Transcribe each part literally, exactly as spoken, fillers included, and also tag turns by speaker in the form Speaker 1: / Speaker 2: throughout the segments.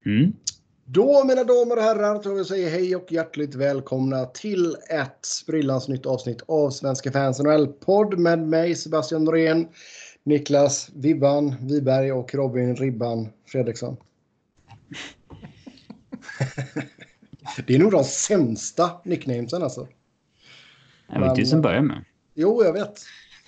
Speaker 1: Mm.
Speaker 2: Då, mina damer och herrar, tror jag säger hej och hjärtligt välkomna till ett sprillans nytt avsnitt av Svenska Fans N H L-podd med mig, Sebastian Norén, Niklas Vibban Wiberg och Robin Ribban Fredriksson. Det är nog de sämsta nicknamesen alltså.
Speaker 1: Det var du som började med.
Speaker 2: Jo, jag vet.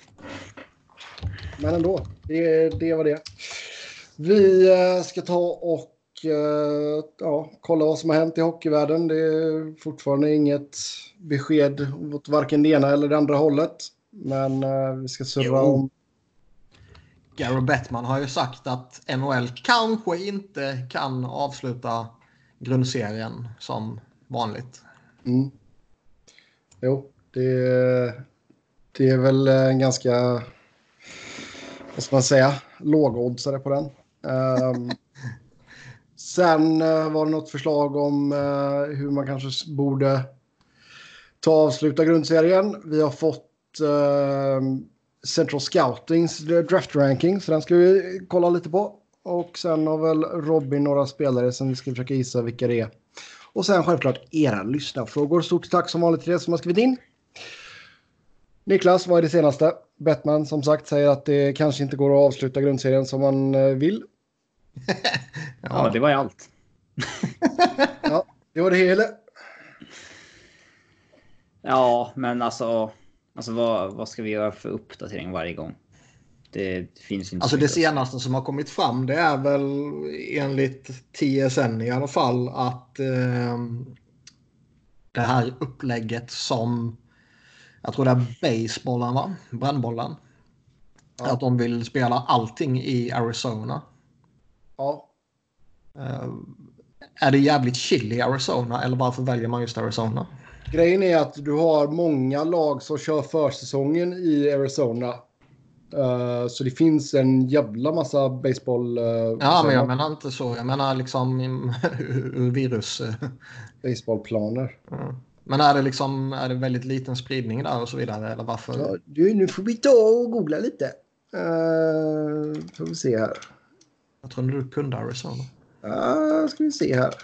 Speaker 2: Men ändå, det, det var det. Vi ska ta och ja, kolla vad som har hänt i hockeyvärlden. Det är fortfarande inget besked åt varken det ena eller det andra hållet. Men uh, vi ska surra om...
Speaker 3: Gary Bettman har ju sagt att N H L kanske inte kan avsluta grundserien som vanligt.
Speaker 2: Mm. Jo, det, det är väl en ganska, vad ska man säga, lågoddsare på den. Um, Sen uh, var det något förslag om uh, hur man kanske borde ta och avsluta grundserien. Vi har fått uh, Central Scoutings draft ranking, så den ska vi kolla lite på. Och sen har väl Robin några spelare som vi ska försöka gissa vilka det är. Och sen självklart era lyssnarfrågor. Stort tack som vanligt till det som har skrivit in. Niklas, vad är det senaste? Bettman som sagt säger att det kanske inte går att avsluta grundserien som man uh, vill.
Speaker 1: Ja, ja, det var ju allt.
Speaker 2: Ja, det var det hela.
Speaker 1: Ja, men alltså, alltså vad, vad ska vi göra för uppdatering varje gång? Det finns inte.
Speaker 3: Alltså det senaste som har kommit fram, det är väl enligt T S N i alla fall att eh, det här upplägget som jag tror det är basebollen, va? Brännbollen. Ja. Att de vill spela allting i Arizona.
Speaker 2: Ja.
Speaker 3: Uh, är det jävligt chill i Arizona eller varför väljer man just Arizona?
Speaker 2: Grejen är att du har många lag som kör försäsongen i Arizona. Uh, så det finns en jävla massa baseball. Uh,
Speaker 3: ja, men jag menar inte så. Jag menar liksom ur virus.
Speaker 2: Baseballplaner.
Speaker 3: Uh. Men är det liksom är det väldigt liten spridning där och så vidare eller varför?
Speaker 2: Ja, du, nu får vi ta och googla lite. Uh, får vi se här.
Speaker 3: Jag tror du kunde Arizona.
Speaker 2: Ja, uh, ska vi se här.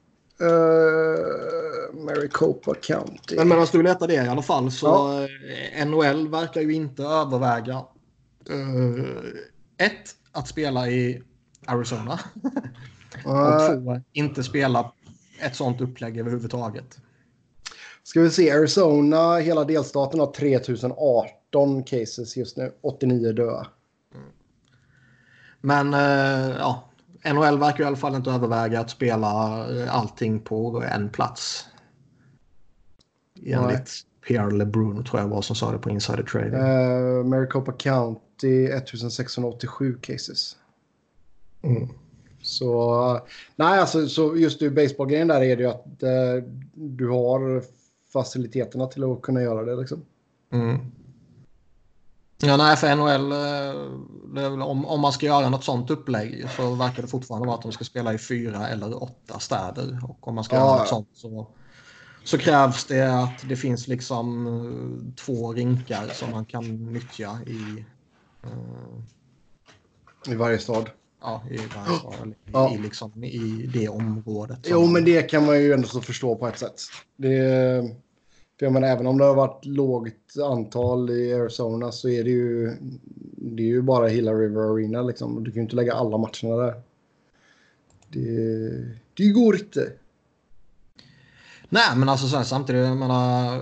Speaker 2: Uh, Maricopa County.
Speaker 3: Men medan du letar det i alla fall så ja. N H L verkar ju inte överväga uh, ett, att spela i Arizona. uh, och två, inte spela ett sånt upplägg överhuvudtaget.
Speaker 2: Ska vi se, Arizona, hela delstaten har tre tusen arton cases just nu, åttionio döda.
Speaker 3: Mm. Men uh, ja, N H L verkar i alla fall inte överväga att spela allting på en plats. Enligt Pierre LeBrun tror jag var som sa det på Insider Trading.
Speaker 2: Uh, Maricopa County sextonhundraåttiosju cases.
Speaker 3: Mm.
Speaker 2: Så nej, alltså så just i baseballgrejen där är det ju att uh, du har faciliteterna till att kunna göra det liksom.
Speaker 3: Mm. Ja, nej, för N H L om, om man ska göra något sånt upplägg så verkar det fortfarande vara att de ska spela i fyra eller åtta städer. Och om man ska ja. göra något sånt så, så krävs det att det finns liksom två rinkar som man kan nyttja i uh,
Speaker 2: i varje stad.
Speaker 3: Ja, i varje stad. Eller ja. i, liksom, i det området.
Speaker 2: Jo,
Speaker 3: man...
Speaker 2: men det kan man ju ändå så förstå på ett sätt. Det För jag menar, även om det har varit lågt antal i Arizona så är det ju, det är ju bara Gila River Arena liksom. Du kan ju inte lägga alla matcherna där. Det, det går inte.
Speaker 3: Nej, men alltså så här, samtidigt, jag menar,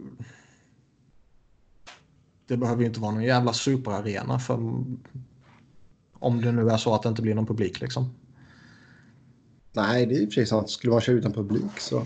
Speaker 3: det behöver ju inte vara någon jävla superarena för om det nu är så att det inte blir någon publik liksom.
Speaker 2: Nej, det är ju precis sant. Skulle man köra utan publik så...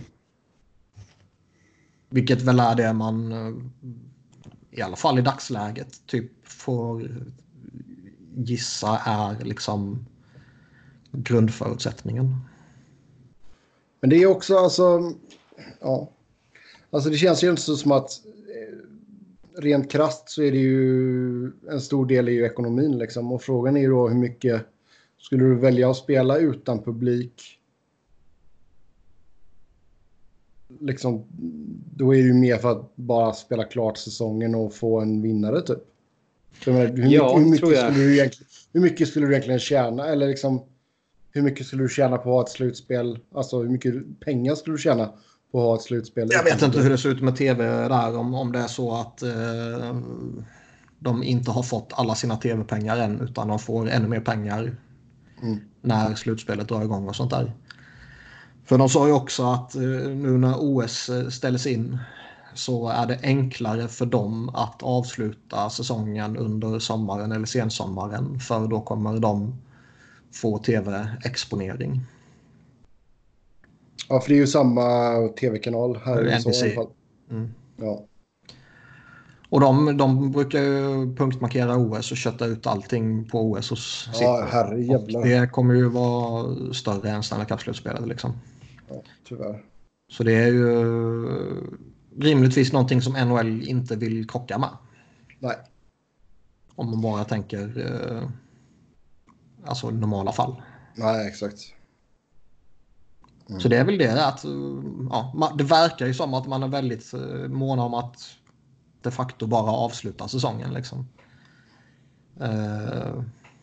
Speaker 3: Vilket väl är det man i alla fall i dagsläget typ får gissa är liksom grundförutsättningen.
Speaker 2: Men det är också alltså ja. Alltså det känns ju inte så som att rent krasst så är det ju en stor del i ju ekonomin liksom, och frågan är ju då hur mycket skulle du välja att spela utan publik? Liksom, då är det ju mer för att bara spela klart säsongen och få en vinnare typ. Så, menar, hur,
Speaker 1: ja,
Speaker 2: hur, mycket
Speaker 1: tror jag.
Speaker 2: Skulle du egentligen, hur mycket skulle du egentligen tjäna? Eller liksom, hur mycket skulle du tjäna på att ha ett slutspel? Alltså hur mycket pengar skulle du tjäna på att ha ett slutspel?
Speaker 3: Jag vet inte hur det ser ut med tv där. Om, om det är så att eh, de inte har fått alla sina tv-pengar än. Utan de får ännu mer pengar mm. när slutspelet drar igång och sånt där. För de sa ju också att eh, nu när O S ställs in så är det enklare för dem att avsluta säsongen under sommaren eller sensommaren. För då kommer de få tv-exponering.
Speaker 2: Ja, för det är ju samma tv-kanal här i
Speaker 3: N B C.
Speaker 2: alla fall.
Speaker 3: Mm.
Speaker 2: Ja.
Speaker 3: Och de, de brukar ju punktmarkera O S och kötta ut allting på O S hos sitt.
Speaker 2: Ja, herrejävlar.
Speaker 3: Det kommer ju vara större än Stanley Cup-slutspelet liksom.
Speaker 2: Ja, tyvärr.
Speaker 3: Så det är ju rimligtvis någonting som N H L inte vill krocka med.
Speaker 2: Nej.
Speaker 3: Om man bara tänker eh, alltså normala fall.
Speaker 2: Nej, exakt.
Speaker 3: Mm. Så det är väl det att ja, det verkar ju som att man är väldigt mån om att de facto bara avsluta säsongen liksom. Uh,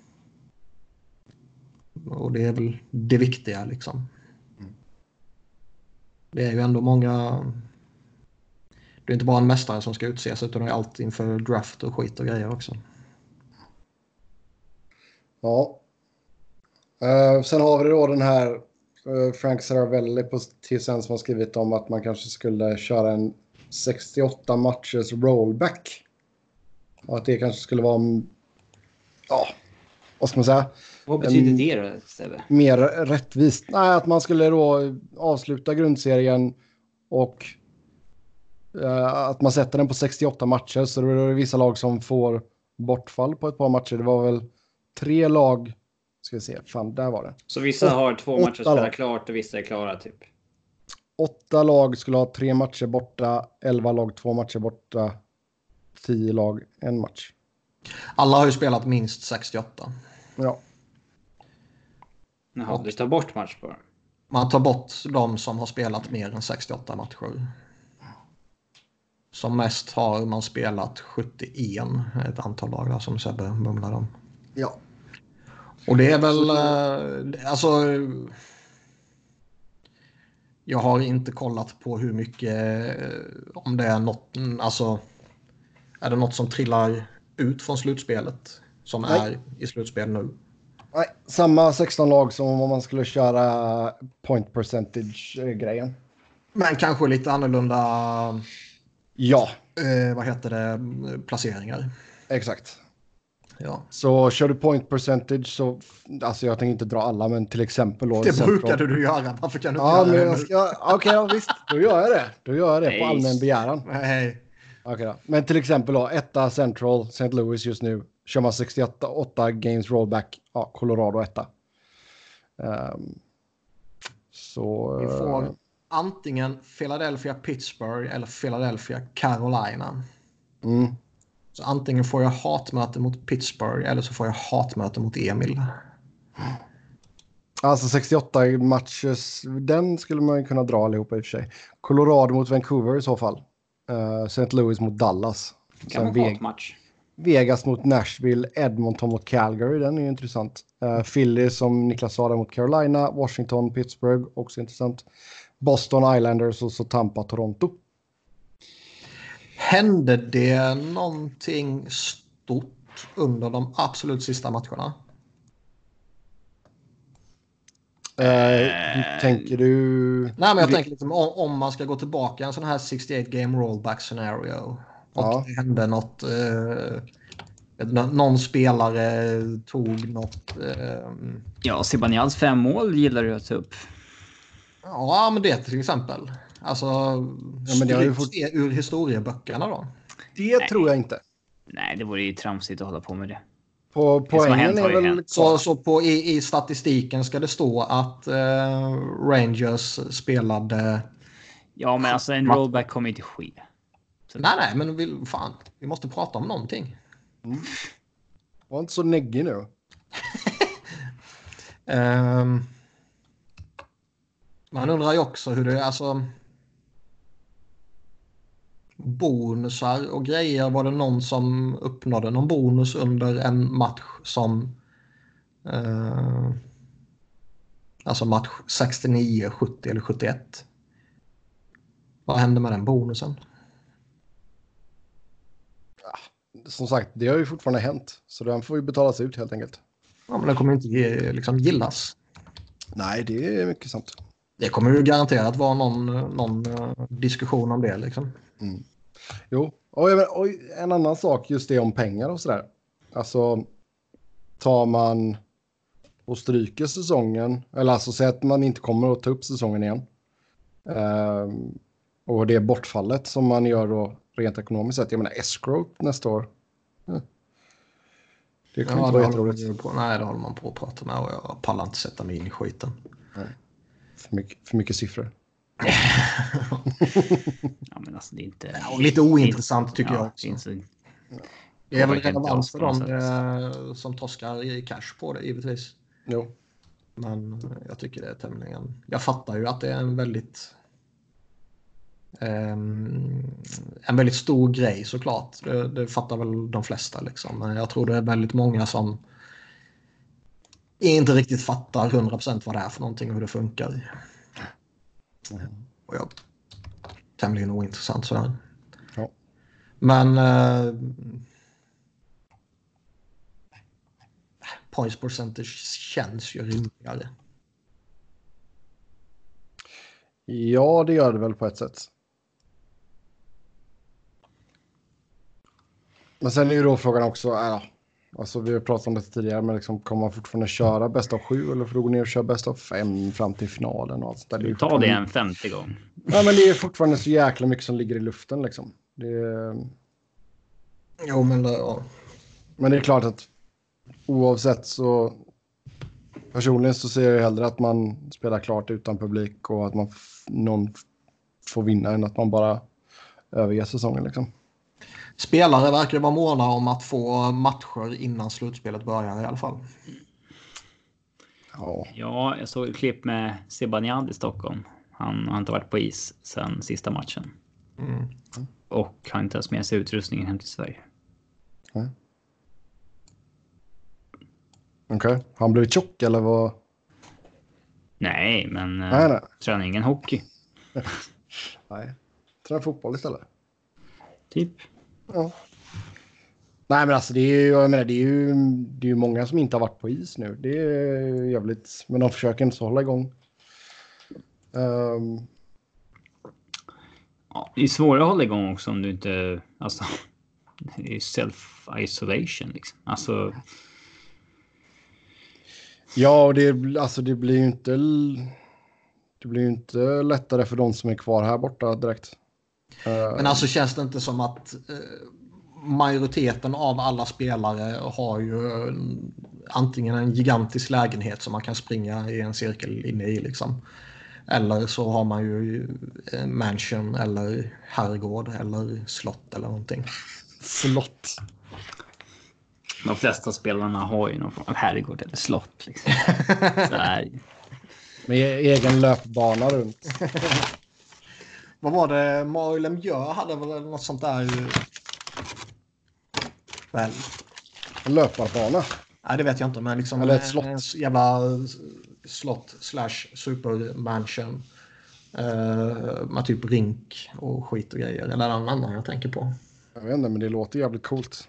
Speaker 3: och det är väl det viktiga liksom. Mm. Det är ju ändå många. Det är inte bara en mästare som ska utses utan det är allt inför draft och skit och grejer också.
Speaker 2: Ja. Uh, sen har vi då den här uh, Frank Saravelli på T S N som har skrivit om att man kanske skulle köra en sextioåtta matchers rollback. Och att det kanske skulle vara ja, vad ska man säga?
Speaker 1: Vad betyder en, det då, Steve?
Speaker 2: Mer rättvist. Nej, att man skulle då avsluta grundserien och uh, att man sätter den på sextioåtta matcher. Så då är det vissa lag som får bortfall på ett par matcher. Det var väl tre lag. Ska vi se, fan, där var det.
Speaker 1: Så vissa har två matcher att spela klart och vissa är klara typ?
Speaker 2: Åtta lag skulle ha tre matcher borta, elva lag två matcher borta, tio lag en match.
Speaker 3: Alla har ju spelat minst sextioåtta.
Speaker 2: Ja.
Speaker 1: Jaha, du tar bort match på.
Speaker 3: Man tar bort de som har spelat mer än sextioåtta matcher. Som mest har man spelat sjuttioen, ett antal lag där, som Sebbe mumlar om.
Speaker 2: Ja.
Speaker 3: Och det är väl, eh, alltså, jag har inte kollat på hur mycket, om det är något, alltså, är det något som trillar ut från slutspelet som Nej. är i slutspel nu?
Speaker 2: Nej, samma sexton lag som om man skulle köra point percentage-grejen.
Speaker 3: Men kanske lite annorlunda,
Speaker 2: ja.
Speaker 3: Eh, vad heter det, placeringar.
Speaker 2: Exakt.
Speaker 3: Ja.
Speaker 2: Så kör du point percentage så, alltså jag tänker inte dra alla, men till exempel då,
Speaker 3: det brukade du göra, varför kan du inte
Speaker 2: ja,
Speaker 3: göra
Speaker 2: men
Speaker 3: det
Speaker 2: jag ska, okej, okay, ja, visst, då gör jag det då gör jag det
Speaker 1: Nej.
Speaker 2: på allmän begäran.
Speaker 3: Nej.
Speaker 2: Okay, då. Men till exempel då, etta Central, Saint Louis just nu, kör man sextioåtta games rollback, ja, Colorado etta. Um, så
Speaker 3: vi får antingen Philadelphia Pittsburgh eller Philadelphia Carolina.
Speaker 2: Mm.
Speaker 3: Så antingen får jag hatmöte mot Pittsburgh eller så får jag hatmöte mot Emil.
Speaker 2: Alltså sextioåtta matches, den skulle man ju kunna dra allihopa i och för sig. Colorado mot Vancouver i så fall. Uh, Saint Louis mot Dallas.
Speaker 1: Kan man Ve- match.
Speaker 2: Vegas mot Nashville, Edmonton mot Calgary, den är ju intressant. Uh, Philly som Niklas sa mot Carolina, Washington, Pittsburgh, också intressant. Boston Islanders och så Tampa, Toronto.
Speaker 3: Hände det någonting stort under de absolut sista matcherna?
Speaker 2: Uh, tänker du...
Speaker 3: Nej, men jag tänker liksom, om, om man ska gå tillbaka en sån här sextioåtta game rollback scenario och ja. det hände något, eh, någon spelare tog något... Eh,
Speaker 1: ja, Zibanejad fem mål gillar du att ta upp.
Speaker 3: Ja, men det till exempel. Alltså,
Speaker 2: ja, men det har ju fått...
Speaker 3: se ur historieböckerna då.
Speaker 2: Det Nej. tror jag inte.
Speaker 1: Nej, det vore ju tramsigt att hålla på med det.
Speaker 2: På poängen är väl...
Speaker 3: Så, så på, i, i statistiken ska det stå att eh, Rangers spelade...
Speaker 1: Ja, men alltså en rollback kommer inte ske.
Speaker 3: Så... Nej, nej, men vi, fan, vi måste prata om någonting.
Speaker 2: Mm. Var inte så neggig nu.
Speaker 3: um, man undrar ju också hur det är, alltså... bonusar och grejer. Var det någon som uppnådde någon bonus under en match som uh, Alltså match sextionio, sjuttio eller sjuttioett. Vad hände med den bonusen?
Speaker 2: Som sagt, det har ju fortfarande hänt. Så den får ju betalas ut helt enkelt.
Speaker 3: Ja, men den kommer inte ge, liksom, gillas.
Speaker 2: Nej, det är mycket sant.
Speaker 3: Det kommer ju garanterat vara någon, någon uh, diskussion om det. Liksom.
Speaker 2: Mm. Jo, och, och en annan sak, just det om pengar och sådär. Alltså, tar man och stryker säsongen, eller alltså säg att man inte kommer att ta upp säsongen igen. Uh, och det bortfallet som man gör då rent ekonomiskt sett. Jag menar, escrow nästa år. Mm. Det kommer
Speaker 3: ja,
Speaker 2: inte vara jätteroligt.
Speaker 3: På, nej, det håller man på att prata med och jag pallar inte sätta mig in i skiten.
Speaker 2: Nej. För mycket, för mycket siffror.
Speaker 1: Ja, men alltså det är inte...
Speaker 3: Ja, och lite ointressant tycker
Speaker 1: ja,
Speaker 3: jag också.
Speaker 1: Finns det...
Speaker 3: Det är väl relevans för dem eh, som torskar i cash på det, givetvis.
Speaker 2: Jo.
Speaker 3: Men jag tycker det är tämligen... Jag fattar ju att det är en väldigt... Um, en väldigt stor grej såklart. Det, det fattar väl de flesta liksom. Men jag tror det är väldigt många som inte riktigt fattar hundra procent vad det är för någonting och hur det funkar. Mm. Och jag tämligen ointressant sådär.
Speaker 2: Ja.
Speaker 3: Men uh, points percentage känns ju rimligare.
Speaker 2: Ja, det gör det väl på ett sätt. Men sen är ju då frågan också, äh, alltså vi har pratat om det tidigare, men liksom, kommer man fortfarande köra bäst av sju eller får du gå ner och köra bäst av fem fram till finalen och allt där?
Speaker 1: Det Ta det en femtio gång.
Speaker 2: Ja, men det är fortfarande så jäkla mycket som ligger i luften liksom. Det är...
Speaker 3: Jo, men det, ja.
Speaker 2: Men det är klart att oavsett så personligen så ser jag hellre att man spelar klart utan publik och att man f- någon får vinna än att man bara överger säsongen liksom.
Speaker 3: Spelare verkar vara måna om att få matcher innan slutspelet börjar i alla fall.
Speaker 2: Ja,
Speaker 1: ja jag såg ett klipp med Zibanejad i Stockholm. Han har inte varit på is sedan sista matchen.
Speaker 3: Mm.
Speaker 1: Och har inte ens med sig utrustningen hem till Sverige.
Speaker 2: Mm. Okej, okay. Han blev tjock eller vad?
Speaker 1: Nej, men
Speaker 2: nej, nej.
Speaker 1: tränar ingen hockey.
Speaker 2: Nej, tränar fotboll istället.
Speaker 1: Typ.
Speaker 2: Ja. Nej, men alltså det är ju, jag menar, det är ju, det är ju många som inte har varit på is nu. Det är jävligt, men de försöker inte hålla igång. Um...
Speaker 1: Ja, det är svårare att hålla igång också om du inte, alltså det är self-isolation liksom. Alltså...
Speaker 2: Ja, och det, alltså det blir ju inte det blir ju inte lättare för de som är kvar här borta direkt.
Speaker 3: Men alltså känns det inte som att eh, majoriteten av alla spelare har ju antingen en gigantisk lägenhet som man kan springa i en cirkel inne i liksom. Eller så har man ju en mansion eller herrgård eller slott eller någonting.
Speaker 2: Slott.
Speaker 1: De flesta spelarna har ju någon form av herrgård eller slott. Liksom. Så här.
Speaker 2: Med egen löpbana runt.
Speaker 3: Vad var det? Mario Lemieux hade väl något sånt där? Väl.
Speaker 2: En löparbana?
Speaker 3: Nej, det vet jag inte. Men liksom
Speaker 2: eller ett slott.
Speaker 3: En jävla slott slash supermansion. Uh, med typ rink och skit och grejer. Eller någon annan jag tänker på.
Speaker 2: Jag vet inte, men det låter jävligt coolt.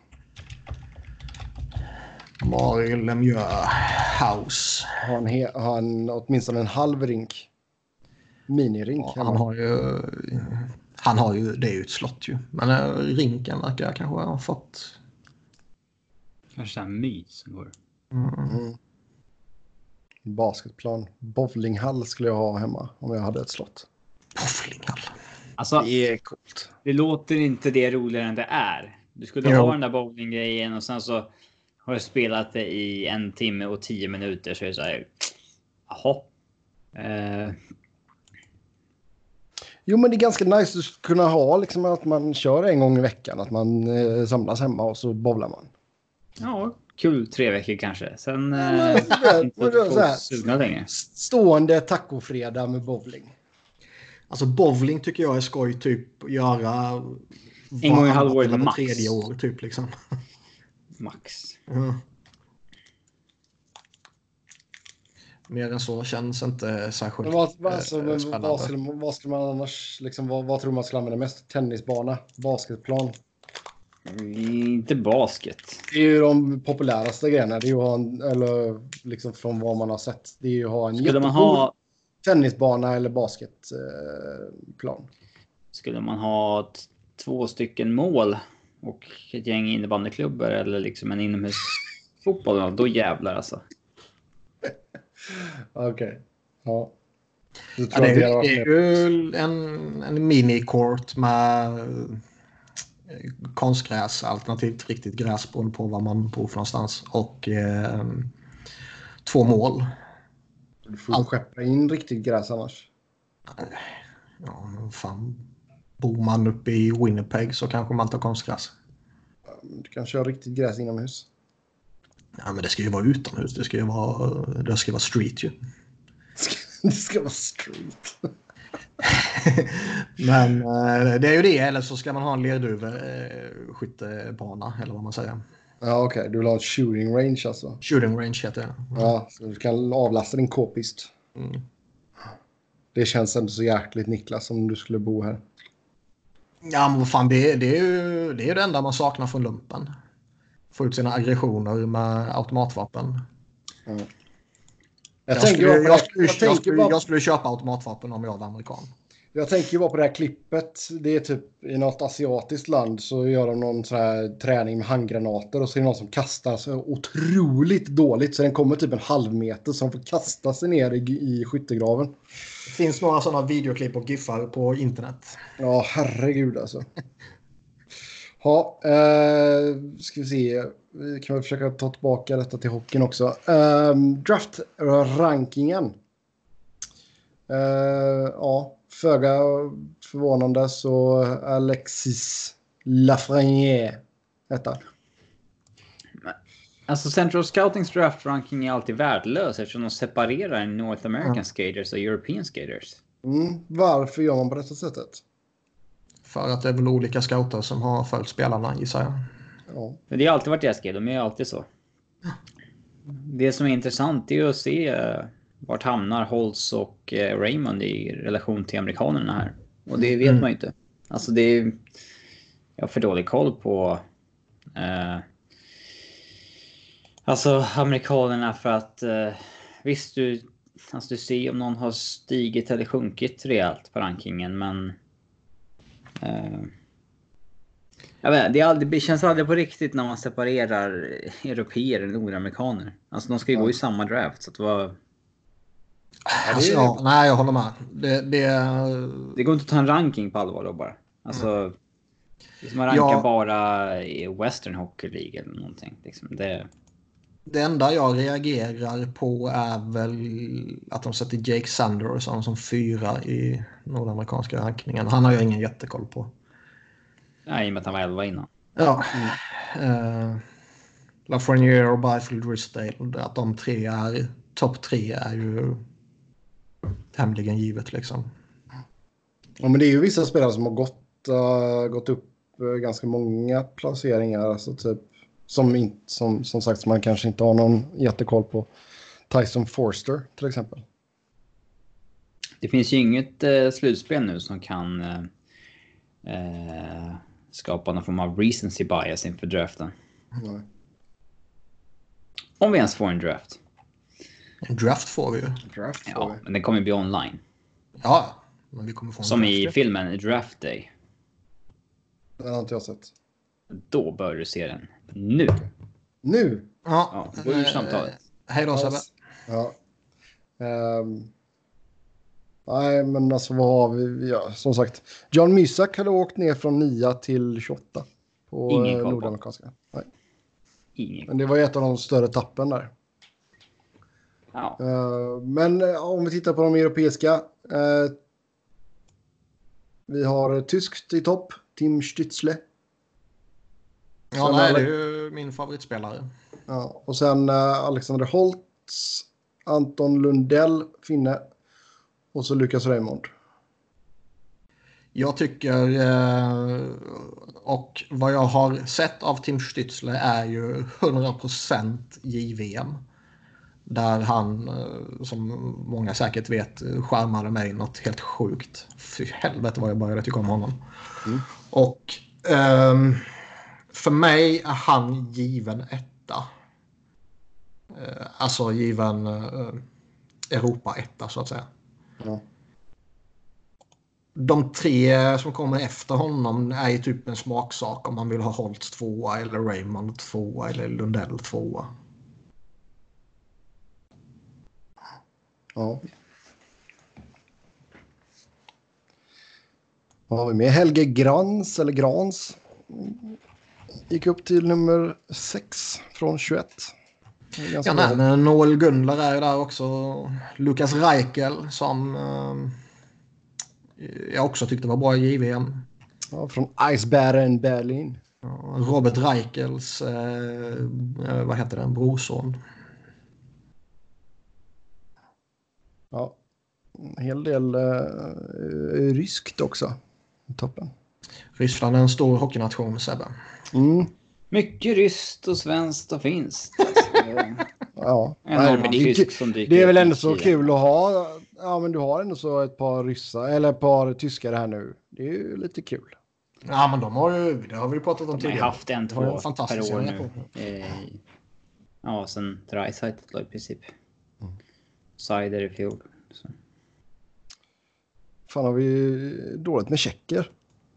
Speaker 3: Mario Lemieux House.
Speaker 2: Har han, he- har han åtminstone en halv rink? Minirink?
Speaker 3: Ja, han har ju... Han har ju... Det är ju ett slott ju. Men äh, rinken verkar jag kanske ha fått...
Speaker 1: Kanske en mys som går.
Speaker 3: Mm.
Speaker 2: Mm. Basketplan. Bowlinghall skulle jag ha hemma om jag hade ett slott.
Speaker 3: Bowlinghall.
Speaker 1: Alltså,
Speaker 2: det är coolt.
Speaker 1: Det låter inte det roligare än det är. Du skulle jo. ha den där bowlinggrejen och sen så har du spelat det i en timme och tio minuter så är det så här. Jaha. Eh.
Speaker 2: Jo, men det är ganska nice att kunna ha liksom att man kör en gång i veckan. Att man eh, samlas hemma och så bowlar man.
Speaker 1: Ja, kul tre veckor kanske. Sen
Speaker 2: ja, men, eh,
Speaker 1: inte så här, sugna längre.
Speaker 2: Stående tacofredag med bowling.
Speaker 3: Alltså bowling tycker jag är skoj typ göra
Speaker 1: en gång i halvåret max.
Speaker 3: Tredje år typ liksom.
Speaker 1: Max.
Speaker 3: Mm. Mer än så känns inte särskilt
Speaker 2: men vad, vad, alltså,
Speaker 3: eh,
Speaker 2: men
Speaker 3: spännande.
Speaker 2: vad, skulle, vad skulle man annars, liksom, vad, vad tror man skulle använda mest? Tennisbana, basketplan?
Speaker 1: Inte basket.
Speaker 2: Det är ju de populäraste grejerna. Det är ju att ha en, eller liksom från vad man har sett. Det är ju att ha en
Speaker 1: Skulle man
Speaker 2: jättestor
Speaker 1: ha,
Speaker 2: tennisbana eller basketplan. Eh,
Speaker 1: skulle man ha t- två stycken mål och ett gäng innebandyklubbor eller liksom en inomhusfotboll, då jävlar alltså.
Speaker 2: Okej. Okay. Ja.
Speaker 3: Ja, det är, det det är ju en, en mini-court med konstgräs, alternativt riktigt gräs beroende på var man bor för någonstans. Och eh, två mål.
Speaker 2: Du får Allt. skeppa in riktigt gräs annars.
Speaker 3: Ja, fan. Bor man uppe i Winnipeg så kanske man tar konstgräs.
Speaker 2: Du kan köra riktigt gräs inomhus.
Speaker 3: Ja, men det ska ju vara utomhus. Det ska ju vara, det ska vara street ju.
Speaker 2: Det ska vara street.
Speaker 3: Men eh, det är ju det. Eller så ska man ha en lerduver eh, skyttebana eller vad man säger.
Speaker 2: Ja, okej. Okay. Du vill ha ett shooting range alltså.
Speaker 3: Shooting range heter det.
Speaker 2: Ja, ja så du kan avlasta din k-pist. Mm. Det känns ändå så jäkligt, Niklas, om du skulle bo här.
Speaker 3: Ja, men vad fan, det, det, är ju, det är ju det enda man saknar från lumpen. Få ut sina aggressioner med automatvapen.
Speaker 2: Mm.
Speaker 3: Jag, jag, skulle, jag, jag, skulle, jag, jag, skulle, bara... jag skulle köpa automatvapen om jag var amerikan.
Speaker 2: Jag tänker ju bara på det här klippet. Det är typ i något asiatiskt land så gör de någon sån här träning med handgranater och så är det någon som kastar så otroligt dåligt så den kommer typ en halv meter så de får kasta sig ner i, i skyttegraven.
Speaker 3: Det finns några sådana videoklipp och giffar på internet.
Speaker 2: Ja, herregud alltså. Ja, eh, ska vi se. Vi kan väl försöka ta tillbaka detta till hockeyn också. Eh, draft-rankingen. Eh, ja, föga förvånande så Alexis Lafreniere heter.
Speaker 1: Alltså Central Scoutings draft ranking är alltid värdelös eftersom de separerar North American mm. skaters och European skaters.
Speaker 2: Mm, varför gör man på detta sättet?
Speaker 3: För att det är väl olika scouter som har följt spelarna, gissar jag.
Speaker 2: Ja.
Speaker 1: Det har alltid varit deras grej, de är alltid så. Det som är intressant är att se vart hamnar Holtz och Raymond i relation till amerikanerna här. Och det vet mm. man ju inte. Alltså det är... Jag har för dålig koll på... Eh, alltså amerikanerna för att... Eh, visst, du, alltså du ser om någon har stigit eller sjunkit rejält på rankingen, men... Eh, jag vet, det, är aldrig, det känns aldrig på riktigt när man separerar europeer och nordamerikaner. Alltså de ska ju ja. gå i samma draft så att det var...
Speaker 3: Alltså, ja, nej, jag håller med. Det, det...
Speaker 1: det går inte att ta en ranking på allvar då bara. Alltså, mm. det är som att ranka ja. bara i Western Hockey League eller någonting. Liksom. Det...
Speaker 3: det enda jag reagerar på är väl att de sätter Jake Sanderson som fyra i nordamerikanska rankningen. Han har jag ingen jättekoll på.
Speaker 1: Nej, i och med att han var elva innan.
Speaker 3: Ja. Mm. Uh, Lafreniere och Byfield Ridsdale, att de tre är topp tre är ju tämligen givet liksom.
Speaker 2: Ja, men det är ju vissa spelare som har gått, uh, gått upp uh, ganska många placeringar. Alltså typ, som, in, som, som sagt man kanske inte har någon jättekoll på. Tyson Forster till exempel.
Speaker 1: Det finns ju inget uh, slutspel nu som kan uh, uh, skapa någon form av recency bias inför draften.
Speaker 2: Nej.
Speaker 1: Om vi ens får en draft.
Speaker 3: En draft får vi ju.
Speaker 2: Draft får
Speaker 1: ja,
Speaker 2: vi.
Speaker 1: men den kommer bli online.
Speaker 3: Ja, men vi kommer få en
Speaker 1: som
Speaker 3: draft.
Speaker 1: I filmen Draft Day.
Speaker 2: Den har inte jag sett.
Speaker 1: Då bör du se den. Nu.
Speaker 2: Nu?
Speaker 1: Ja, ja gå ur samtalet.
Speaker 3: Hej då, Sebbe.
Speaker 2: Ja. Um, nej, men alltså vad har vi? Ja, som sagt, John Mysak hade åkt ner från nio till tjugoåtta på
Speaker 1: Ingen koll
Speaker 2: nordamerikanska. Nej.
Speaker 1: Ingen.
Speaker 2: Men det var ett av de större tappen där.
Speaker 1: Ja.
Speaker 2: Uh, men uh, om vi tittar på de europeiska. Uh, vi har tyskt i topp. Tim Stützle.
Speaker 3: Ja, nej, det är ju min favoritspelare.
Speaker 2: Ja, och sen uh, Alexander Holtz, Anton Lundell, finne. Och så Lucas Raymond.
Speaker 3: Jag tycker, uh, och vad jag har sett av Tim Stützle är ju hundra procent J V M. Där han, som många säkert vet, skärmade mig något helt sjukt. Fy helvete vad jag började tycka om honom. Mm. Och um, för mig är han given etta. Uh, alltså given uh, Europa-etta så att säga.
Speaker 2: Ja.
Speaker 3: De tre som kommer efter honom är ju typ en smaksak om man vill ha Holtz tvåa eller Raymond tvåa eller Lundell tvåa.
Speaker 2: Ja. Vad har vi med? Helge Grans eller Grans gick upp till nummer sex från tjugoett.
Speaker 3: Ja, nej, men Noel Gunler är ju där också. Lukas Reichel som eh, jag också tyckte var bra i J V M.
Speaker 2: Ja, från Eisbären Berlin.
Speaker 3: Ja, Robert Reichels eh, vad heter den? Brorson.
Speaker 2: Ja, en hel del eh, ryskt också. Toppen.
Speaker 3: Ryssland är en stor hockeynation, Sebbe.
Speaker 2: Mm.
Speaker 1: Mycket ryskt och svenskt och finskt.
Speaker 2: Ja,
Speaker 1: en
Speaker 2: nej,
Speaker 1: men
Speaker 2: det,
Speaker 1: tysk som dyker
Speaker 2: det är väl
Speaker 1: upp
Speaker 2: ändå
Speaker 1: i
Speaker 2: så
Speaker 1: tiden.
Speaker 2: kul att ha. Ja, men du har ändå så ett par ryssar eller ett par tyskar här nu. Det är ju lite kul.
Speaker 3: Ja, men de har ju, det har vi pratat om
Speaker 1: De har
Speaker 3: tidigare.
Speaker 1: haft en, två per år nu.
Speaker 3: På.
Speaker 1: Eh, ja, sen Dreisaitl då i princip.
Speaker 2: Mm.
Speaker 1: Sider i fjol. Så.
Speaker 2: Fan, har vi dåligt med tjecker?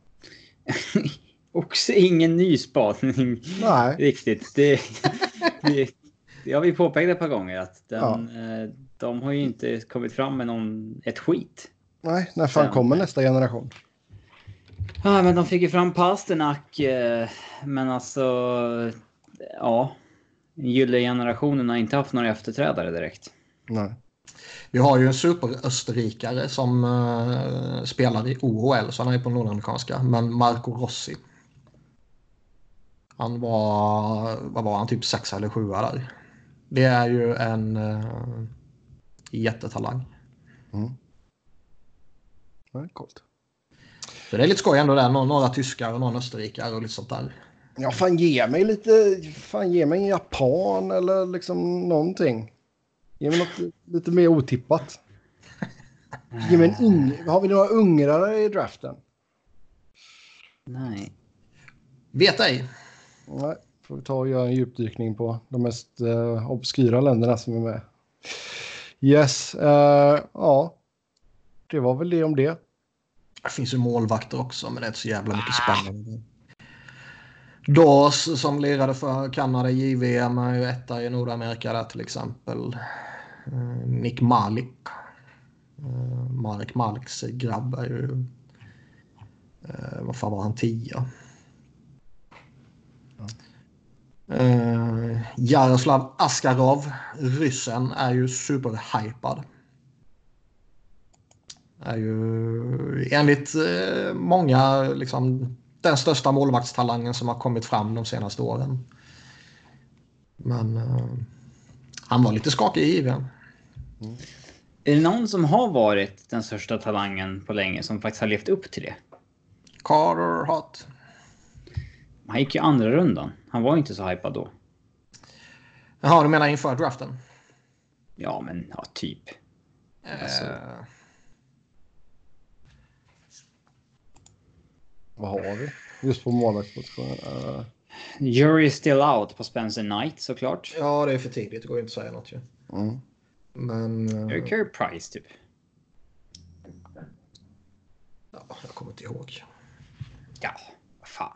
Speaker 1: Också ingen nyspaning.
Speaker 2: Nej.
Speaker 1: Riktigt. Det, det, det har vi påpekat ett par gånger att den, ja. eh, de har ju inte kommit fram med någon, ett skit.
Speaker 2: Nej, när fan
Speaker 1: Sen,
Speaker 2: kommer nästa generation?
Speaker 1: Ja, men de fick ju fram Pasternak. Eh, men alltså, ja. Gylle-generationen har inte haft några efterträdare direkt.
Speaker 2: Nej.
Speaker 3: Vi har ju en superösterrikare som uh, spelar i O H L, så han är på nordamerikanska. Men Marco Rossi. Han var, vad var han, typ sexa eller sjua där. Det är ju en uh, jättetalang.
Speaker 2: Mm. Ja, coolt.
Speaker 3: Så det är lite skoj ändå där. Några, några tyskar och någon österrikare och lite sånt där.
Speaker 2: Ja, fan ge mig lite, fan ge mig en japan eller liksom någonting. Ge mig något lite mer otippat. Ge mig en ung... Har vi några ungrare i draften?
Speaker 1: Nej.
Speaker 3: Vet ej.
Speaker 2: Nej, får vi ta och göra en djupdykning på de mest uh, obskyra länderna som är med. Yes, uh, ja. Det var väl det om det.
Speaker 3: Det finns ju målvakter också, men det är så jävla mycket spännande. Dawes som lirade för Kanada i J V M är ju etta i Nordamerika där till exempel. Uh, Nick Malik. Uh, Marek Maliks grabb är ju uh, vad fan var han, tio? Uh, Jaroslav Askarov, ryssen, är ju superhypad. Är ju enligt uh, många liksom den största målvaktstalangen som har kommit fram de senaste åren. Men uh, han var lite skakig i J V M.
Speaker 1: Mm. Är det någon som har varit den största talangen på länge som faktiskt har levt upp till det?
Speaker 3: Carter Hart.
Speaker 1: Han gick ju andra rundan. Han var inte så hypad då.
Speaker 3: Jaha, du menar inför draften?
Speaker 1: Ja, men ja, typ.
Speaker 3: Uh...
Speaker 1: Alltså.
Speaker 2: Vad har vi? Just på målvaktspositionen. Uh...
Speaker 1: Jury still out på Spencer Knight såklart.
Speaker 3: Ja, det är för tidigt. Det går inte att säga något ju.
Speaker 2: Mm.
Speaker 3: Men... Uh...
Speaker 1: Carey Price typ.
Speaker 3: Ja, jag kommer inte ihåg.
Speaker 1: Ja, vad fan.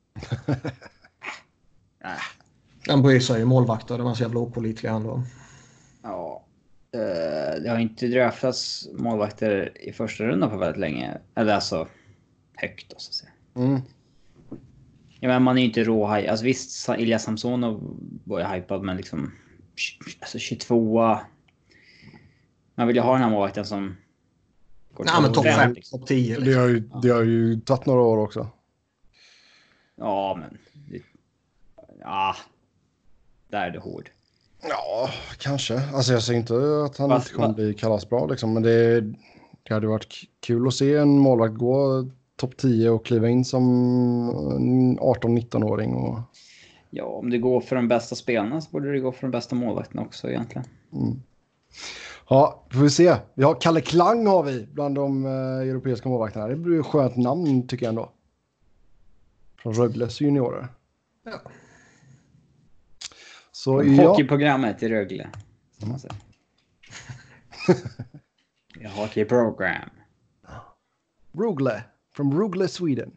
Speaker 1: äh.
Speaker 3: Den bryr sig ju målvakter. De var så jävla opålitliga ändå.
Speaker 1: Ja. Uh, det har inte draftats målvakter i första rundan på väldigt länge. Eller alltså högt då, så att säga.
Speaker 2: Mm.
Speaker 1: Ja, men man är ju inte råhaj. Alltså visst, Ilja Samsonov var ju hypad, men liksom alltså tjugotvå. Man vill ju ha den här målvakten som
Speaker 3: går Nej, men topp fem, topp tio.
Speaker 2: Liksom. Det har ju, det har ju tagit några år också.
Speaker 1: Ja, men det, ja, där är det hård.
Speaker 2: Ja, kanske. Alltså jag säger inte att han
Speaker 1: va,
Speaker 2: inte kommer
Speaker 1: va?
Speaker 2: bli kalasbra liksom, men det, det hade varit kul att se en målvakt gå topp tio och kliva in som arton-nitton-åring. Och...
Speaker 1: Ja, om det går för de bästa spelarna så borde det gå för de bästa målvakterna också egentligen.
Speaker 2: Mm. Ja, får vi se. Vi har Kalle Klang har vi bland de uh, europeiska målvakterna. Det blir ju ett skönt namn tycker jag ändå. Från Rögles juniorer.
Speaker 3: Ja.
Speaker 1: Så, ja. Hockeyprogrammet i Rögle. Som man säger. Hockeyprogram.
Speaker 2: Rögle. From Rögle, Sweden.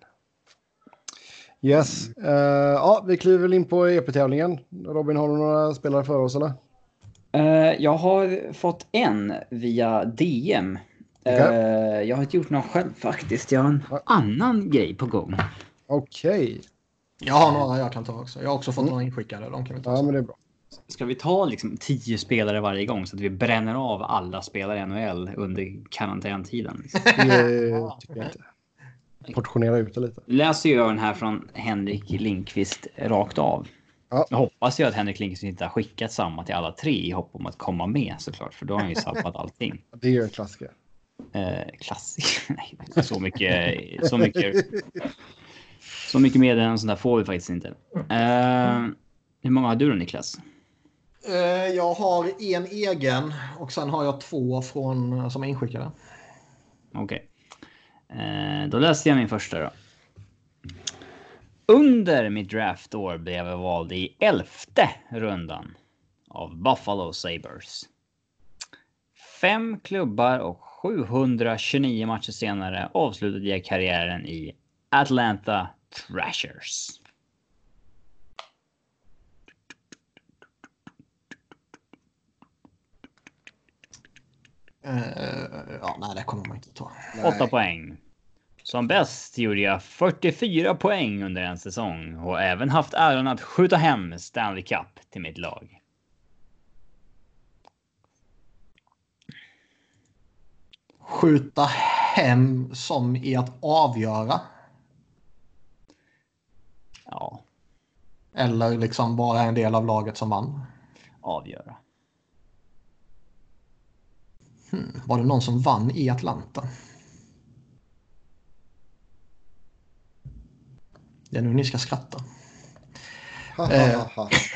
Speaker 2: Yes. Mm. Uh, ja, vi kliver väl in på E P-tävlingen. Robin, har du några spelare för oss eller?
Speaker 1: Uh, jag har fått en via D M. Okay. Uh, jag har inte gjort någon själv faktiskt. Jag har en ja. annan grej på gång.
Speaker 2: Okej. Okay.
Speaker 3: Jag har några jag kan ta också. Jag har också fått mm. några inskickade. De kan vi ta.
Speaker 2: Ja, men det är bra.
Speaker 1: Ska vi ta liksom tio spelare varje gång så att vi bränner av alla spelare i N H L under karantäntiden? Liksom?
Speaker 2: Det tycker jag inte. Portionera ut det lite.
Speaker 1: Läser jag den här från Henrik Lindqvist rakt av. Ja. Jag hoppas ju att Henrik Lindqvist inte har skickat samma till alla tre i hopp om att komma med såklart. För då har han ju sabbat allting.
Speaker 2: Det är ju en klassiker.
Speaker 1: Eh, klassiker? Nej, så mycket, så mycket, så mycket mer än sånt där får vi faktiskt inte. Eh, hur många har du då, Niklas?
Speaker 3: Eh, jag har en egen och sen har jag två från som är inskickade.
Speaker 1: Okej. Okay. Eh, då läser jag min första då. Under mitt draftår blev jag vald i elfte rundan av Buffalo Sabres. Fem klubbar och sjuhundratjugonio matcher senare avslutade jag karriären i Atlanta Thrashers.
Speaker 3: Uh, ja, nej, det kommer man inte ta.
Speaker 1: Åtta poäng. Som bäst gjorde jag fyrtiofyra poäng under en säsong och även haft äran att skjuta hem Stanley Cup till mitt lag.
Speaker 3: Skjuta hem som i att avgöra?
Speaker 1: Ja.
Speaker 3: Eller liksom bara en del av laget som vann?
Speaker 1: Avgöra.
Speaker 3: Hmm. Var det någon som vann i Atlanta? Det är nu ni ska skratta.
Speaker 1: eh.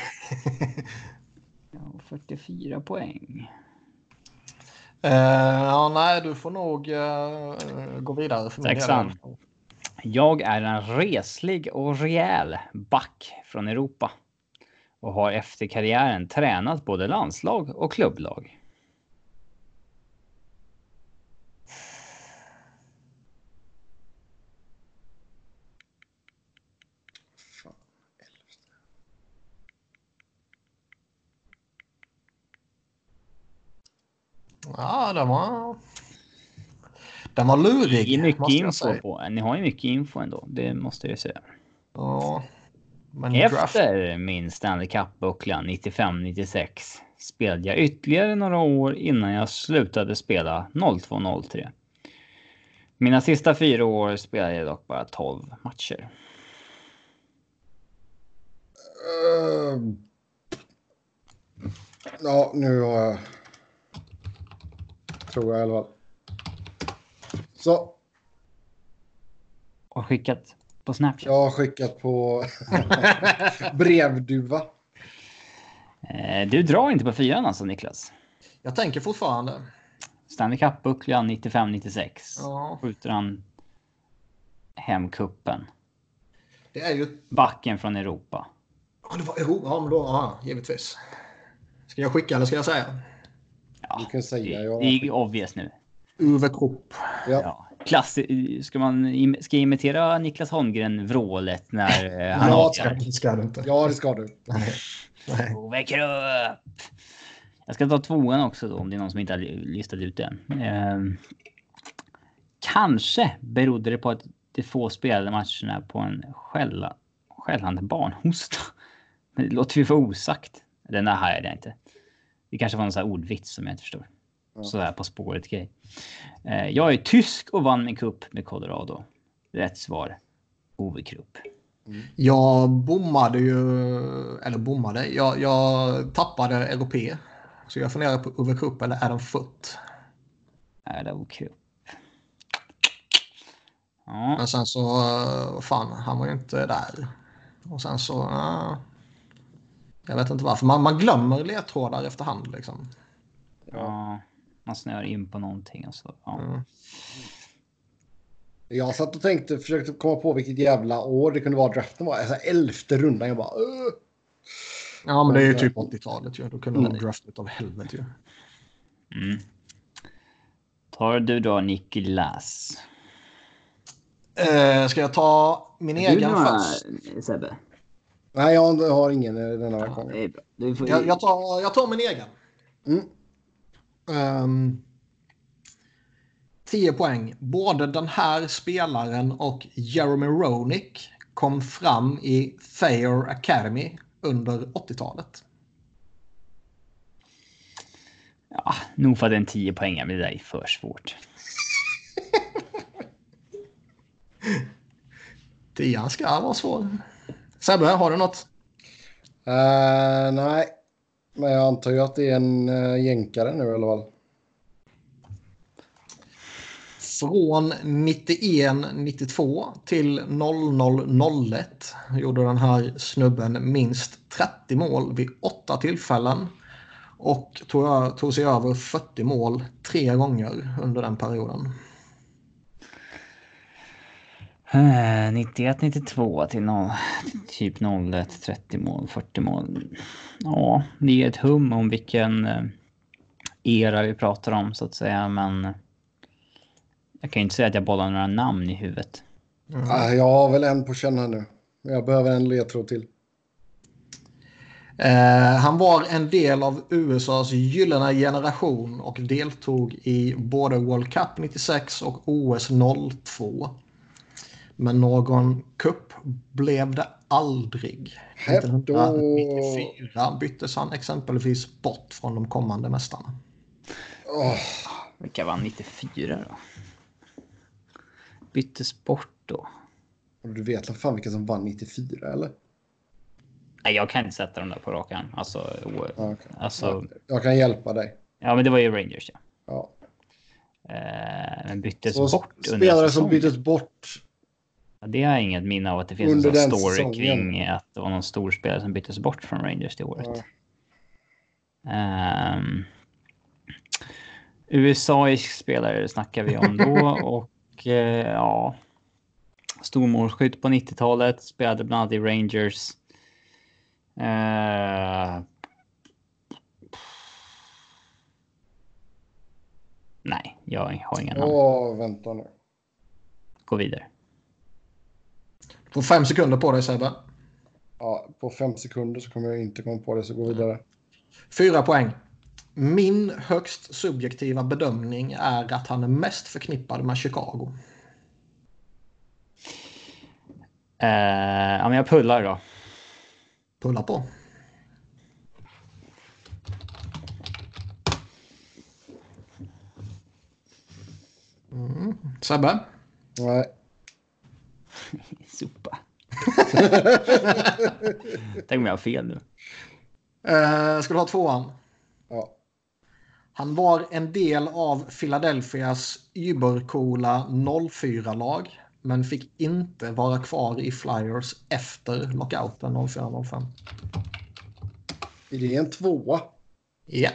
Speaker 1: Ja, fyrtiofyra poäng.
Speaker 3: Eh, ja, nej, du får nog uh, gå vidare för
Speaker 1: mig. Jag är en reslig och rejäl back från Europa. Och har efter karriären tränat både landslag och klubblag.
Speaker 3: Ja, den var... Den var lurig.
Speaker 1: Det är mycket info på. Ni har ju mycket info ändå. Det måste jag säga.
Speaker 3: Ja. Men
Speaker 1: efter draft... min Stanley Cup-buckla nittiofem nittiosex spelade jag ytterligare några år innan jag slutade spela noll två noll tre. Mina sista fyra år spelade jag dock bara tolv matcher.
Speaker 2: Uh... Ja, nu har jag... Tror jag i alla fall. Så.
Speaker 1: Och skickat på Snapchat.
Speaker 2: Jag har skickat på brevduva.
Speaker 1: Du drar inte på fyran alltså, Niklas.
Speaker 3: Jag tänker fortfarande.
Speaker 1: Stanley Cup-bucklan nittiofem nittiosex.
Speaker 3: Ja.
Speaker 1: Skjuter han hem kuppen.
Speaker 3: Det är ju...
Speaker 1: Backen från Europa.
Speaker 3: Ja, det var Europa. Ja, men då, ja, givetvis. Ska jag skicka eller ska jag säga?
Speaker 1: Ja,
Speaker 2: du kan säga, ja.
Speaker 1: Det är obvious nu.
Speaker 3: Uwe Krupp.
Speaker 2: Ja.
Speaker 1: Ja. Klass, ska man ska imitera Niklas Holmgren-vrålet när han
Speaker 3: ja, ska, ska du inte.
Speaker 2: Ja, det ska du.
Speaker 3: Nej. Nej.
Speaker 1: Uwe Krupp. Jag ska ta tvåan också då, om det är någon som inte har listat ut det. Eh, kanske berodde det på att de få spelade matcherna på en skälla, skällande barnhosta. Men det låter ju för osagt. Den där har jag inte. Det kanske var någon sån här ordvits som jag inte förstår. Ja. Sådär på spåret grej. Eh, jag är tysk och vann min cup med Colorado. Rätt svar. Uwe Krupp.
Speaker 3: Mm. Jag bommade ju, eller bommade, jag, jag tappade europé. Så jag funderar på Uwe Krupp eller Adam Foote.
Speaker 1: Adam Krupp.
Speaker 3: Ja. Men sen så, fan, han var ju inte där. Och sen så, uh, jag vet inte varför. Man, man glömmer ledtrådar efterhand liksom.
Speaker 1: ja, man snör in på någonting och så. Ja.
Speaker 3: Mm.
Speaker 2: Jag satt och tänkte, försökte komma på vilket jävla år det kunde vara draften var. Alltså elfte rundan, jag bara... Uh.
Speaker 3: Ja, men det är ju typ åttiotalet ju. Då kunde
Speaker 2: Mm.
Speaker 3: de draftat av helvete ju.
Speaker 1: Mm. Tar du då Niklas?
Speaker 3: Eh, ska jag ta min
Speaker 1: Du
Speaker 3: egen
Speaker 1: några,
Speaker 3: först?
Speaker 1: Sebbe?
Speaker 2: Nej, jag har ingen denna
Speaker 1: Ja,
Speaker 2: veckan.
Speaker 1: det är bra. Du får...
Speaker 3: Jag, jag, tar, jag tar min egen.
Speaker 2: Mm.
Speaker 3: Um, tio poäng. Både den här spelaren och Jeremy Roenick kom fram i Thayer Academy under åttiotalet.
Speaker 1: Ja, nog för att en tio poäng, men det där är för svårt.
Speaker 3: Tian ska vara svår. Sebbe, har du något?
Speaker 2: Uh, nej, men jag antar ju att det är en uh, jänkare nu i alla fall.
Speaker 3: Från nittioen nittiotvå till noll noll noll ett gjorde den här snubben minst trettio mål vid åtta tillfällen och tog, tog sig över fyrtio mål tre gånger under den perioden.
Speaker 1: Uh, nittioett nittiotvå till noll, typ noll ett, trettio mål, fyrtio mål. Ja, det är ett hum om vilken uh, era vi pratar om så att säga, men jag kan ju inte säga att jag bollar några namn i huvudet.
Speaker 2: Mm. Uh, jag har väl en på känna nu. Jag behöver en ledtråd till.
Speaker 3: Eh, han var en del av U S A:s gyllene generation och deltog i både World Cup nittiosex och O S noll två. Men någon kupp blev det aldrig. nittonhundranittiofyra byttes han exempelvis bort från de kommande mästarna.
Speaker 2: Oh.
Speaker 1: Vilka vann nittiofyra då? Byttes bort då?
Speaker 2: Du vet fan vilka som vann nittiofyra eller?
Speaker 1: Nej, jag kan inte sätta dem där på rakan. Alltså,
Speaker 2: okay.
Speaker 1: alltså...
Speaker 2: Jag kan hjälpa dig.
Speaker 1: Ja, men det var ju Rangers, ja.
Speaker 2: Ja.
Speaker 1: Eh, men byttes
Speaker 2: så
Speaker 1: bort under
Speaker 2: spelare som byttes bort.
Speaker 1: Ja, det har jag inget minne av att det finns
Speaker 2: under
Speaker 1: en story
Speaker 2: säsongen.
Speaker 1: Kring att det var någon stor spelare som byttes bort från Rangers det året. Ja. Um, U S A-isk spelare snackar vi om då och uh, ja, stormålskytt på nittiotalet, spelade bland annat i Rangers. Uh, nej, jag har inga namn.
Speaker 2: Åh, vänta nu.
Speaker 1: Gå vidare.
Speaker 3: På fem sekunder på dig, Sebbe.
Speaker 2: Ja, på fem sekunder så kommer jag inte komma på det, så gå vidare.
Speaker 3: Fyra poäng. Min högst subjektiva bedömning är att han är mest förknippad med Chicago.
Speaker 1: Uh, ja, men jag pullar då.
Speaker 3: Pulla på. Mm. Sebbe?
Speaker 2: Nej.
Speaker 1: Sopa. Tänk om jag har fel nu.
Speaker 3: Uh, ska du ha tvåan?
Speaker 2: Ja.
Speaker 3: Han var en del av Philadelphias übercoola noll fyra-lag men fick inte vara kvar i Flyers efter lockouten noll fyra noll fem.
Speaker 2: Är det en tvåa?
Speaker 3: Ja.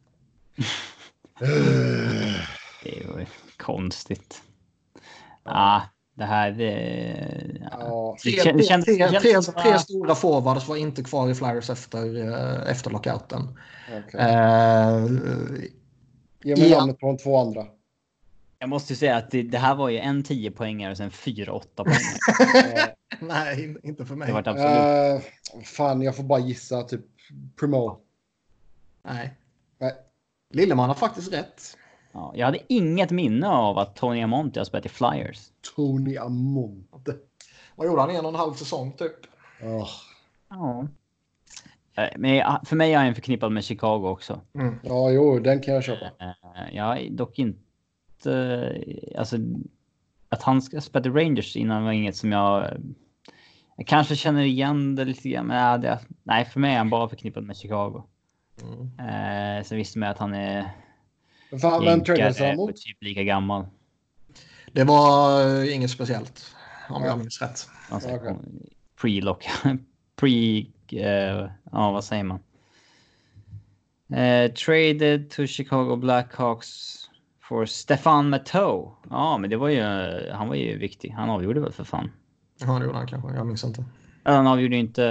Speaker 1: Det är ju konstigt. Ja, ah, det här... Det,
Speaker 3: ja. tre, tre, känns, tre, känns, tre, tre, tre stora forwards var inte kvar i Flyers efter, efter lockouten.
Speaker 2: Okay.
Speaker 3: Uh,
Speaker 2: Ge mig namnet på de två andra.
Speaker 1: Jag måste ju säga att det, det här var ju en tio poängare och sen fyra åtta poängare.
Speaker 3: Nej, inte för mig.
Speaker 1: Det var absolut.
Speaker 2: Uh, fan, jag får bara gissa typ Primo.
Speaker 3: Nej.
Speaker 2: Nej.
Speaker 3: Lilleman har faktiskt rätt.
Speaker 1: Ja, jag hade inget minne av att Tony Amonte har spelat i Flyers.
Speaker 2: Tony Amonte.
Speaker 3: Vad gjorde han? En och en halv säsong typ.
Speaker 2: Oh.
Speaker 1: Ja. Men för mig är han förknippad med Chicago också.
Speaker 3: Mm.
Speaker 2: Ja, jo, den kan jag köpa.
Speaker 1: Jag är dock inte... Alltså, att han ska spela i Rangers innan var inget som jag... Jag kanske känner igen det lite grann, men det, nej, för mig är han bara förknippad med Chicago. Mm. Eh, så visste man att han är...
Speaker 2: Fan, men jänkare
Speaker 1: och typ lika gammal.
Speaker 3: Det var inget speciellt, om ja. jag minns rätt.
Speaker 1: Alltså, okay. Pre-lock. Pre... Uh, ja, vad säger man? Eh, traded to Chicago Blackhawks for Stefan Matteau. Ja, men det var ju, han var ju viktig. Han avgjorde väl för fan.
Speaker 3: Ja, det gjorde han kanske. Jag minns inte.
Speaker 1: Han avgjorde inte...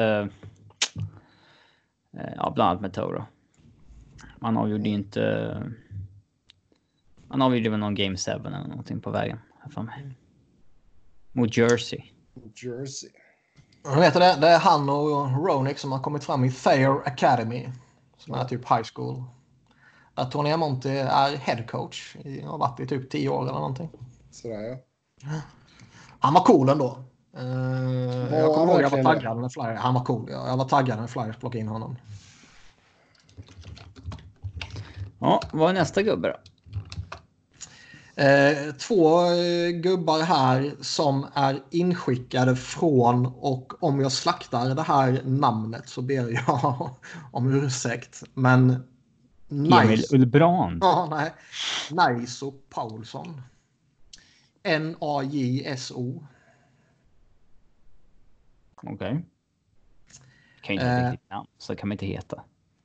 Speaker 1: Eh, ja, bland annat Matteau då. Han avgjorde inte... Han avgjorde väl någon Game sju eller någonting på vägen. Här för mig. Mot Jersey.
Speaker 2: Jersey.
Speaker 3: Jag vet det, det är han och Ronick som har kommit fram i Thayer Academy. Som är typ high school. Där Tony Amonte är head coach. Har varit i typ tio år eller någonting.
Speaker 2: Sådär ja.
Speaker 3: Han var cool ändå. Uh, jag kommer ihåg att jag var taggad
Speaker 2: det?
Speaker 3: när Flyers. Han var cool. Jag, jag var taggad när Flyers plockade in honom.
Speaker 1: Ja, vad är nästa gubbe då?
Speaker 3: Eh, två eh, gubbar här som är inskickade från, och om jag slaktar det här namnet så ber jag om ursäkt. Men
Speaker 1: Emil
Speaker 3: nice.
Speaker 1: Ullbrand.
Speaker 3: Ja, nej. Naiso Paulsson. N A J S O.
Speaker 1: Okej. Okay. Kan ju inte
Speaker 3: Eh.
Speaker 1: riktigt namn, så kan man inte heta.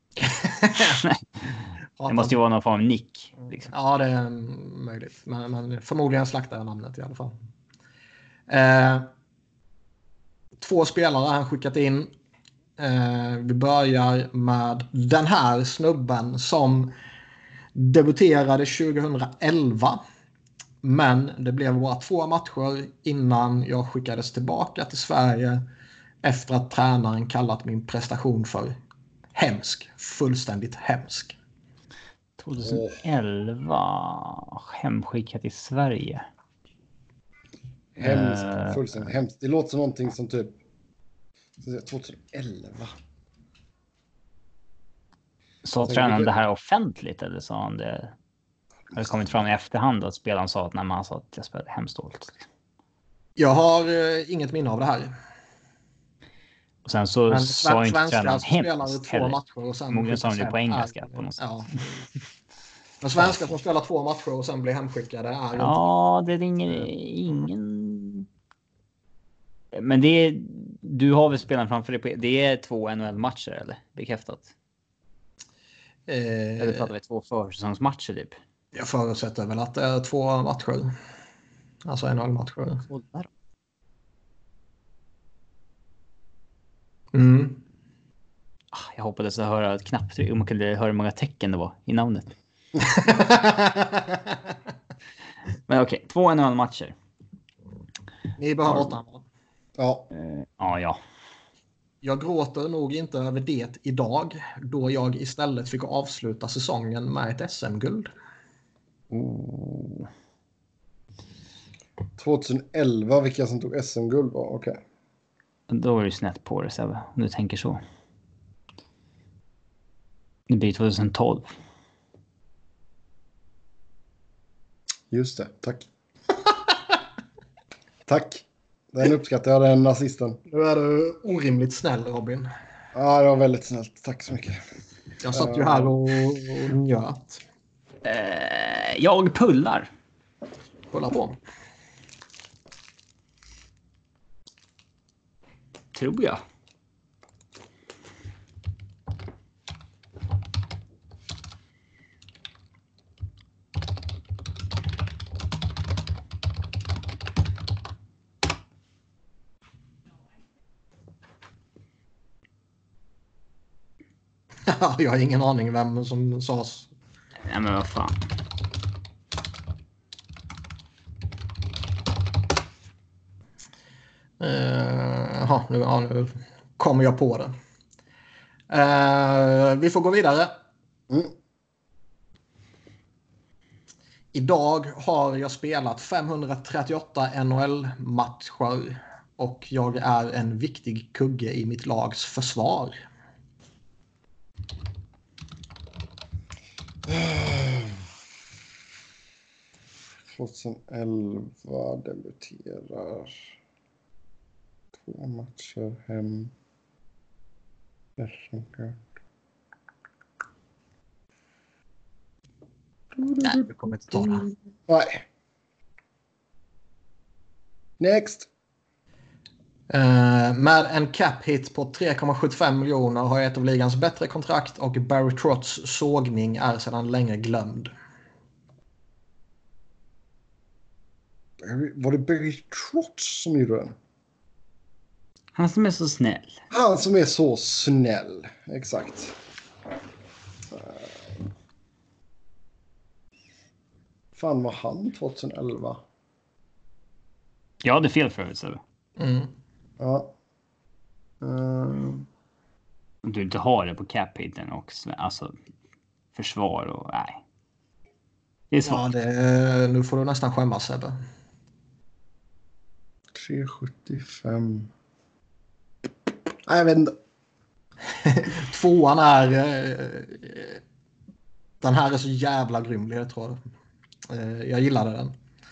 Speaker 1: Det måste ju vara någon form av nick. Liksom.
Speaker 3: Ja, det är möjligt. Men, men förmodligen slaktar jag namnet i alla fall. Eh, två spelare har han skickat in. Eh, vi börjar med den här snubben som debuterade tjugohundraelva. Men det blev bara två matcher innan jag skickades tillbaka till Sverige efter att tränaren kallat min prestation för hemsk. Fullständigt hemsk.
Speaker 1: tjugoelva hemskickat i Sverige.
Speaker 2: Hemskt,
Speaker 1: uh,
Speaker 2: fullständigt hemskt. Det låter som någonting som typ tjugoelva.
Speaker 1: Sa tränaren det här offentligt eller sa han det? Har det kommit fram i efterhand att spelaren sa att när man sa att jag spelade hemskt dåligt?
Speaker 3: Jag har uh, inget minne av det här.
Speaker 1: Och sen så
Speaker 3: men
Speaker 1: sa inte tränaren
Speaker 3: hemskt två matcher och sen
Speaker 1: förmodligen sa han det på engelska på något sätt.
Speaker 3: Ja. Men svenskar som spelar två matcher och sen blir hemskickade är
Speaker 1: ja, inte... det ringer ingen. Men det är, du har väl spelaren framför dig. Det är två N H L-matcher eller bekräftat? Eh... Eller pratar vi två försäsongsmatcher typ?
Speaker 3: Jag förutsätter väl att det är två matcher. Alltså N H L-matcher. Mm.
Speaker 1: Jag hoppades att höra ett knapptryck. Om man kunde höra hur många tecken det var i namnet. Men okej, okay, två N H L-matcher.
Speaker 3: Ni behöver åtta.
Speaker 2: Ja.
Speaker 1: Uh, ja, ja.
Speaker 3: Jag gråter nog inte över det idag, då jag istället fick avsluta säsongen med ett S M-guld.
Speaker 1: Oh.
Speaker 2: tjugoelva, vilka som tog S M-guld var, okej. Okay.
Speaker 1: Då är det snett på det, Sebbe, om du tänker så. Det blir tjugotolv.
Speaker 2: Just det, tack. Tack. Den uppskattar jag, den nazisten.
Speaker 3: Nu är du orimligt snäll, Robin.
Speaker 2: Ja, det var väldigt snällt. Tack så mycket.
Speaker 3: Jag satt ju här och, och njöt.
Speaker 1: Uh, jag pullar.
Speaker 3: Pulla på.
Speaker 1: Tror jag.
Speaker 3: Jag har ingen aning vem som sades.
Speaker 1: Nej, men vad fan.
Speaker 3: Uh, nu, ja, nu kommer jag på det. Uh, vi får gå vidare.
Speaker 2: Mm.
Speaker 3: Idag har jag spelat femhundratrettioåtta N H L-matcher och jag är en viktig kugge i mitt lags försvar.
Speaker 2: tjugoelva debuterar. Två matcher hem.
Speaker 3: Nej, vi kommer inte ta det.
Speaker 2: Nej. Next.
Speaker 3: Uh, med en cap hit på tre komma sjuttiofem miljoner har jag ett av ligans bättre kontrakt och Barry Trotz sågning är sedan länge glömd.
Speaker 2: Var det Barry Trotz som gjorde den?
Speaker 1: Han som är så snäll.
Speaker 2: Han som är så snäll, exakt. Fan, var han tjugoelva?
Speaker 1: Jag hade fel förut, så.
Speaker 3: Mm.
Speaker 2: Ja. Uh...
Speaker 1: Du inte har det på cap-hiten också. Alltså, försvar och nej. Det är svårt.
Speaker 3: Ja, det, nu får du nästan skämmas, Sebbe.
Speaker 2: tre sjuttiofem. Nej, jag vet inte.
Speaker 3: Tvåan är... Eh, den här är så jävla grym, jag tror jag. Eh, jag gillade den.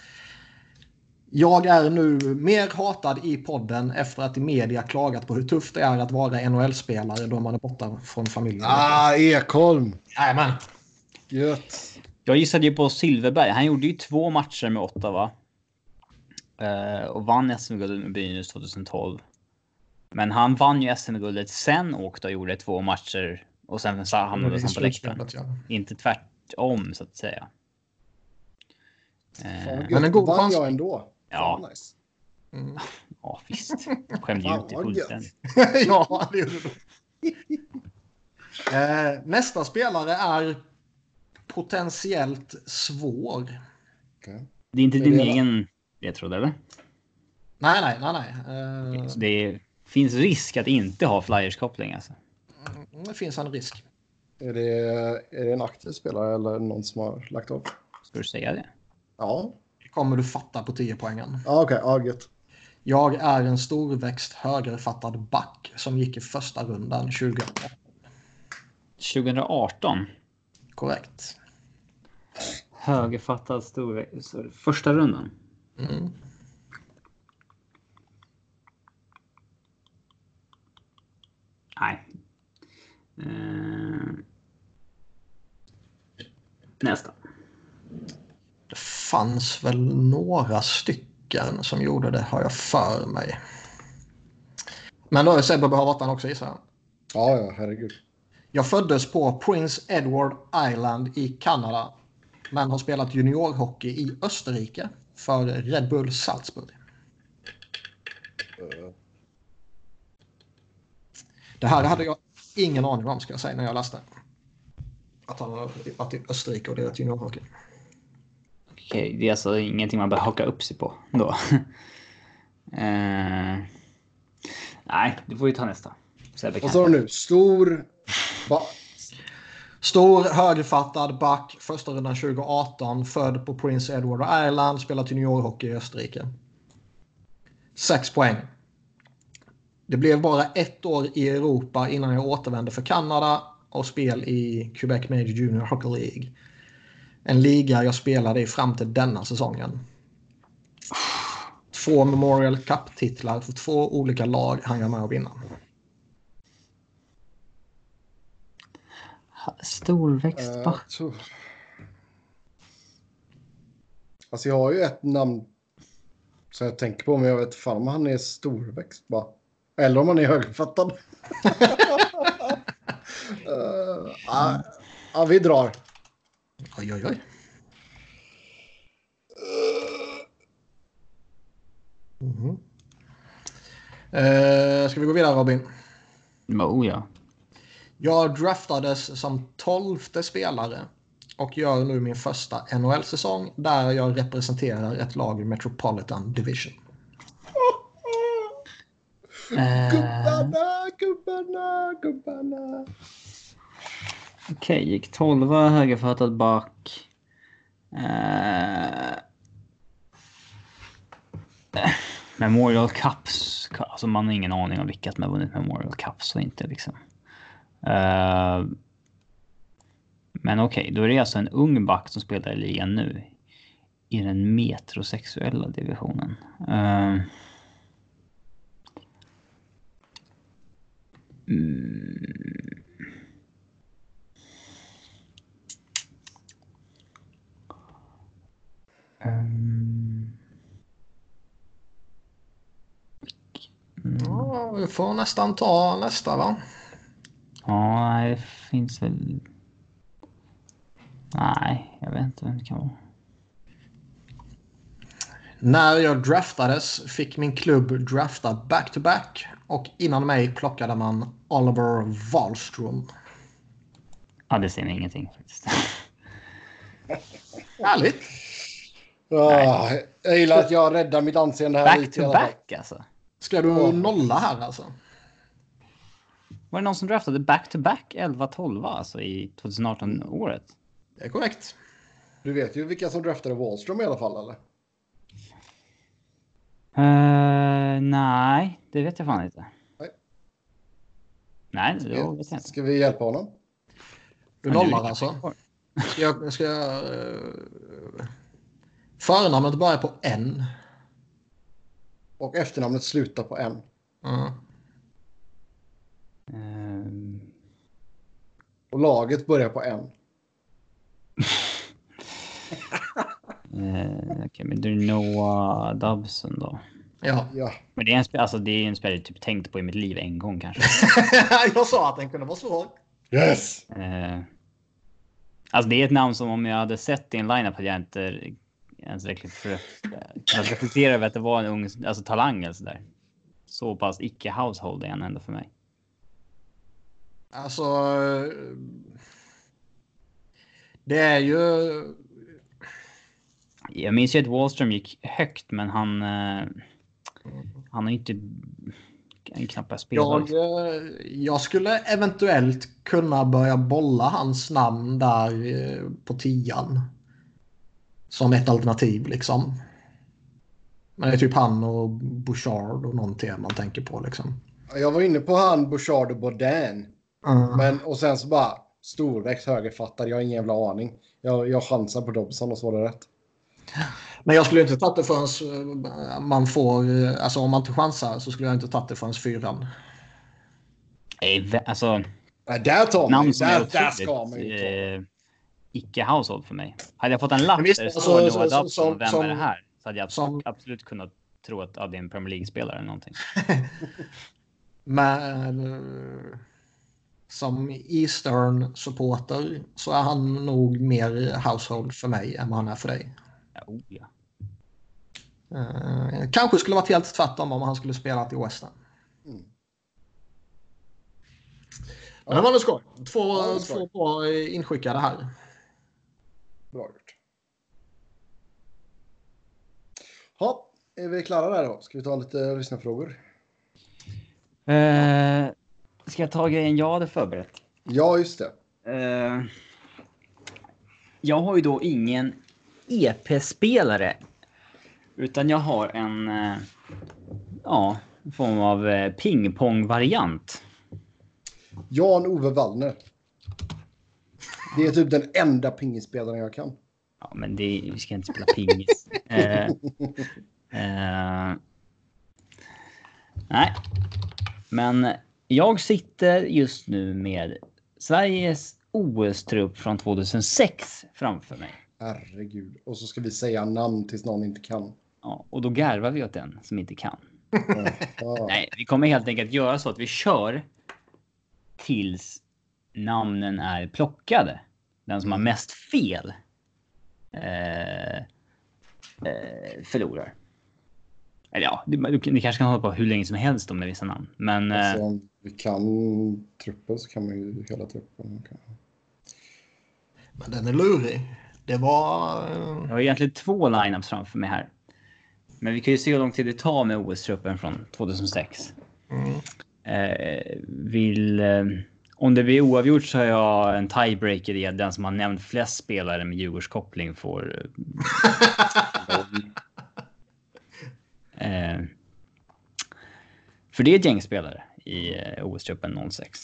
Speaker 3: Jag är nu mer hatad i podden efter att i media klagat på hur tufft det är att vara N H L-spelare då man är borta från familjen.
Speaker 2: Ah, Ekholm!
Speaker 3: Jajamän.
Speaker 2: Gött.
Speaker 1: Jag gissade ju på Silverberg. Han gjorde ju två matcher med Ottawa. Uh, och vann S M-guldet med Brynäs tjugohundratolv. Men han vann ju S M-guldet sen åkte och gjorde två matcher. Och sen hamnade han på läktaren. Ja. Inte tvärtom, så att säga.
Speaker 2: Fan, men en god vann jag ändå.
Speaker 1: Ja.
Speaker 2: Fan, nice.
Speaker 3: Mm.
Speaker 1: Ja, visst. Skämde ju ut det fullständigt.
Speaker 3: Ja, det gjorde du. eh, nästa spelare är potentiellt svår.
Speaker 2: Okay.
Speaker 1: Det är inte din det egen ledtråd, eller?
Speaker 3: Nej, nej, nej, nej. Uh...
Speaker 1: Det är, finns risk att inte ha Flyers-koppling, alltså.
Speaker 3: Mm, det finns en risk.
Speaker 2: Är det, är det en aktiv spelare eller någon som har lagt av?
Speaker 1: Ska du säga det?
Speaker 2: Ja.
Speaker 3: Kommer du fatta på tio poängen.
Speaker 2: Ja, okej. Okay. Ja, gött.
Speaker 3: Jag är en storväxt högerfattad back som gick i första rundan tjugoarton.
Speaker 1: tjugoarton?
Speaker 3: Korrekt.
Speaker 1: Högerfattad storväxt. Första rundan?
Speaker 3: Mm.
Speaker 1: Nej. Uh... Nästa.
Speaker 3: Det fanns väl några stycken som gjorde det, har jag för mig. Men då är Sebbe behöver han också, gissar jag.
Speaker 2: Ja, ja, herregud.
Speaker 3: Jag föddes på Prince Edward Island i Kanada, men har spelat juniorhockey i Österrike för Red Bull Salzburg. Uh. Det här hade jag ingen aning om, ska jag säga, när jag läste. Att han har varit i Österrike och det är ett juniorhockey.
Speaker 1: Okej, det är alltså ingenting man behöver haka upp sig på då. uh, nej, du får ju ta nästa.
Speaker 2: Vad sa du nu? Stor... Ba-
Speaker 3: Stor högerfattad back, första rundan tjugoarton, född på Prince Edward Island, spelat juniorhockey i Österrike. Sex poäng. Det blev bara ett år i Europa innan jag återvände för Kanada och spel i Quebec Major Junior Hockey League. En liga jag spelade i fram till denna säsongen. Två Memorial Cup-titlar för två olika lag hann jag med att vinna.
Speaker 1: Storväxt back.
Speaker 2: Uh, alltså jag har ju ett namn som jag tänker på, men jag vet fan om han är storväxt bara. Eller om han är högfattad. uh, uh, ja, vi drar.
Speaker 3: Oj, oj, oj. Mm-hmm. Uh, ska vi gå vidare, Robin?
Speaker 1: Oh, ja.
Speaker 3: Jag draftades som tolfte spelare och gör nu min första N H L-säsong där jag representerar ett lag i Metropolitan Division.
Speaker 2: Uh... Gubbarna, gubbarna, gubbarna.
Speaker 1: Okej, okay, gick tolva, högerfattad back. Uh... Memorial Cups. Alltså man har ingen aning om vilka som har vunnit Memorial Cups och inte liksom. Uh... Men okej, okay, då är det alltså en ung back som spelar i ligan nu. I den metrosexuella divisionen. Uh... Mm. Um.
Speaker 3: vi får nästan ta nästa, va?
Speaker 1: Ja, det finns väl... Nej, jag vet inte vem det kan vara.
Speaker 3: När jag draftades fick min klubb drafta back-to-back och innan mig plockade man Oliver Wahlström.
Speaker 1: Ja, det säger mig ingenting faktiskt.
Speaker 3: Härligt.
Speaker 2: Ja, jag gillar att jag räddar mitt anseende här lite i alla fall.
Speaker 1: Back-to-back alltså.
Speaker 3: Ska du nolla här alltså?
Speaker 1: Var det någon som draftade back-to-back elva tolv alltså i tjugo arton-året?
Speaker 3: Det är korrekt.
Speaker 2: Du vet ju vilka som draftade Wahlström i alla fall, eller?
Speaker 1: Uh, nej, det vet jag fan inte.
Speaker 2: Nej.
Speaker 1: Nej, det vet jag inte.
Speaker 2: Ska vi hjälpa honom?
Speaker 3: Du nollar alltså? Ska jag... Ska jag uh, förnamnet börjar på N.
Speaker 2: Och efternamnet slutar på N.
Speaker 3: Mm.
Speaker 1: Um...
Speaker 2: Och laget börjar på N.
Speaker 1: uh, Okej, okay, men du är Noah Dobson då.
Speaker 3: Ja.
Speaker 2: Ja.
Speaker 1: Men det är en spel, alltså det är en spel jag typ tänkt på i mitt liv en gång kanske.
Speaker 3: Jag sa att den kunde vara svår.
Speaker 2: Yes!
Speaker 1: Uh... Alltså det är ett namn som om jag hade sett i en lineup hade jag inte ens verkligen för att reflektera över att det var en ung alltså talang eller sådär. Så pass icke-household är han ändå för mig.
Speaker 3: Alltså... Det är ju...
Speaker 1: Jag minns ju att Wahlström gick högt, men han... Eh, han har ju inte... Knappast spelat.
Speaker 3: Jag, jag skulle eventuellt kunna börja bolla hans namn där på tian. Som ett alternativ liksom. Men det är typ han och Bouchard och någon till man tänker på liksom.
Speaker 2: Jag var inne på han, Bouchard och Baudin. Mm. Men, och sen så bara storväxt högerfattare. Jag har ingen jävla aning. Jag, jag chansar på Dobson och så var det rätt.
Speaker 3: Men jag skulle inte tagit det förrän man får... Alltså om man inte chansar så skulle jag inte tagit det förrän fyran.
Speaker 1: Nej, alltså...
Speaker 2: Ja, där tar man
Speaker 1: namn
Speaker 2: ju. Där, där ska man ju ta.
Speaker 1: Eh, icke-household för mig. Hade jag fått en lapp
Speaker 3: visst,
Speaker 1: där det
Speaker 3: alltså,
Speaker 1: står
Speaker 3: så,
Speaker 1: Noah
Speaker 3: så,
Speaker 1: Dobson, vem
Speaker 3: som,
Speaker 1: är det här? Så hade jag
Speaker 3: som,
Speaker 1: absolut kunnat tro att ja, det är en Premier League-spelare eller någonting.
Speaker 3: Men... Som Eastern-supporter så är han nog mer household för mig än vad han är för dig.
Speaker 1: Ja, oh, ja.
Speaker 3: Uh, kanske skulle varit helt tvärtom om han skulle spela till West Ham. Mm. Men det var det skoj. Två, ja, två bra inskickade här.
Speaker 2: Bra gjort. Ja, är vi klara där då? Ska vi ta lite lyssnarfrågor?
Speaker 1: Uh, ska jag ta grejen jag hade förberett?
Speaker 2: Ja, just det.
Speaker 1: Uh, jag har ju då ingen E P-spelare. Utan jag har en uh, ja, form av uh, pingpong-variant.
Speaker 2: Jan-Ove Wallner. Det är typ den enda pingisspelaren jag kan.
Speaker 1: Ja, men det är, vi ska inte spela pingis. uh, uh, nej. Men jag sitter just nu med Sveriges O S-trupp från tjugohundrasex framför mig.
Speaker 2: Herregud. Och så ska vi säga namn tills någon inte kan.
Speaker 1: Ja, och då garvar vi åt den som inte kan. Nej, vi kommer helt enkelt göra så att vi kör tills namnen är plockade. Den som har mest fel eh, eh, förlorar. Eller ja, ni kanske kan hålla på hur länge som helst med vissa namn. Men
Speaker 2: alltså, om vi kan truppen så kan man ju hela truppen.
Speaker 3: Men den är lurig. Det var...
Speaker 1: Jag har egentligen två lineups framför mig här. Men vi kan ju se hur lång tid det tar med O S-truppen från tjugohundrasex. Mm. Eh, vill, eh, om det blir oavgjort så har jag en tiebreaker i att den som har nämnt flest spelare med Djurgårdskoppling får... eh, för det är ett gäng spelare i eh, O S-truppen noll sex.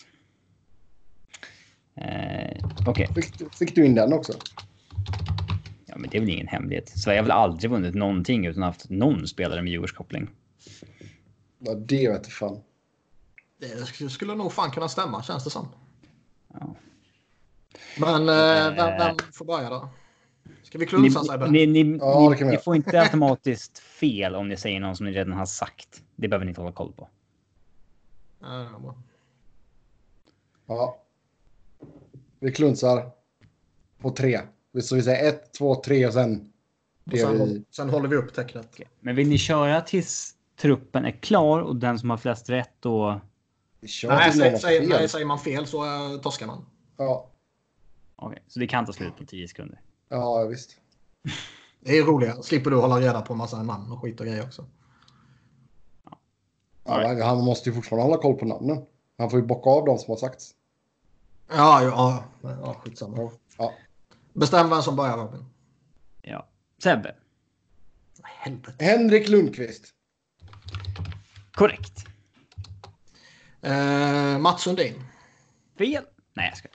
Speaker 1: Eh, Okej. Okay.
Speaker 2: Fick, fick du in den också?
Speaker 1: Ja, men det är väl ingen hemlighet. Sverige har väl aldrig vunnit någonting utan haft någon spelare med Djurgårdskoppling.
Speaker 2: Ja, det vet jag fan.
Speaker 3: Det skulle nog fan kunna stämma, känns det som.
Speaker 1: Ja.
Speaker 3: Men äh, vem, vem får börja då? Ska vi klunsa, Sebbe?
Speaker 1: Ni, ni,
Speaker 2: ja,
Speaker 1: ni, ni får inte automatiskt fel om ni säger någon som ni redan har sagt. Det behöver ni inte hålla koll på.
Speaker 3: Ja, bra.
Speaker 2: Ja. Vi klunsar på tre. Så vi säger ett, två, tre och sen...
Speaker 3: Och sen,
Speaker 2: vi...
Speaker 3: sen håller vi upp tecknet.
Speaker 1: Okay. Men vill ni köra tills truppen är klar och den som har flest rätt då...
Speaker 3: Nej, säg, säg, nej, säger man fel så uh, torskar man.
Speaker 2: Ja.
Speaker 1: Okej, okay. Så det kan ta slut på tio sekunder.
Speaker 2: Ja, visst.
Speaker 3: Det är roligare. Slipper du hålla reda på en massa namn och skit och grejer också.
Speaker 2: Ja. Ja, han måste ju fortfarande hålla koll på namnen. Han får ju bocka av dem som har sagts.
Speaker 3: Ja, ja, ja skitsamma.
Speaker 2: Ja.
Speaker 3: Bestäm vem som börjar, Robin.
Speaker 1: Ja. Sebbe.
Speaker 3: Helvete.
Speaker 2: Henrik Lundqvist.
Speaker 1: Korrekt.
Speaker 3: Eh, Mats Sundin.
Speaker 1: Fel. Nej, jag ska.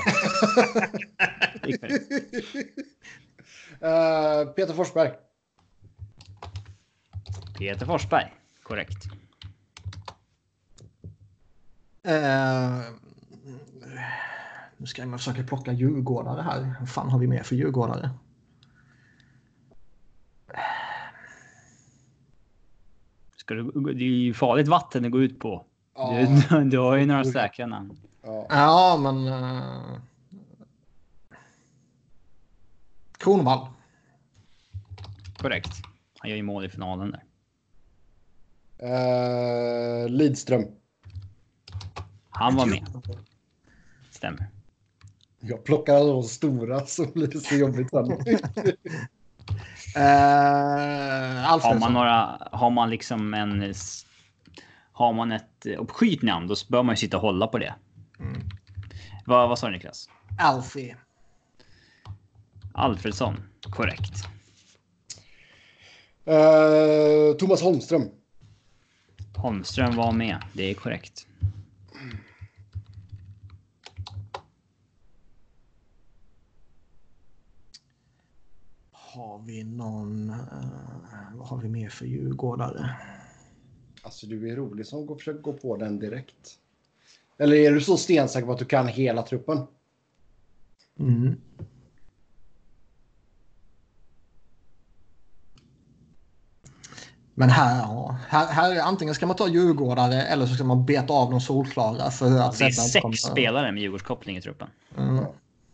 Speaker 2: uh, Peter Forsberg.
Speaker 1: Peter Forsberg. Korrekt.
Speaker 3: Uh, nu ska jag försöka plocka djurgårdare här. Vad fan har vi med för djurgårdare?
Speaker 1: Ska du, det är ju farligt vatten det går ut på.
Speaker 2: Ja.
Speaker 1: Du, du har ju några säkra namn.
Speaker 2: Ja,
Speaker 3: ja men... Uh... Kronwall.
Speaker 1: Korrekt. Han gör ju mål i finalen där.
Speaker 2: uh, Lidström.
Speaker 1: Han var med. Stämmer.
Speaker 2: Jag plockar de stora så blir det så jobbigt sen.
Speaker 3: uh,
Speaker 1: har man några, har man liksom en, har man ett uppskyt namn, då bör man ju sitta och hålla på det. Mm. Vad, vad sa du, Niklas?
Speaker 3: Alfie.
Speaker 1: Alfredsson. Korrekt.
Speaker 2: Uh, Thomas Holmström.
Speaker 1: Holmström var med. Det är korrekt.
Speaker 3: Har vi någon... Uh, vad har vi mer för djurgårdare?
Speaker 2: Alltså du är rolig som går, försöker gå på den direkt. Eller är du så stensäker på att du kan hela truppen?
Speaker 3: Mm. Men här, ja, här, här antingen ska man ta djurgårdare eller så ska man beta av de solklara. För att
Speaker 1: det är sex
Speaker 3: kommer...
Speaker 1: spelare med Djurgårdskoppling i truppen.
Speaker 3: Mm.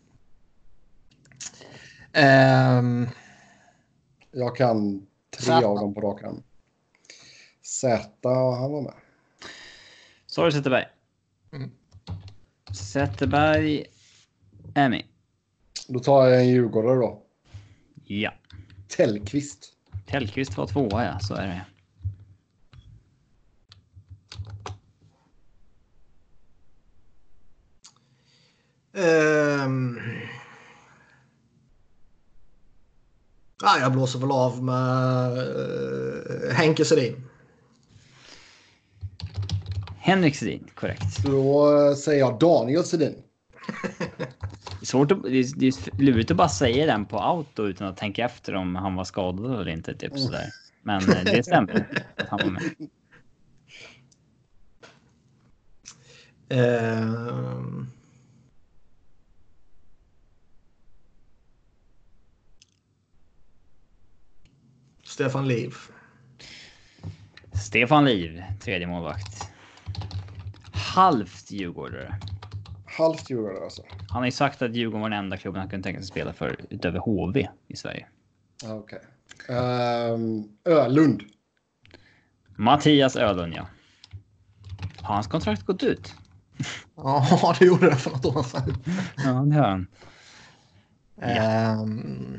Speaker 3: Um,
Speaker 2: Jag kan tre
Speaker 3: Zäta.
Speaker 2: av dem på rak arm. Zäta, han var med.
Speaker 1: Sorry Zetterberg.
Speaker 3: Mm.
Speaker 1: Zetterberg är med.
Speaker 2: Då tar jag en djurgårdare då.
Speaker 1: Ja.
Speaker 2: Tellqvist.
Speaker 1: Tellqvist var tvåa, ja, så är det.
Speaker 3: Um, ja, jag blåser väl av med uh, Henke Sedin.
Speaker 1: Henrik Sedin, korrekt.
Speaker 2: Då säger jag Daniel Sedin.
Speaker 1: Det är svårt att, det är, det är lurigt att bara säga den på auto utan att tänka efter om han var skadad eller inte, typ sådär. Men det stämmer att han var med.
Speaker 3: Um, Stefan Liv.
Speaker 1: Stefan Liv, tredje målvakt. Halvt djurgårdare.
Speaker 2: Halvt djurgårdare alltså.
Speaker 1: Han har ju sagt att Djurgården var den enda klubben han kunde tänka sig spela för utöver H V i Sverige.
Speaker 2: Okej. Okay. Um, Ölund.
Speaker 1: Mattias Ölund, ja. Har hans kontrakt gått ut?
Speaker 3: Ja, det gjorde det för något år sedan.
Speaker 1: Ja, det har han.
Speaker 3: Ja. Um...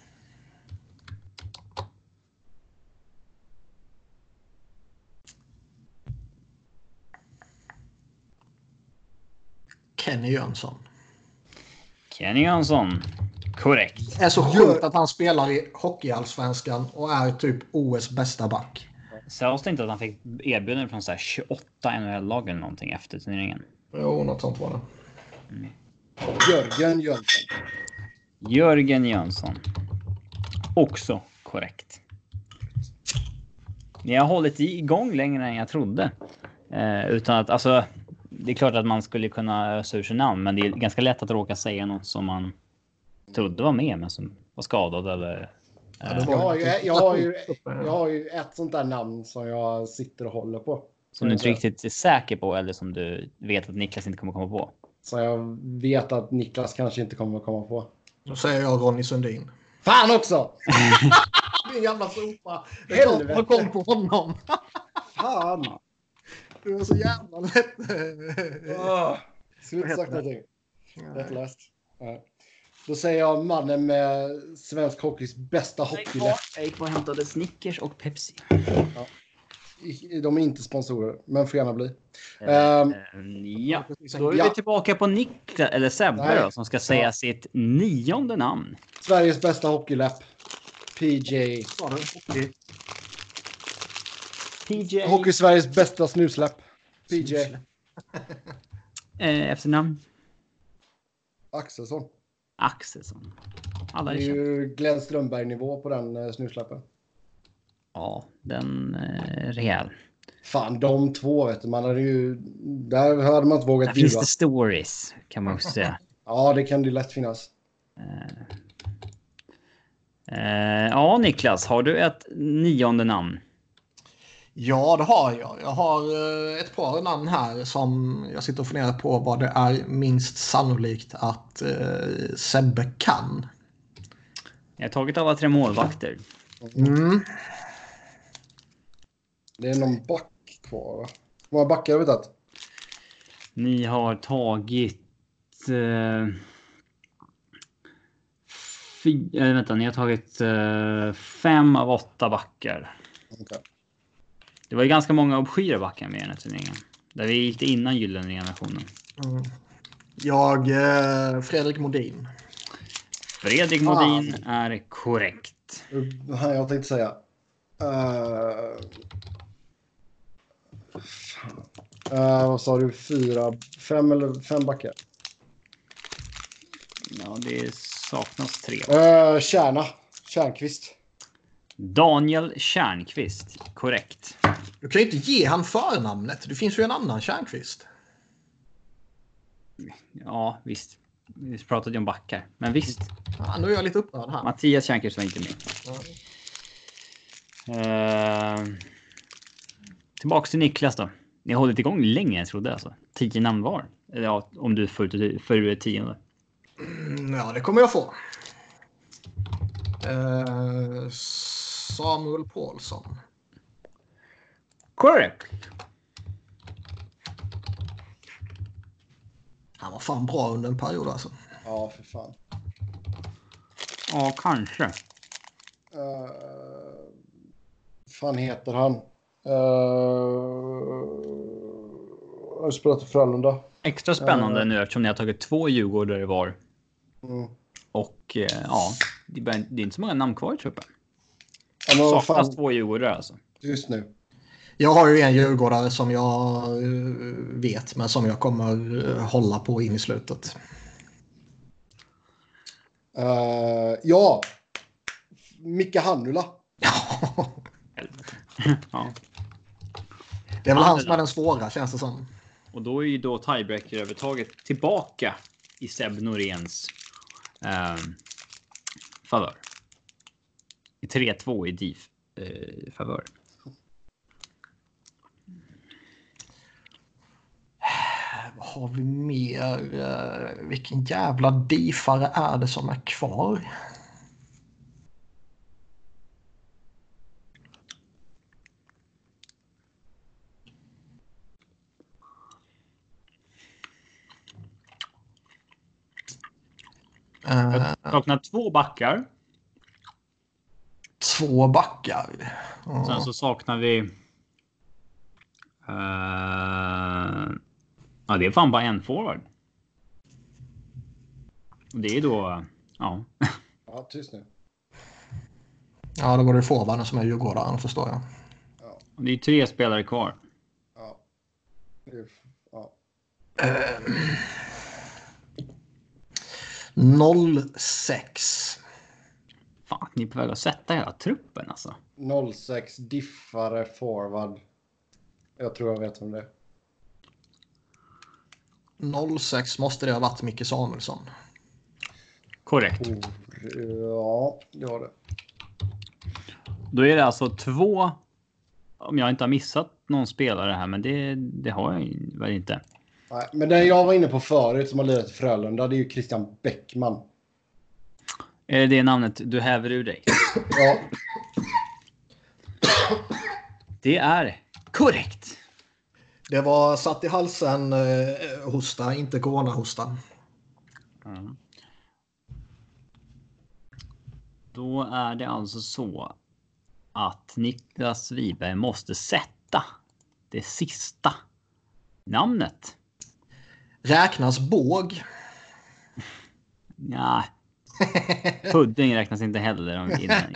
Speaker 3: Kenny Jönsson.
Speaker 1: Kenny Jönsson. Korrekt.
Speaker 3: Det är så sjukt att han spelar i Hockeyallsvenskan och är typ O S bästa back.
Speaker 1: Sades det inte att han fick erbjudanden från så här tjugoåtta N H L-lag eller någonting efter turneringen?
Speaker 3: Jo, något sånt var det.
Speaker 2: Mm. Jörgen Jönsson.
Speaker 1: Jörgen Jönsson. Också korrekt. Ni har hållit igång längre än jag trodde. Eh, utan att, alltså, det är klart att man skulle kunna ösa ur sig namn, men det är ganska lätt att råka säga något som man trodde var med, men som var skadad eller...
Speaker 2: Ja, jag, har ju, jag, har ju, jag har ju ett sånt där namn som jag sitter och håller på.
Speaker 1: Som du inte riktigt är säker på eller som du vet att Niklas inte kommer komma på?
Speaker 2: Så jag vet att Niklas kanske inte kommer att komma på.
Speaker 3: Då säger jag Ronny Sundin.
Speaker 2: Fan också!
Speaker 3: Din jävla sopa.
Speaker 2: Helvete.
Speaker 3: Jag kom på honom.
Speaker 2: Fan!
Speaker 3: Du är så jävla lätt.
Speaker 2: Oh, Sluta sagt någonting. Lättläst. Ja. Då säger jag mannen med svensk hockeys bästa hockeyläpp.
Speaker 1: Jag gick och hämtade Snickers och Pepsi.
Speaker 2: Ja. De är inte sponsorer, men får gärna bli.
Speaker 1: Uh,
Speaker 2: um,
Speaker 1: ja, då är ja. vi tillbaka på Niklas, eller Sebbe då, som ska säga ja. sitt nionde namn.
Speaker 2: Sveriges bästa hockeyläpp. P J.
Speaker 3: Hockey.
Speaker 1: P J.
Speaker 2: Hockey Sveriges bästa snusläpp. P J.
Speaker 1: eh, efternamn?
Speaker 2: Axelsson.
Speaker 1: Axelsson. Alla
Speaker 2: det är ju Glenn Strömberg-nivå på den eh, snusläppen.
Speaker 1: Ja, den är eh, rejäl.
Speaker 2: Fan, de två vet du, man hade ju... Där hade man inte vågat
Speaker 1: bjuda. Finns det stories, kan man också säga.
Speaker 2: Ja, det kan det lätt finnas.
Speaker 1: Uh, uh, ja, Niklas, har du ett nionde namn?
Speaker 3: Ja, det har jag. Jag har uh, ett par namn här som jag sitter och funderar på vad det är minst sannolikt att uh, Sebbe kan.
Speaker 1: Jag har tagit alla tre målvakter.
Speaker 3: Mm.
Speaker 2: Det är någon back kvar. Hur många backar har vi tagit?
Speaker 1: Ni har tagit... Eh, fy, äh, vänta, ni har tagit eh, fem av åtta backar.
Speaker 2: Okay.
Speaker 1: Det var ju ganska många obskyra backar med i den här turneringen. Där vi gick innan gyllene generationen.
Speaker 3: Mm. Jag, eh, Fredrik Modin.
Speaker 1: Fredrik Modin ah. är korrekt.
Speaker 2: Jag tänkte säga... Uh... Uh, vad sa du? Fyra, fem eller fem backar?
Speaker 1: Ja, det saknas tre.
Speaker 2: Uh, Kärna. Kärnqvist.
Speaker 1: Daniel Kärnqvist. Korrekt.
Speaker 3: Du kan ju inte ge han förnamnet. Det finns ju en annan Kärnqvist.
Speaker 1: Ja, visst. Vi pratade ju om backar. Men visst.
Speaker 3: Ja, nu är jag lite upprörd här.
Speaker 1: Mattias Kärnqvist var inte med. Mm. Uh, tillbaks till Niklas då. Ni har hållit igång länge, jag trodde alltså. Tio namn var. Ja, om du får för tionde.
Speaker 3: Mm, ja, det kommer jag få. Uh, Samuel Paulsson.
Speaker 1: Korrekt.
Speaker 3: Han var fan bra under en period alltså.
Speaker 2: Ja, för fan.
Speaker 1: Ja, kanske.
Speaker 2: Uh, fan heter han? Uh, jag har spelat i Frölunda.
Speaker 1: Extra spännande uh, nu eftersom ni har tagit två Djurgårdare var.
Speaker 2: Mm.
Speaker 1: Och uh, ja, det är, det är inte så många namn kvar i truppen.
Speaker 2: Ja,
Speaker 1: saknas två Djurgårdare alltså.
Speaker 2: Just nu.
Speaker 3: Jag har ju en Djurgårdare som jag vet, men som jag kommer hålla på in i slutet.
Speaker 2: Uh, ja. Micke Hannula.
Speaker 1: Ja.
Speaker 3: Det är väl han som är den svåra, känns det som.
Speaker 1: Och då är ju då tiebreaker-övertaget tillbaka i Seb Noréns eh, favör. I tre två i D I F eh, favör.
Speaker 3: Vad har vi mer? Vilken jävla diffare är det som är kvar?
Speaker 1: Jag saknar två backar.
Speaker 3: Två backar.
Speaker 1: Mm. Sen så saknar vi... Uh, ja, det är fan bara en forward. Och det är då... Ja.
Speaker 2: Ja, tyst nu.
Speaker 3: Ja, då var det forwarden som är Djurgårdaren, förstår jag.
Speaker 2: Ja.
Speaker 1: Och det är tre spelare kvar.
Speaker 2: Ja. Ja.
Speaker 3: Uh. noll sex.
Speaker 1: Fan, ni är på väg att sätta hela truppen alltså.
Speaker 2: noll sex diffare forward. Jag tror jag vet om det.
Speaker 3: noll sex måste det ha varit Micke Samuelsson.
Speaker 1: Korrekt.
Speaker 2: Oh, ja, det var det.
Speaker 1: Då är det alltså två om jag inte har missat någon spelare här, men det, det har jag väl inte.
Speaker 2: Nej, men den jag var inne på förut som har lirat i Frölunda, det är ju Christian Bäckman.
Speaker 1: Är det det namnet du häver ur dig?
Speaker 2: Ja.
Speaker 1: Det är korrekt.
Speaker 3: Det var satt i halsen eh, hosta, inte coronahosta.
Speaker 1: Mm. Då är det alltså så att Niklas Wiberg måste sätta det sista namnet.
Speaker 3: Räknas båg?
Speaker 1: Ja. Pudding räknas inte heller om innan.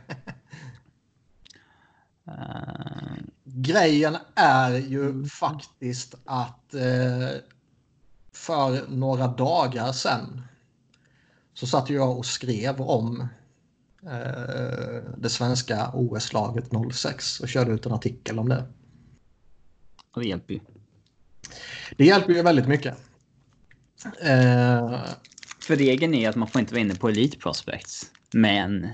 Speaker 1: Uh...
Speaker 3: Grejen är ju faktiskt att eh, för några dagar sedan så satt jag och skrev om eh, det svenska O S-laget noll sex och körde ut en artikel om det.
Speaker 1: Och det hjälper ju.
Speaker 3: Det hjälper ju väldigt mycket. Eh,
Speaker 1: För regeln är att man får inte vara inne på Elite Prospects. Men...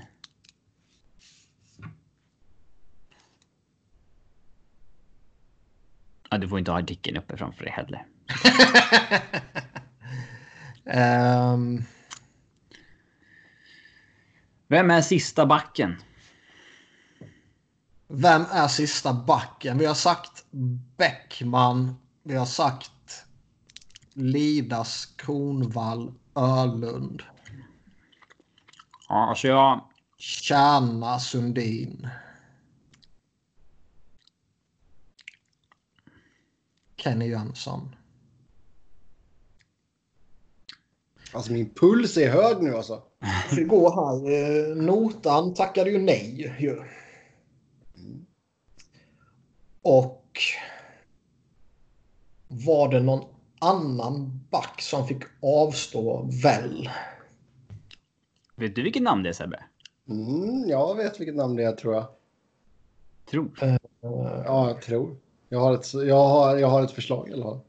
Speaker 1: Ja, du får inte ha artikeln uppe framför dig heller.
Speaker 3: um...
Speaker 1: Vem är sista backen?
Speaker 3: Vem är sista backen? Vi har sagt Bäckman. Vi har sagt Lidas, Kronvall, Ölund.
Speaker 1: Ja, alltså jag...
Speaker 3: Tjärna, Sundin. Kenny Jönsson.
Speaker 2: Alltså min puls är hög nu alltså.
Speaker 3: Det går här. Notan tackade ju nej. Ju. Och var det någon annan back som fick avstå väl?
Speaker 1: Vet du vilket namn det är, Sebbe?
Speaker 2: Mm, jag vet vilket namn det är, tror jag.
Speaker 1: Tror.
Speaker 3: Uh,
Speaker 2: ja, jag tror. Jag har ett, jag har, jag har ett förslag. Eller?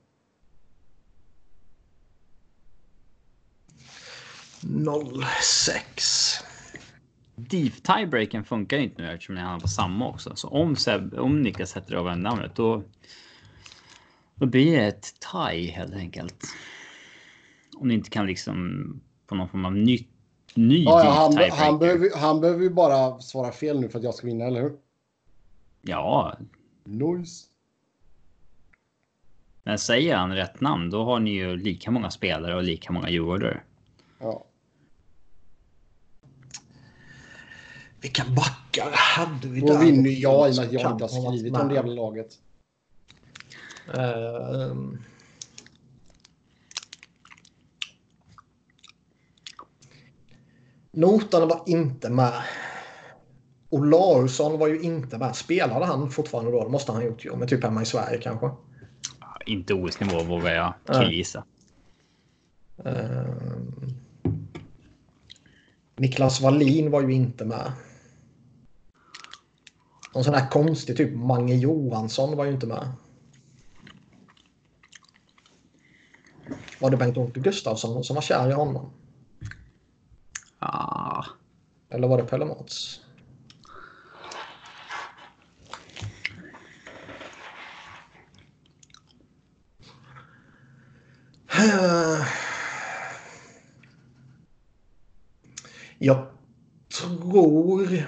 Speaker 3: noll sex.
Speaker 1: Deep tiebreaken funkar inte nu eftersom ni hamnar på samma också. Så om, Seb, om Niklas sätter över namnet då, då blir det ett tie helt enkelt. Om ni inte kan liksom på någon form av ny, ny
Speaker 2: ja,
Speaker 1: deep
Speaker 2: ja, han,
Speaker 1: tiebreaker.
Speaker 2: Han behöver, han behöver ju bara svara fel nu för att jag ska vinna, eller hur?
Speaker 1: Ja.
Speaker 2: Nice.
Speaker 1: Men säger han rätt namn då har ni ju lika många spelare och lika många djurgårdare.
Speaker 2: Ja.
Speaker 3: Vilka backar hade vi
Speaker 2: då
Speaker 3: där?
Speaker 2: Då vinner jag i och med att jag inte har skrivit om det jävla laget.
Speaker 3: Uh, Notan var inte med. Olausson var ju inte med. Spelade han fortfarande då? Det måste han ha gjort ju. Men typ hemma i Sverige kanske.
Speaker 1: Ja, inte O S-nivå vågar jag killgissa.
Speaker 3: Uh, Niklas Wallin var ju inte med. Någon sån här konstig typ Mange Johansson var ju inte med. Var det Bengt-Åke Gustafsson som var kär i honom?
Speaker 1: Ah.
Speaker 3: Eller var det Pelle Mats? Jag tror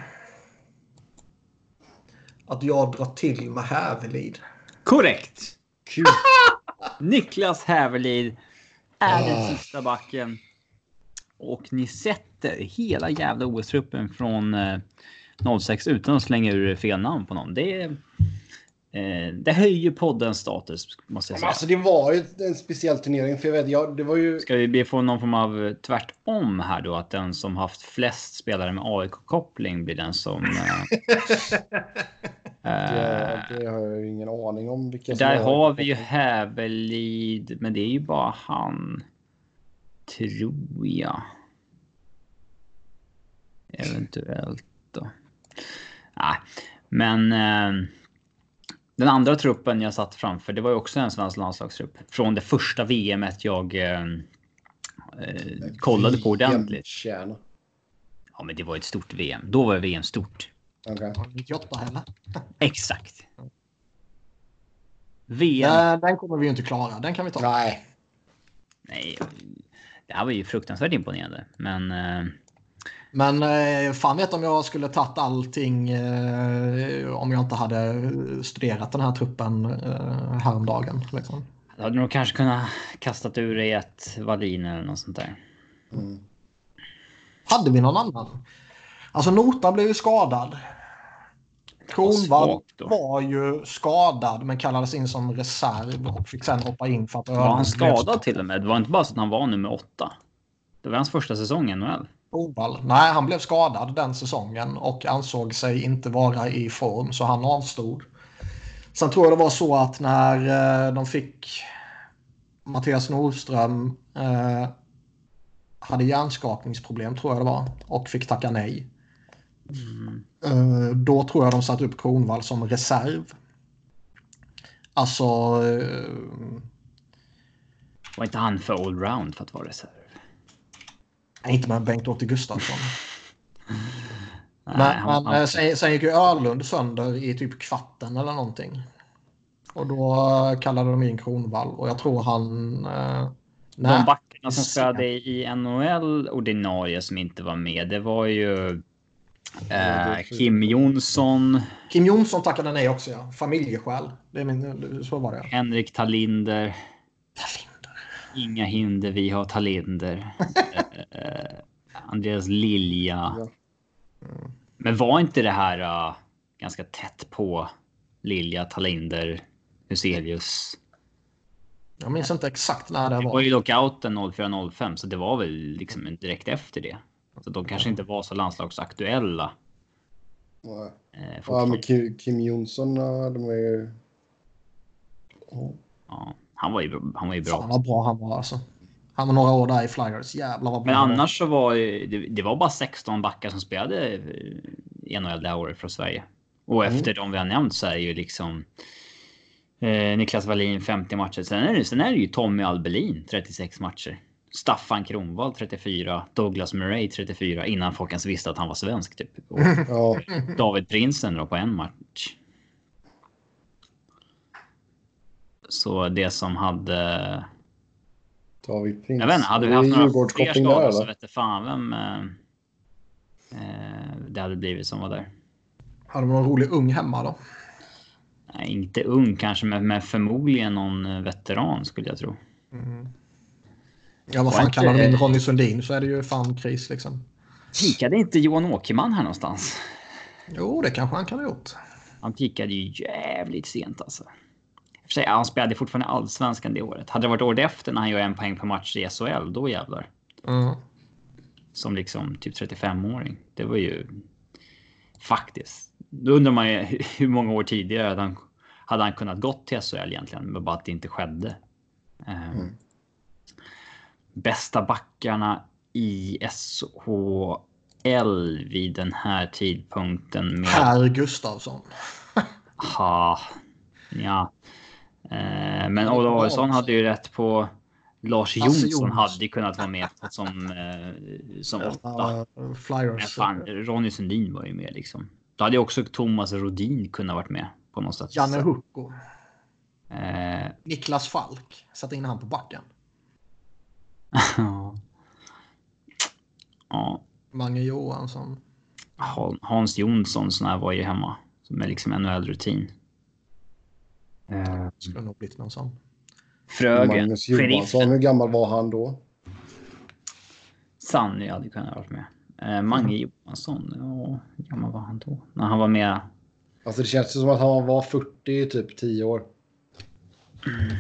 Speaker 3: att jag drar till med Hävelid.
Speaker 1: Korrekt. Kul. Niklas Hävelid är den sista backen. Och ni sätter hela jävla O S-truppen från eh, noll sex utan att slänga ur fel namn på någon. Det, eh, det höjer poddens status, måste jag säga.
Speaker 2: Alltså det var ju en speciell turnering. För jag vet, jag, det var ju...
Speaker 1: Ska vi få någon form av tvärtom här då? Att den som haft flest spelare med A I K-koppling blir den som... Eh,
Speaker 2: det, det har jag ju ingen aning om. Vilka
Speaker 1: där har vi ju Hävelid. Men det är ju bara han. Tror jag. Eventuellt då. Nej, men eh, den andra truppen jag satt framför, det var ju också en svensk landslagstrupp från det första V M:et jag eh, eh, kollade på ordentligt.
Speaker 2: Kärna.
Speaker 1: Ja, men det var ett stort V M. Då var V M stort.
Speaker 2: Okay.
Speaker 3: nittioåtta heller.
Speaker 1: Exakt. V M.
Speaker 3: Den, den kommer vi ju inte klara. Den kan vi ta.
Speaker 2: Nej.
Speaker 1: Nej, det här var ju fruktansvärt imponerande. Men... Eh...
Speaker 3: Men eh, fan vet om jag skulle tagit allting eh, om jag inte hade studerat den här truppen eh, häromdagen. Liksom.
Speaker 1: Jag hade nog kanske kunnat kastat ur i ett Wallin eller något sånt där.
Speaker 2: Mm.
Speaker 3: Hade vi någon annan? Alltså Nota blev ju skadad. Kronwall var ju skadad men kallades in som reserv och fick sen hoppa in för att...
Speaker 1: Var han skadad till och med? Det var inte bara så att han var nummer åtta. Det var hans första säsong i N H L.
Speaker 3: Kronwall. Nej, han blev skadad den säsongen och ansåg sig inte vara i form så han avstod. Sen tror jag det var så att när de fick Mattias Nordström eh, hade hjärnskakningsproblem tror jag det var och fick tacka nej. Mm. Uh, då tror jag de satt upp Kronwall som reserv. Alltså... Uh,
Speaker 1: var inte han för allround för att vara reserv?
Speaker 3: Nej, inte med Bengt-Åke Gustafsson.
Speaker 1: Nej,
Speaker 3: men
Speaker 1: han,
Speaker 3: men han... Sen, sen gick ju Örlund sönder i typ kvarten eller någonting. Och då kallade de in Kronwall. Och jag tror han... Uh,
Speaker 1: de backarna som spelade i N H L ordinarie som inte var med, det var ju... Uh, Kim Jonsson.
Speaker 3: Kim Jonsson tackade nej också, ja. Familjeskäl. Det är min, så var det.
Speaker 1: Henrik Talinder.
Speaker 3: Talinder.
Speaker 1: Inga hinder, vi har Talinder. uh, Andreas Lilja. Ja. Mm. Men var inte det här uh, ganska tätt på Lilja, Talinder, Huselius?
Speaker 3: Jag minns inte exakt när det var.
Speaker 1: Det var ju lockouten noll fyra noll fem så det var väl liksom direkt efter det. Så de kanske inte var så landslagsaktuella.
Speaker 2: Nej. Eh, ja, men Kim, Kim Jonsson, de är ju...
Speaker 1: Oh. Ja, han var ju, han var ju bra.
Speaker 3: Fan vad bra han var alltså. Han var några år där i Flyers. Jävlar vad bra.
Speaker 1: Men annars så var det, det var bara sexton backar som spelade i N H L det här året från Sverige. Och mm. efter de vi har nämnt så är ju liksom eh, Niklas Wallin femtio matcher. Sen är det, sen är det ju Tommy Albelin trettiosex matcher. Staffan Kronwall trettiofyra, Douglas Murray trettiofyra innan folk ens visste att han var svensk typ. Och
Speaker 2: ja.
Speaker 1: David Prinsen då på en match. Så det som hade
Speaker 2: David Prins.
Speaker 1: Jag vet inte, hade vi haft några fler skador så vet jag fan vem eh, det hade blivit som var där.
Speaker 3: Hade man någon rolig ung hemma då?
Speaker 1: Nej, inte ung kanske, men, men förmodligen någon veteran skulle jag tro.
Speaker 3: Mm. Ja, vad fan inte... kallar de in Ronny Sundin så är det ju fan kris liksom.
Speaker 1: Pikade inte Johan Åkerman här någonstans?
Speaker 3: Jo, det kanske han kan ha gjort.
Speaker 1: Han pikade ju jävligt sent alltså. För sig, han spelade fortfarande allsvenskan det året. Hade det varit året efter när han gör en poäng per match i S H L, då jävlar.
Speaker 3: Mm.
Speaker 1: Som liksom typ trettiofem-åring. Det var ju faktiskt. Då undrar man ju hur många år tidigare hade han, hade han kunnat gått till S H L egentligen. Men bara att det inte skedde. Mm. Um, bästa backarna i S H L vid den här tidpunkten. Med...
Speaker 3: Per Gustafsson.
Speaker 1: Ha, ja. Eh, men Ola Ahlsson hade ju rätt på Lars Jonsson, Jonsson hade kunnat vara med som, eh, som åtta.
Speaker 3: Uh, flyers.
Speaker 1: Fan, Ronny Sundin var ju med liksom. Då hade ju också Thomas Rodin kunnat varit med på något sätt.
Speaker 3: Janne Hucko.
Speaker 1: Eh,
Speaker 3: Niklas Falk. Satte in han på backen.
Speaker 1: Ja. Ja.
Speaker 3: Mange Johansson.
Speaker 1: Hans Jonsson sån här var ju hemma. Som är liksom en rutin.
Speaker 3: Uh, skulle nog blivit någon sån.
Speaker 1: Frögen.
Speaker 2: Magnus Johansson, hur gammal var han då?
Speaker 1: Sanny hade kunnat varit med. Uh, Mange mm. Johansson, ja, hur gammal var han då? När han var med.
Speaker 2: Alltså det känns som att han var fyrtio typ tio år.
Speaker 3: Mm.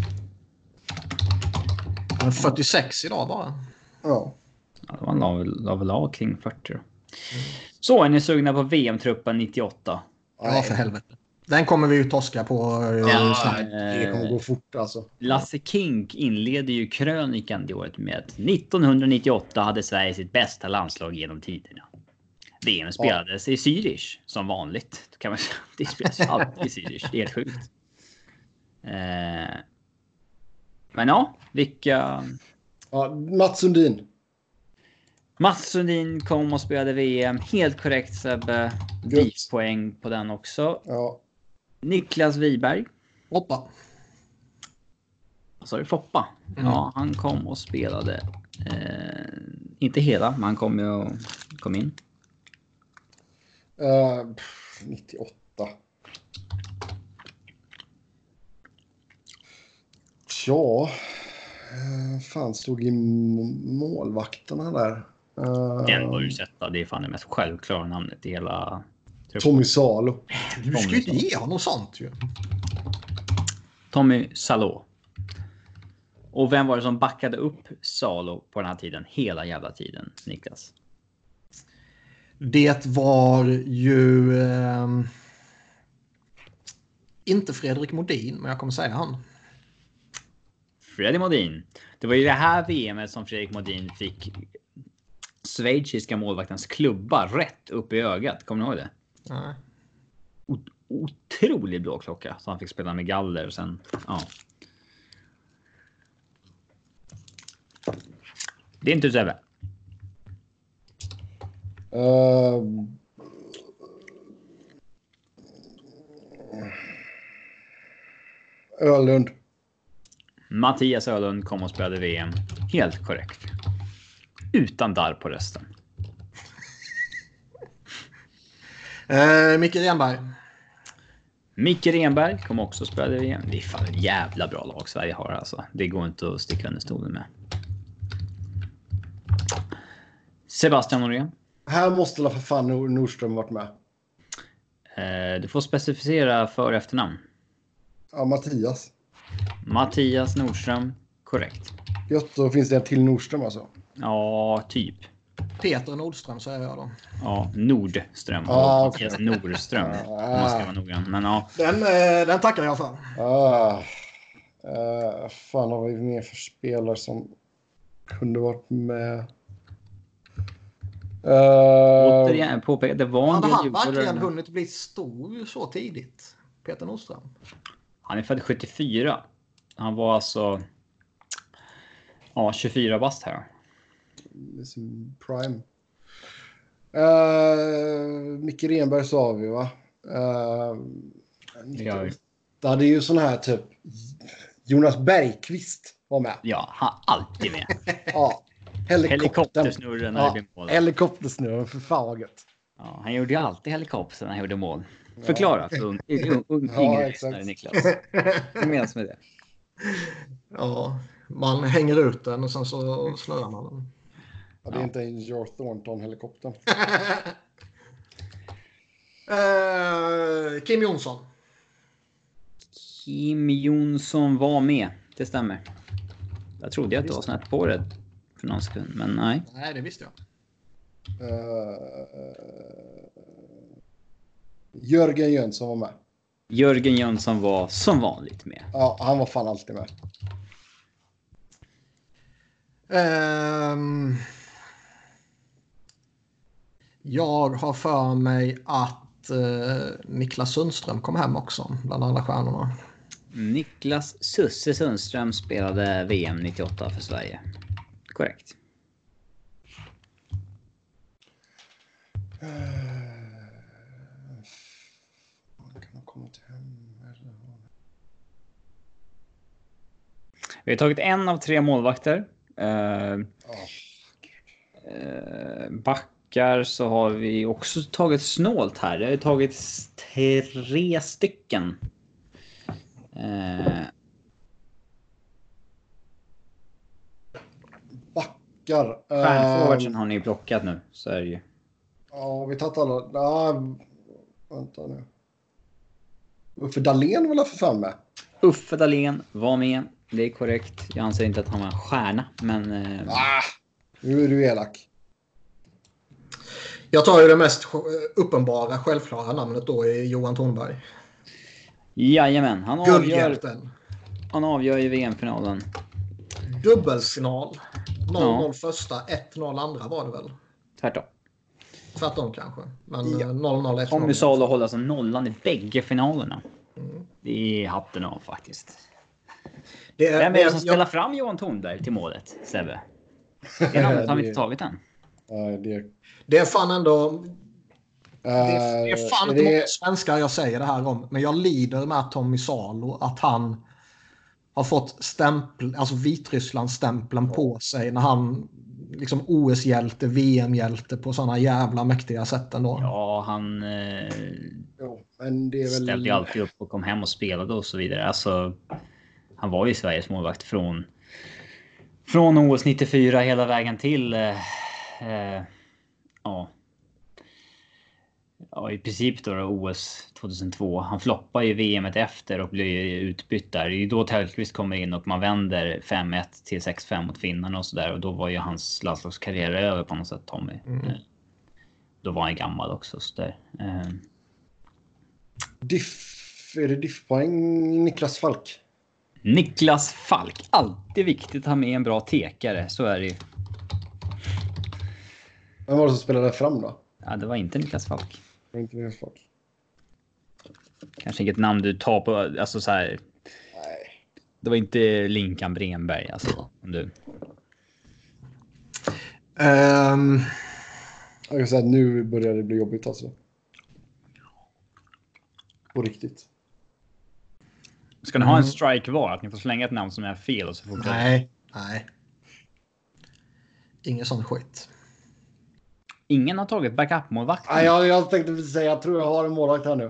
Speaker 3: Han är fyrtiosex idag bara.
Speaker 2: Ja.
Speaker 1: Ja, det var la väl av kring fyrtio. Mm. Så är ni sugna på V M-truppen nittioåtta?
Speaker 3: Ja, för helvete. Den kommer vi ju torska på.
Speaker 2: Ja, det kommer gå fort alltså.
Speaker 1: Lasse Kink inleder ju krönikan det året med att nittonhundranittioåtta hade Sverige sitt bästa landslag genom tiderna. V M spelades ja. i Zürich som vanligt. Kan man säga. Det spelas ju alltid i Zürich. Det är helt sjukt. Eh, men ja, vilka...
Speaker 2: Ja, Mats Sundin.
Speaker 1: Mats Sundin kom och spelade V M. Helt korrekt Sebbe. Poäng på den också.
Speaker 2: Ja.
Speaker 1: Niklas Wiberg.
Speaker 3: Hoppa.
Speaker 1: Vad sa du? Foppa? Mm. Ja, han kom och spelade. Eh, inte hela, men han kom ju och kom in.
Speaker 2: Uh, nittioåtta. Ja. Uh, fan stod i målvakterna där. Uh,
Speaker 1: Den var ju sätta. Det är fan det mest självklara namnet i hela...
Speaker 2: Tommy Salo.
Speaker 3: Du ska ju inte ge honom sånt ju.
Speaker 1: Tommy Salo. Och vem var det som backade upp Salo på den här tiden? Hela jävla tiden, Niklas.
Speaker 3: Det var ju eh, inte Fredrik Modin, men jag kommer säga han.
Speaker 1: Fredrik Modin. Det var ju det här V M:et som Fredrik Modin fick schweiziska målvaktens klubba rätt upp i ögat. Kommer ni ihåg det?
Speaker 3: Nej.
Speaker 1: O- otrolig blå klocka. Så han fick spela med galler och sen, ja. Det är inte så över.
Speaker 2: Uh, Ölund.
Speaker 1: Mattias Ölund kom och spelade V M. Helt korrekt. Utan darr på rösten.
Speaker 3: Uh, Micke Renberg.
Speaker 1: Micke Renberg kom också och spelade V M. Det är fan ett jävla bra lag Sverige har alltså. Det går inte att sticka under stolen med. Sebastian Norén.
Speaker 2: Här måste la för fan Nor- Nordström varit med.
Speaker 1: Eh, du får specificera för efternamn.
Speaker 2: Ja, Mattias.
Speaker 1: Mattias Nordström. Korrekt.
Speaker 2: Gött, då finns det en till Nordström alltså.
Speaker 1: Ja, typ.
Speaker 3: Peter Nordström säger jag då.
Speaker 1: Ja, Nordström.
Speaker 2: Ah,
Speaker 1: Mattias Nordström. Om man ska vara noggrann. Men ja.
Speaker 3: Den, eh, den tackar jag för.
Speaker 2: Ah. Uh, fan har vi mer för spelare som kunde varit med? Uh,
Speaker 1: Återigen påpeka, det var en
Speaker 3: hade
Speaker 1: del
Speaker 3: han verkligen
Speaker 1: djurgårdare.
Speaker 3: hunnit bli stor så tidigt? Peter Nordström.
Speaker 1: Han är född sjuttiofyra. Han var alltså ja, tjugofyra bast här.
Speaker 2: Prime. Uh, Micke Renberg sa vi va? Uh,
Speaker 1: Ja.
Speaker 2: Det hade ju sån här typ Jonas Bergqvist var med.
Speaker 1: Ja, han är alltid med.
Speaker 2: Ja.
Speaker 1: Helikoptersnurren när det
Speaker 2: ja,
Speaker 1: blir mål.
Speaker 2: helikoptersnurren för fan vad gött.
Speaker 1: Ja, han gjorde ju alltid helikopter när han gjorde mål. Förklara för ung, ung, ung,
Speaker 2: Ja,
Speaker 1: yngre
Speaker 2: exakt.
Speaker 1: lyssnare, Niklas. Vad menas med det?
Speaker 3: Ja, man hänger ut den och sen så slår man den.
Speaker 2: Ja, det är inte en George Thornton-helikoptern.
Speaker 3: uh, Kim Jonsson.
Speaker 1: Kim Jonsson var med. Det stämmer. Jag trodde att det var snett på det för någon sekund, men nej.
Speaker 3: Nej, det visste jag.
Speaker 2: Uh, Jörgen Jönsson var med.
Speaker 1: Jörgen Jönsson var som vanligt med.
Speaker 2: Ja, han var fan alltid med.
Speaker 3: Um, jag har för mig att uh, Niklas Sundström kom hem också bland alla stjärnorna.
Speaker 1: Niklas Susse Sundström spelade V M nittioåtta för Sverige. Korrekt.
Speaker 2: Uh, kan ha kommit hem eller...
Speaker 1: Vi har tagit en av tre målvakter. Uh,
Speaker 2: oh,
Speaker 1: uh, backar så har vi också tagit snålt här. Det har tagit tre stycken. Uh,
Speaker 2: backar.
Speaker 1: Stjärnforwardsen
Speaker 2: Uh,
Speaker 1: har ni blockat nu. Så är det ju.
Speaker 2: Ja, vi tagit alla... Ja, vänta nu. Uffe Dahlén var för fan med.
Speaker 1: Uffe Dahlén var med. Det är korrekt. Jag anser inte att han var en stjärna. Men... Uh,
Speaker 2: Ah, nu är du elak.
Speaker 3: Jag tar ju det mest uppenbara, självklara namnet då i Johan Thornberg.
Speaker 1: Jajamän. Han avgör,
Speaker 3: Guldhjälten.
Speaker 1: han avgör i V M-finalen.
Speaker 3: Dubbelfinal. noll noll
Speaker 1: Ja.
Speaker 3: första, ett noll andra var det väl?
Speaker 1: Tvärtom.
Speaker 3: Tvärtom kanske. Men
Speaker 2: Ja.
Speaker 3: noll noll ett
Speaker 1: Tommy
Speaker 3: noll.
Speaker 1: Salo håller alltså nollan i bägge finalerna.
Speaker 3: Mm.
Speaker 1: Det är hatten av faktiskt.
Speaker 3: Det är,
Speaker 1: Vem är det som
Speaker 3: jag,
Speaker 1: spelar fram Johan Thornberg till målet, Sebbe? Det namnet har vi inte tagit än.
Speaker 2: Nej, det...
Speaker 3: det är fan ändå... Det är, det är fan
Speaker 2: Uh,
Speaker 3: inte
Speaker 2: det...
Speaker 3: många svenskar jag säger det här om. Men jag lider med Tommy Salo att han har fått stämpel, alltså Vitryssland-stämpeln ja. på sig när han liksom O S-hjälte, V M-hjälte på sådana jävla mäktiga sätt ändå.
Speaker 1: Ja, han eh,
Speaker 2: ja, men det är väl...
Speaker 1: ställde ju alltid upp och kom hem och spelade och så vidare. Alltså, han var ju Sveriges målvakt från, från O S nittiofyra hela vägen till... Eh, eh, ja... Ja, i princip då, då O S tjugohundratvå. Han floppar ju V M efter och blir utbytt där. Det är ju då Tellqvist kommer in och man vänder fem ett till sex fem mot finnarna och sådär. Och då var ju hans landslagskarriär över på något sätt, Tommy. Mm. Då var han gammal också. Så där.
Speaker 2: Diff, är det diffpoäng Niklas Falk?
Speaker 1: Niklas Falk. Alltid viktigt att ha med en bra tekare. Så är det ju.
Speaker 2: Vem var det som spelade fram då?
Speaker 1: Ja, det var inte Niklas Falk.
Speaker 2: Inte Niklas Falk.
Speaker 1: Kanske inget namn du tar på, alltså så här.
Speaker 2: Nej.
Speaker 1: Det var inte Linkan Bremberg, alltså. Om du...
Speaker 3: Um...
Speaker 2: Jag kan säga att nu börjar det bli jobbigt alltså. På riktigt.
Speaker 1: Ska ni ha en strike var? Att ni får slänga ett namn som är fel och så får
Speaker 3: Nej, nej. Ingen sån skit.
Speaker 1: Ingen har tagit backup-målvakt.
Speaker 2: Nej, jag, jag tänkte säga, jag tror jag har en målvakt här nu.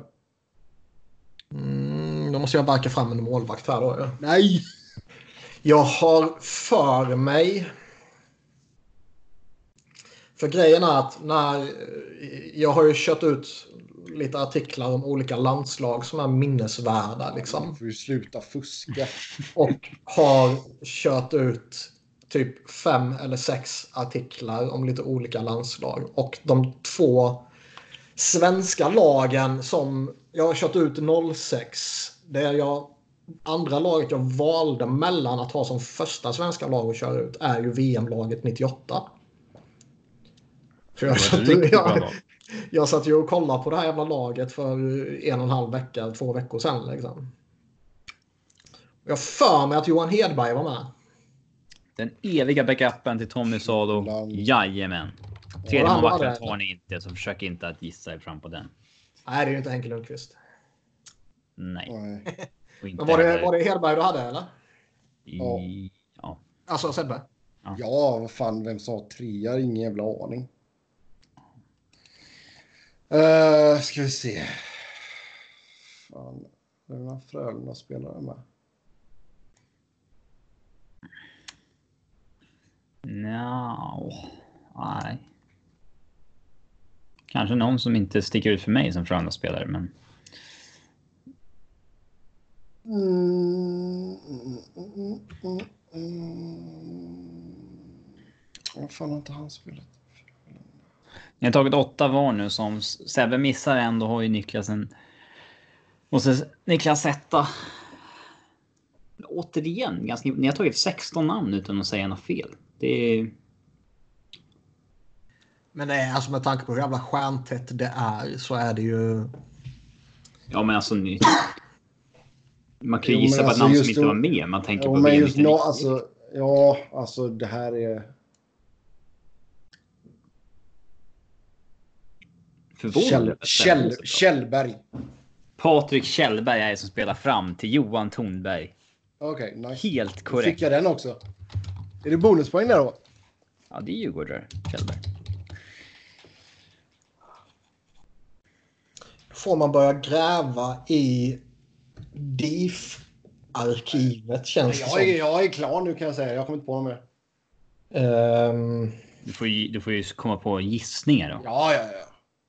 Speaker 3: Mm, då måste jag backa fram en målvakt här då. Ja.
Speaker 2: Nej!
Speaker 3: Jag har för mig... För grejen är att när... Jag har ju kört ut lite artiklar om olika landslag som är minnesvärda. Liksom.
Speaker 2: Du får ju sluta fuska.
Speaker 3: Och har kört ut... typ fem eller sex artiklar om lite olika landslag. Och de två svenska lagen som jag har kört ut noll sex. Det är jag, andra laget jag valde mellan att ha som första svenska lag att köra ut är ju V M-laget nittioåtta. För jag, satt, jag, jag satt ju och kollade på det här jävla laget för en och en halv vecka, två veckor sedan. Liksom. Jag för mig att Johan Hedberg var med.
Speaker 1: Den eviga backupen till Tommy Salo. Jajamän. Tredje målvakten tar ni inte, så försök inte att gissa er fram på den.
Speaker 3: Nej, det är ju inte Henke Lundqvist.
Speaker 1: Nej.
Speaker 2: Nej.
Speaker 3: Men var det, var det Hedberg du hade, eller?
Speaker 2: Ja.
Speaker 1: I, ja.
Speaker 3: Alltså, Sebbe?
Speaker 2: Ja. ja, vad fan, vem sa trea? Ingen jävla aning. Uh, ska vi se. Fan, det är några Frölunda spelare med.
Speaker 1: No. Nej. Kanske någon som inte sticker ut för mig som Frölunda spelare, men
Speaker 2: mm, mm, mm, mm, mm. Vad fan har inte han spelat?
Speaker 1: Ni har tagit åtta var nu som Sebbe missar ändå, har ju Niklas en och så Niklas etta. Återigen, ganska, ni har tagit sexton namn utan att säga något fel. Det är...
Speaker 3: Men det är alltså med tanke på hur jävla stjärntätt det är så är det ju...
Speaker 1: Ja, men alltså ni... Man kan ju gissa på alltså, ett namn som inte då... var med. Man tänker jo, på
Speaker 2: men just no, alltså, ja, alltså det här är...
Speaker 1: Kjell,
Speaker 2: Kjell, Kjellberg.
Speaker 1: Patrik Kjellberg är som spelar fram till Johan Tornberg.
Speaker 2: Okej, okay, nice.
Speaker 1: Helt korrekt.
Speaker 2: Fick jag den också. Är det bonuspoäng där då?
Speaker 1: Ja, det är Djurgårdare, Kjellberg.
Speaker 3: Får man börja gräva i D I F-arkivet, känns
Speaker 2: jag
Speaker 3: det
Speaker 2: är, som. Jag är klar nu, kan jag säga. Jag kommer inte på något mer.
Speaker 3: Um...
Speaker 1: Du, får ju, du får ju komma på gissningar då.
Speaker 2: Ja, ja, ja.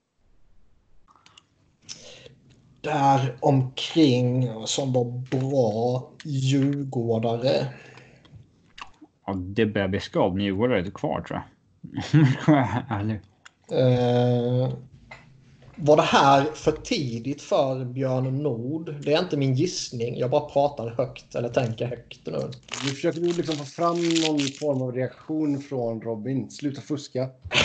Speaker 3: Där omkring som var bra djurgårdare.
Speaker 1: Ja, det börjar bli skad. Djurgårdare är kvar, tror jag.
Speaker 3: uh, var det här för tidigt för Björn Nord? Det är inte min gissning. Jag bara pratar högt eller tänker högt nu.
Speaker 2: Du försöker liksom få fram någon form av reaktion från Robin. Sluta fuska.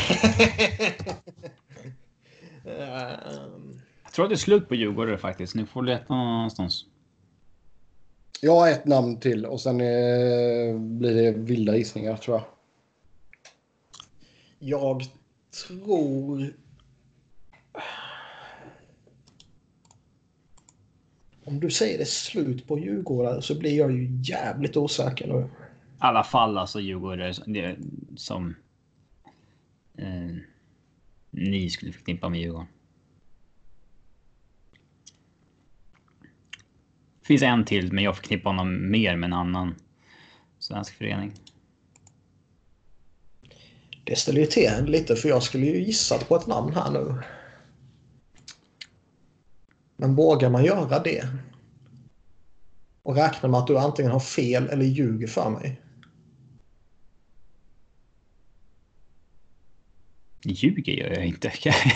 Speaker 3: um...
Speaker 1: Jag tror att det är slut på Djurgårdare faktiskt. Nu får du leta någonstans.
Speaker 2: Jag har ett namn till och sen är, blir det vilda gissningar, tror jag.
Speaker 3: Jag tror... Om du säger det slut på Djurgårdare så blir jag ju jävligt osäker nu.
Speaker 1: I alla fall alltså Djurgårdare det, som eh, ni skulle förknippa med Djurgården. Det finns en till, men jag förknippar honom mer med en annan svensk förening.
Speaker 3: Det ställer ju till en lite, för jag skulle ju gissa på ett namn här nu. Men vågar man göra det? Och räkna med att du antingen har fel eller ljuger för mig?
Speaker 1: Ljuger gör jag inte.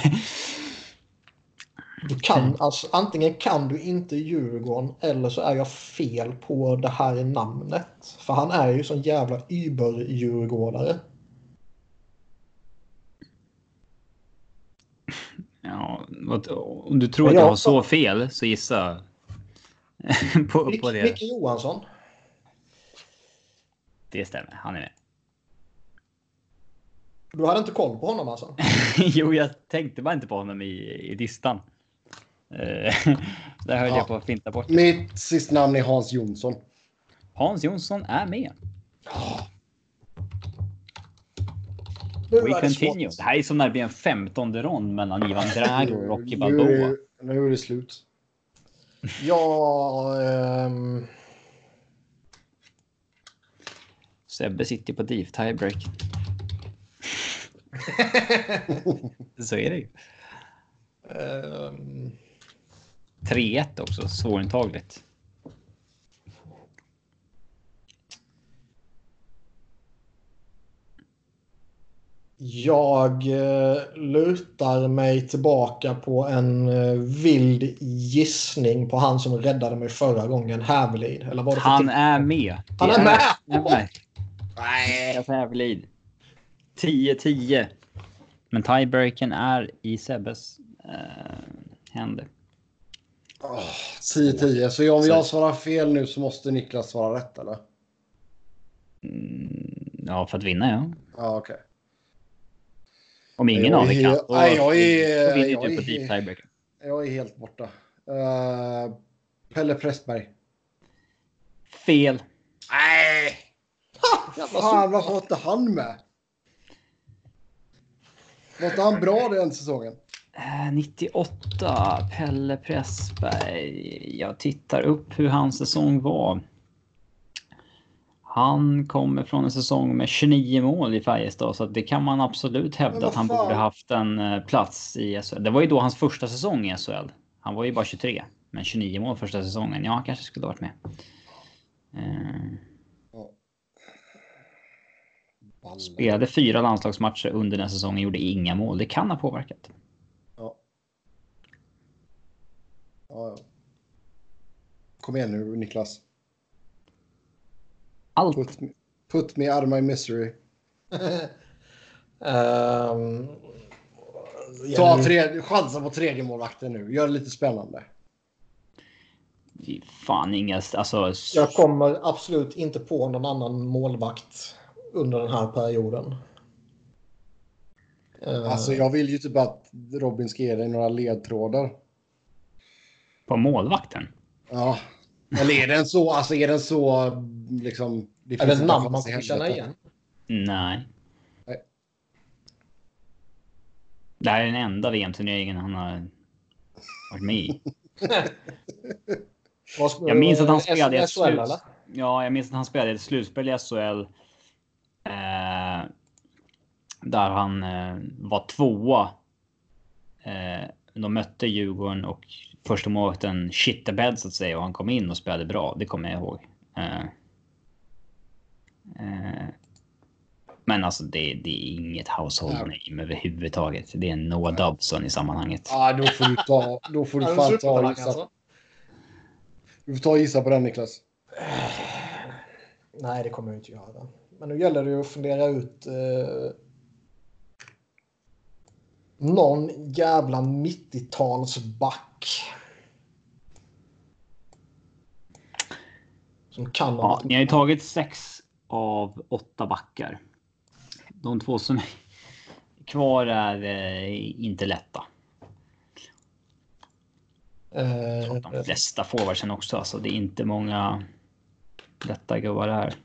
Speaker 3: Du kan, alltså, antingen kan du inte Djurgården eller så är jag fel på det här namnet. För han är ju sån jävla über-djurgårdare.
Speaker 1: Ja, om du tror att jag har så fel så gissa på, på det.
Speaker 3: Micke Johansson.
Speaker 1: Det stämmer, han är med.
Speaker 3: Du hade inte koll på honom alltså?
Speaker 1: Jo, jag tänkte bara inte på honom i, i listan. Där höll ja. jag på att finta bort.
Speaker 2: Mitt sista namn är Hans Jonsson.
Speaker 1: Hans Jonsson är med. Oh.
Speaker 3: We
Speaker 1: continue. Det här är som när det blir en femtonde rond mellan Ivan Drago och Rocky Balboa. Nu,
Speaker 2: nu är det slut.
Speaker 3: Ja... Um...
Speaker 1: Sebbe sitter på div tiebreak. Så är det ju.
Speaker 3: Um...
Speaker 1: tre ett också, svårintagligt.
Speaker 3: Jag eh, lutar mig tillbaka på en eh, vild gissning på han som räddade mig förra gången, Hävelid. Eller var det
Speaker 1: han är med.
Speaker 3: Han är, är med!
Speaker 1: med. Nej, jag säger Hävelid. tio tio. Men tiebreaken är i Sebbes eh, händer.
Speaker 2: Oh, tio tio. Så om jag svarar fel nu så måste Niklas svara rätt, eller?
Speaker 1: Mm, ja, för att vinna, ja.
Speaker 2: Ja, okej. Okay.
Speaker 1: Om ingen av er kan, då,
Speaker 2: nej, jag är,
Speaker 1: då vinner
Speaker 2: jag
Speaker 1: du på
Speaker 2: är,
Speaker 1: deep tiebreaker.
Speaker 2: Jag är helt borta. Uh, Pelle Pressberg.
Speaker 1: Fel.
Speaker 2: Nej! Fan, varför var inte han med? Var inte han bra den säsongen?
Speaker 1: nittioåtta, Pelle Pressberg. Jag tittar upp hur hans säsong var. Han kommer från en säsong med tjugonio mål i Färjestad, så att det kan man absolut hävda att han fan? borde haft en plats i S H L. Det var ju då hans första säsong i S H L. Han var ju bara tjugotre, men tjugonio mål första säsongen. Ja, han kanske skulle ha varit med. Uh... Ja. Spelade fyra landslagsmatcher under den säsongen, gjorde inga mål. Det kan ha påverkat.
Speaker 2: Ja. Ja, ja. Kom igen nu, Niklas.
Speaker 1: Allt.
Speaker 2: Put me, put me out of my misery.
Speaker 3: um,
Speaker 2: Ta tre, chansen på tredje målvakten nu. Gör det lite spännande.
Speaker 1: Fan, inga... Alltså...
Speaker 3: Jag kommer absolut inte på någon annan målvakt under den här perioden.
Speaker 2: Alltså, jag vill ju typ att Robin ska ge dig några ledtrådar.
Speaker 1: På målvakten?
Speaker 2: Ja. Eller är den så, alltså är den så liksom...
Speaker 3: Det är det ett namn man ska känna igen?
Speaker 1: Nej.
Speaker 2: Nej.
Speaker 1: Det här är den enda V M-turneringen han har varit med i. Jag minns att han spelade ett slut... Ja, jag minns att han spelade ett slutspel i S H L. Eh, där han eh, var tvåa. Eh, de mötte Djurgården och första målvakten shit the bed så att säga, och han kom in och spelade bra. Det kommer jag ihåg. Eh, eh, men alltså det, det är inget household name överhuvudtaget. Det är Noah Dobson i sammanhanget.
Speaker 2: Ja, då får du ta då får du fan ta och gissa. Du får ta och gissa på den, Niklas.
Speaker 3: Nej, det kommer jag inte göra. Men nu gäller det ju att fundera ut eh, någon jävla nittiotalsback som kan
Speaker 1: ja, ni har ju tagit sex av åtta backar. De två som kvar är eh, inte lätta.
Speaker 3: Eh,
Speaker 1: De flesta forwardsen också. Alltså, det är inte många lätta gubbar här.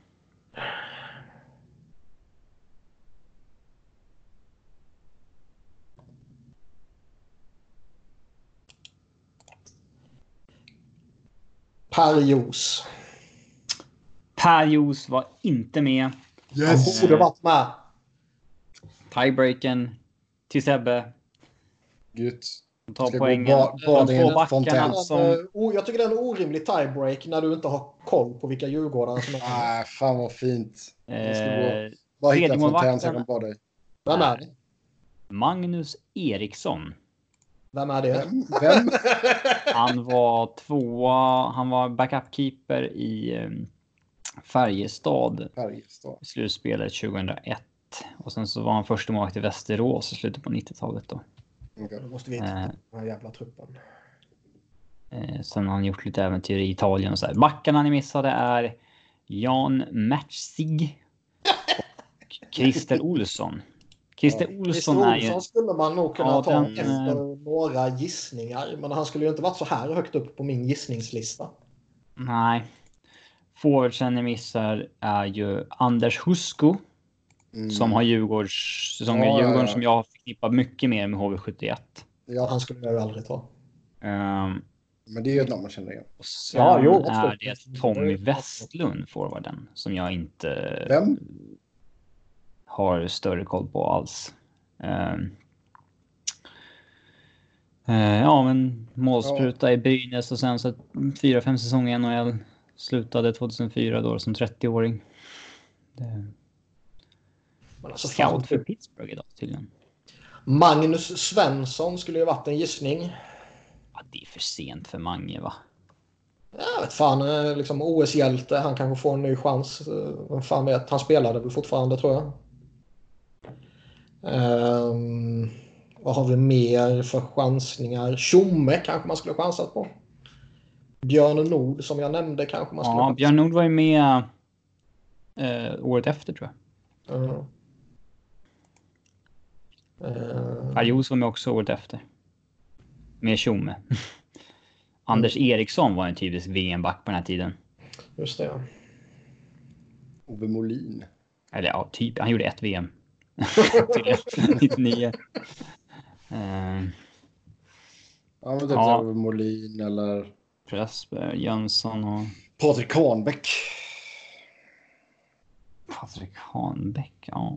Speaker 3: Per Jos.
Speaker 1: Per Jos var inte med.
Speaker 3: Yes. Han borde varit med.
Speaker 1: Tiebreaken till Sebbe.
Speaker 2: Gud.
Speaker 1: Ta poängen. Ba,
Speaker 2: ba,
Speaker 1: de två backarna som...
Speaker 3: Oh, jag tycker det är en orimlig tiebreak när du inte har koll på vilka Djurgårdare som är.
Speaker 2: Ah, fan vad fint.
Speaker 1: Eh,
Speaker 2: bara hitta Fontän så jag kan bada dig.
Speaker 3: Vem är det?
Speaker 1: Magnus Eriksson.
Speaker 3: Vem är det?
Speaker 2: Vem? Vem?
Speaker 1: Han var tvåa. Han var backup-keeper i um, Färjestad.
Speaker 2: Färjestad.
Speaker 1: I slutspelet tjugohundraett. Och sen så var han första målvakt i Västerås i slutet på nittiotalet då.
Speaker 3: Okay. Då måste vi hitta eh, den här jävla truppen.
Speaker 1: Eh, sen har han gjort lite äventyr i Italien och så här. Backarna ni missade är Jan Mertzig och Christer Olsson. Christer ja. Olsson är ju...
Speaker 3: Olsson skulle man nog kunna ja, ta den, efter några gissningar. Men han skulle ju inte varit så här högt upp på min gissningslista.
Speaker 1: Nej. Forwardsen ni missar är ju Anders Husko. Mm. Som har Djurgårds säsonger. Ja, Djurgården ja, ja. Som jag förknippar mycket mer med H V sjuttioett.
Speaker 3: Ja, han skulle jag ju aldrig ta.
Speaker 1: Um,
Speaker 2: Men det är ju ett namn man känner igen.
Speaker 1: Och sen ja, jo, är det Tommy Westlund, forwarden, som jag inte
Speaker 2: Vem?
Speaker 1: har större koll på alls. Um, uh, ja, men målspruta ja. i Brynäs och sen så fyra, fem säsonger i N H L. Slutade tjugohundrafyra då som trettio-åring. Det... Men alltså, scout för Pittsburgh idag tydligen.
Speaker 3: Magnus Svensson skulle ju varit en gissning.
Speaker 1: Ja, det är för sent för Mange, va?
Speaker 3: Jag vet fan, liksom O S-hjälte. Han kanske får en ny chans. Vem fan vet, han spelade väl fortfarande tror jag. Um, vad har vi mer för chansningar? Tjomme kanske man skulle chansat på. Björn Nord som jag nämnde kanske man skulle
Speaker 1: Ja, Björn Nord var ju med eh, året efter tror jag.
Speaker 3: Uh.
Speaker 1: Uh. Arjos var med också året efter. Med Tjomme. Anders mm. Eriksson var en typisk V M-back på den här tiden.
Speaker 3: Just det, ja.
Speaker 2: Ove Molin.
Speaker 1: Eller ja, typ. Han gjorde ett V M. nittionio. Uh.
Speaker 2: Ja, men typ ja. Ove Molin eller...
Speaker 1: Pressberg, Jönsson och...
Speaker 2: Patrik Hanbäck.
Speaker 1: Patrik Hanbäck, ja.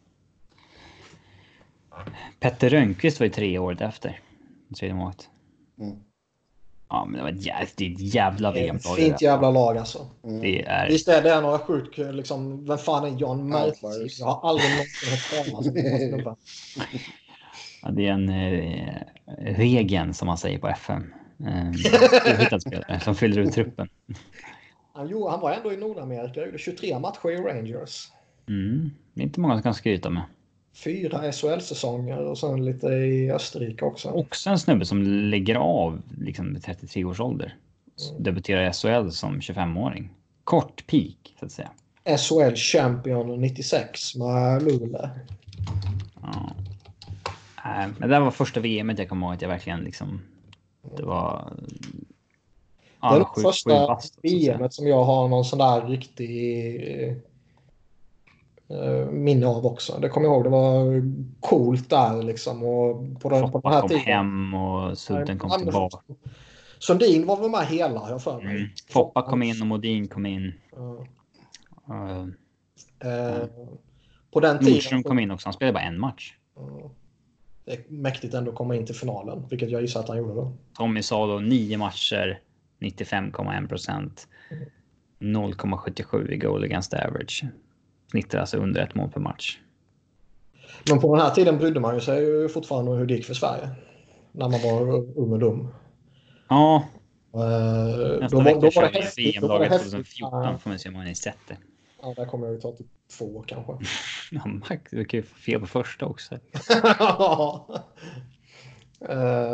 Speaker 1: Petter Rönnqvist var ju tre år efter. Tredje målet. Mm. Ja, men det var ett jävla, det är ett jävla V M-lag.
Speaker 3: Fint jävla lag alltså.
Speaker 1: Mm. Det är...
Speaker 3: Visst är det några sjuk, liksom, vem fan är Jan Mertz? Jag har aldrig någonsin hört talas om.
Speaker 1: Ja, det är en eh, Regen som man säger på F M. Eh, spelare som fyller ut truppen.
Speaker 3: Han, jo, han var ändå i Nordamerika. Gjorde tjugotre matcher i Rangers.
Speaker 1: Mm, det är inte många som kan skryta med.
Speaker 3: Fyra S H L-säsonger och sen lite i Österrike också.
Speaker 1: Också en snubbe som lägger av liksom med trettiotre års ålder. Mm. Debuterar i S H L som tjugofem-åring. Kort peak, så att säga.
Speaker 3: S H L Champion nittiosex med Luleå.
Speaker 1: Ja. Äh, men det var första V M jag kommer ihåg att jag verkligen liksom... Det var...
Speaker 3: Ja, det är sju, första bast, V M som jag har någon sån där riktig uh, minne av också. Det kommer jag ihåg, det var coolt där liksom. Och på den, på den här
Speaker 1: kom
Speaker 3: tiden.
Speaker 1: hem och Sudden kom tillbaka.
Speaker 3: Sundin var väl med hela, jag för mig.
Speaker 1: Mm. Foppa kom in och Modin kom in.
Speaker 3: Uh.
Speaker 1: Uh.
Speaker 3: Uh. På den tiden...
Speaker 1: Nordström kom in också, han spelade bara en match.
Speaker 3: Uh. Det är mäktigt ändå att komma in till finalen, vilket jag gissar att han gjorde då.
Speaker 1: Tommy sa då nio matcher, nittiofem komma en procent, noll komma sjuttiosju i goal against average. Snittar alltså under ett mål per match.
Speaker 3: Men på den här tiden brydde man ju sig ju fortfarande hur det gick för Sverige. När man var ung och dum.
Speaker 1: Ja.
Speaker 3: Uh, Nästa då, vecka då var det häftigt.
Speaker 1: V M-laget tjugohundrafjorton får man se om man är sett det.
Speaker 3: Ja, där kommer jag ju ta till två kanske.
Speaker 1: Ja, Max, du kan ju få fel på första också.
Speaker 3: Ja. uh...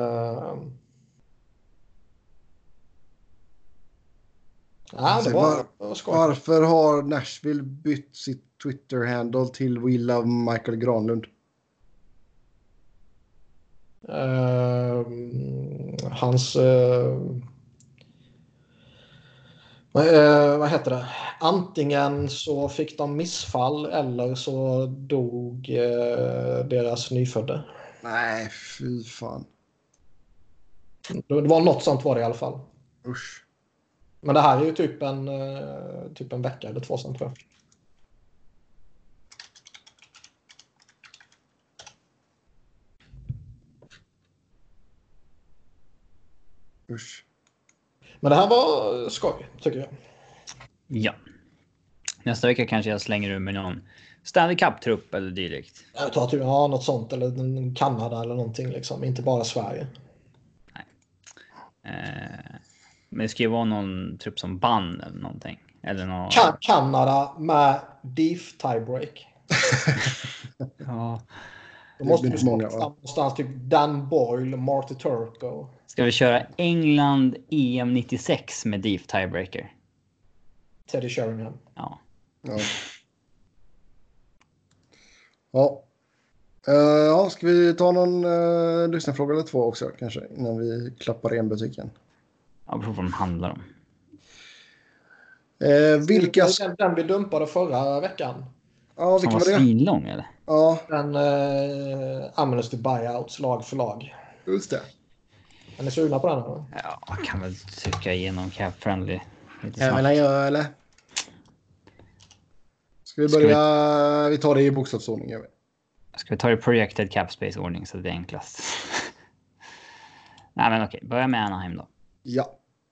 Speaker 3: Ja, det var, det var
Speaker 2: varför har Nashville bytt sitt Twitter-handle till We Love Michael Granlund?
Speaker 3: Uh, hans... Uh, uh, vad heter det? Antingen så fick de missfall eller så dog uh, deras nyfödde.
Speaker 2: Nej, fy fan.
Speaker 3: Det var något sånt var det i alla fall.
Speaker 2: Usch.
Speaker 3: Men det här är ju typ en, uh, typ en vecka eller två sedan tror jag.
Speaker 2: Usch.
Speaker 3: Men det här var skoj, tycker jag.
Speaker 1: Ja. Nästa vecka kanske jag slänger ur med någon Stanley Cup-trupp eller dylikt.
Speaker 3: Jag tar typ, ja, något sånt. Eller Kanada eller någonting liksom. Inte bara Sverige.
Speaker 1: Nej. Eh, men det ska ju vara någon trupp som bann eller någonting. Eller någon...
Speaker 3: Kan- Kanada med D I F tiebreak.
Speaker 1: Ja.
Speaker 3: Då måste
Speaker 2: blir
Speaker 3: du
Speaker 2: många,
Speaker 3: många,
Speaker 2: va?
Speaker 3: någonstans typ Dan Boyle, Marty Turco.
Speaker 1: Ska vi köra England E M nittiosex med D I F tiebreaker?
Speaker 3: Teddy Sheringham.
Speaker 1: Ja.
Speaker 2: Ja. Ja. Uh, ja, ska vi ta någon uh, lyssnarfråga eller två också kanske innan vi klappar igen butiken?
Speaker 1: Ja, beror på vad de handlar om.
Speaker 2: Uh, vilka...
Speaker 3: Den, den vi dumpade förra veckan.
Speaker 2: Ja,
Speaker 1: Som
Speaker 2: vilken
Speaker 1: var
Speaker 2: var det?
Speaker 1: svinlång eller?
Speaker 2: Ja,
Speaker 3: Den uh, Amnesty Buyouts lag för lag.
Speaker 2: just det.
Speaker 3: Är ni sugna på den? Eller?
Speaker 1: Ja, jag kan väl trycka igenom Cap Friendly lite
Speaker 2: Jag
Speaker 1: snabbt.
Speaker 2: vill göra eller? Ska vi
Speaker 1: Ska
Speaker 2: börja? vi... vi tar det i bokstavsordning. Gör vi.
Speaker 1: Ska vi ta det projected cap space ordning så det är enklast. Nej men okej, börja med Anaheim då.
Speaker 2: Ja.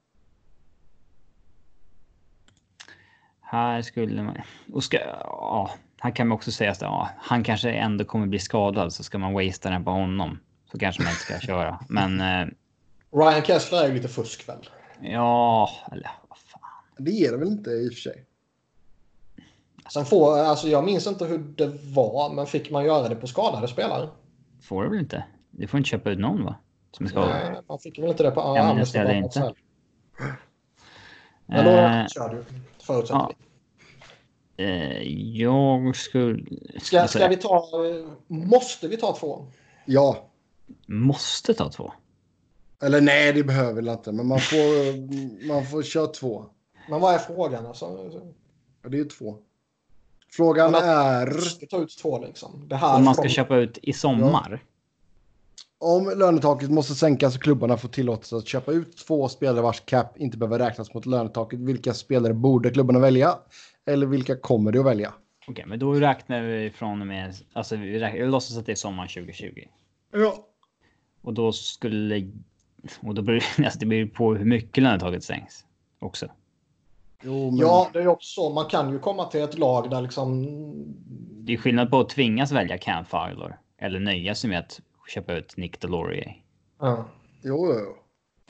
Speaker 1: Här skulle man... Och ska, ja, här kan man också säga att ja, han kanske ändå kommer bli skadad så ska man wastea den på honom. Så kanske man inte ska köra. Men... Eh,
Speaker 3: Ryan Kessler är ju lite fusk väl?
Speaker 1: ja, eller vad fan.
Speaker 2: Det ger det väl inte i och för sig.
Speaker 3: Sen får, alltså jag minns inte hur det var, men fick man göra det på skadade spelare?
Speaker 1: Får du väl inte? Du får inte köpa ut någon va? Som är skadad.
Speaker 3: Nej, man fick väl inte det på
Speaker 1: Ja, men
Speaker 3: Amnesty
Speaker 1: det ställer
Speaker 3: Buyouts
Speaker 1: inte.
Speaker 3: heller. Men då
Speaker 1: Eh,
Speaker 3: kör du, förutsätter
Speaker 1: ja.
Speaker 3: vi.
Speaker 1: eh, jag skulle...
Speaker 3: Ska, ska vi ta, måste vi ta två?
Speaker 2: Ja.
Speaker 1: Måste ta två.
Speaker 2: Eller nej, det behöver vi inte. Men man får, man får köra två.
Speaker 3: Men vad är frågan alltså?
Speaker 2: Ja, det är ju två. Frågan
Speaker 3: Men att-
Speaker 2: är...
Speaker 3: Måste ta ut två liksom. Det här
Speaker 1: Om man ska
Speaker 3: från-
Speaker 1: köpa ut i sommar.
Speaker 2: Om lönetaket måste sänkas och klubbarna får tillåtelse att köpa ut två spelare vars cap inte behöver räknas mot lönetaket. Vilka spelare borde klubbarna välja? Eller vilka kommer de att välja?
Speaker 1: Okej, men då räknar vi från och med... Alltså vi räknar, jag låtsas att det är sommar tjugo tjugo.
Speaker 2: Ja.
Speaker 1: Och då skulle... Och då beror alltså det beror på hur mycket lönetaket sänks. Också.
Speaker 2: Jo, men...
Speaker 3: Ja, det är ju också så. Man kan ju komma till ett lag där liksom...
Speaker 1: Det är skillnad på att tvingas välja Cam Fowler. Eller nöja sig med att köpa ut Nick Delorier.
Speaker 3: Ja.
Speaker 2: Jo, jo, jo.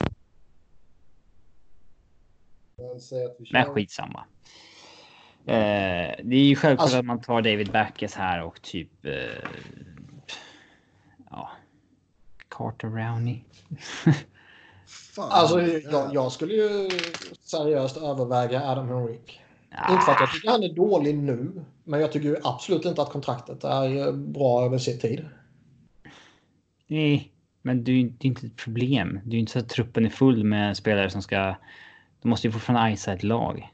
Speaker 2: Men säg att vi kör...
Speaker 1: Men skitsamma. Eh, det är ju självklart
Speaker 3: Alltså-
Speaker 1: att man tar David Backes här och typ... Eh, ja... Carter Rowney.
Speaker 2: Fan.
Speaker 3: Alltså, jag, jag skulle ju seriöst överväga Adam Henrik.
Speaker 1: Ja.
Speaker 3: Inte för att jag tycker han är dålig nu, men jag tycker ju absolut inte att kontraktet är bra över sin tid.
Speaker 1: Nej, men det är ju det är inte ett problem. Det är ju inte så att truppen är full med spelare som ska... De måste ju fortfarande icea ett lag.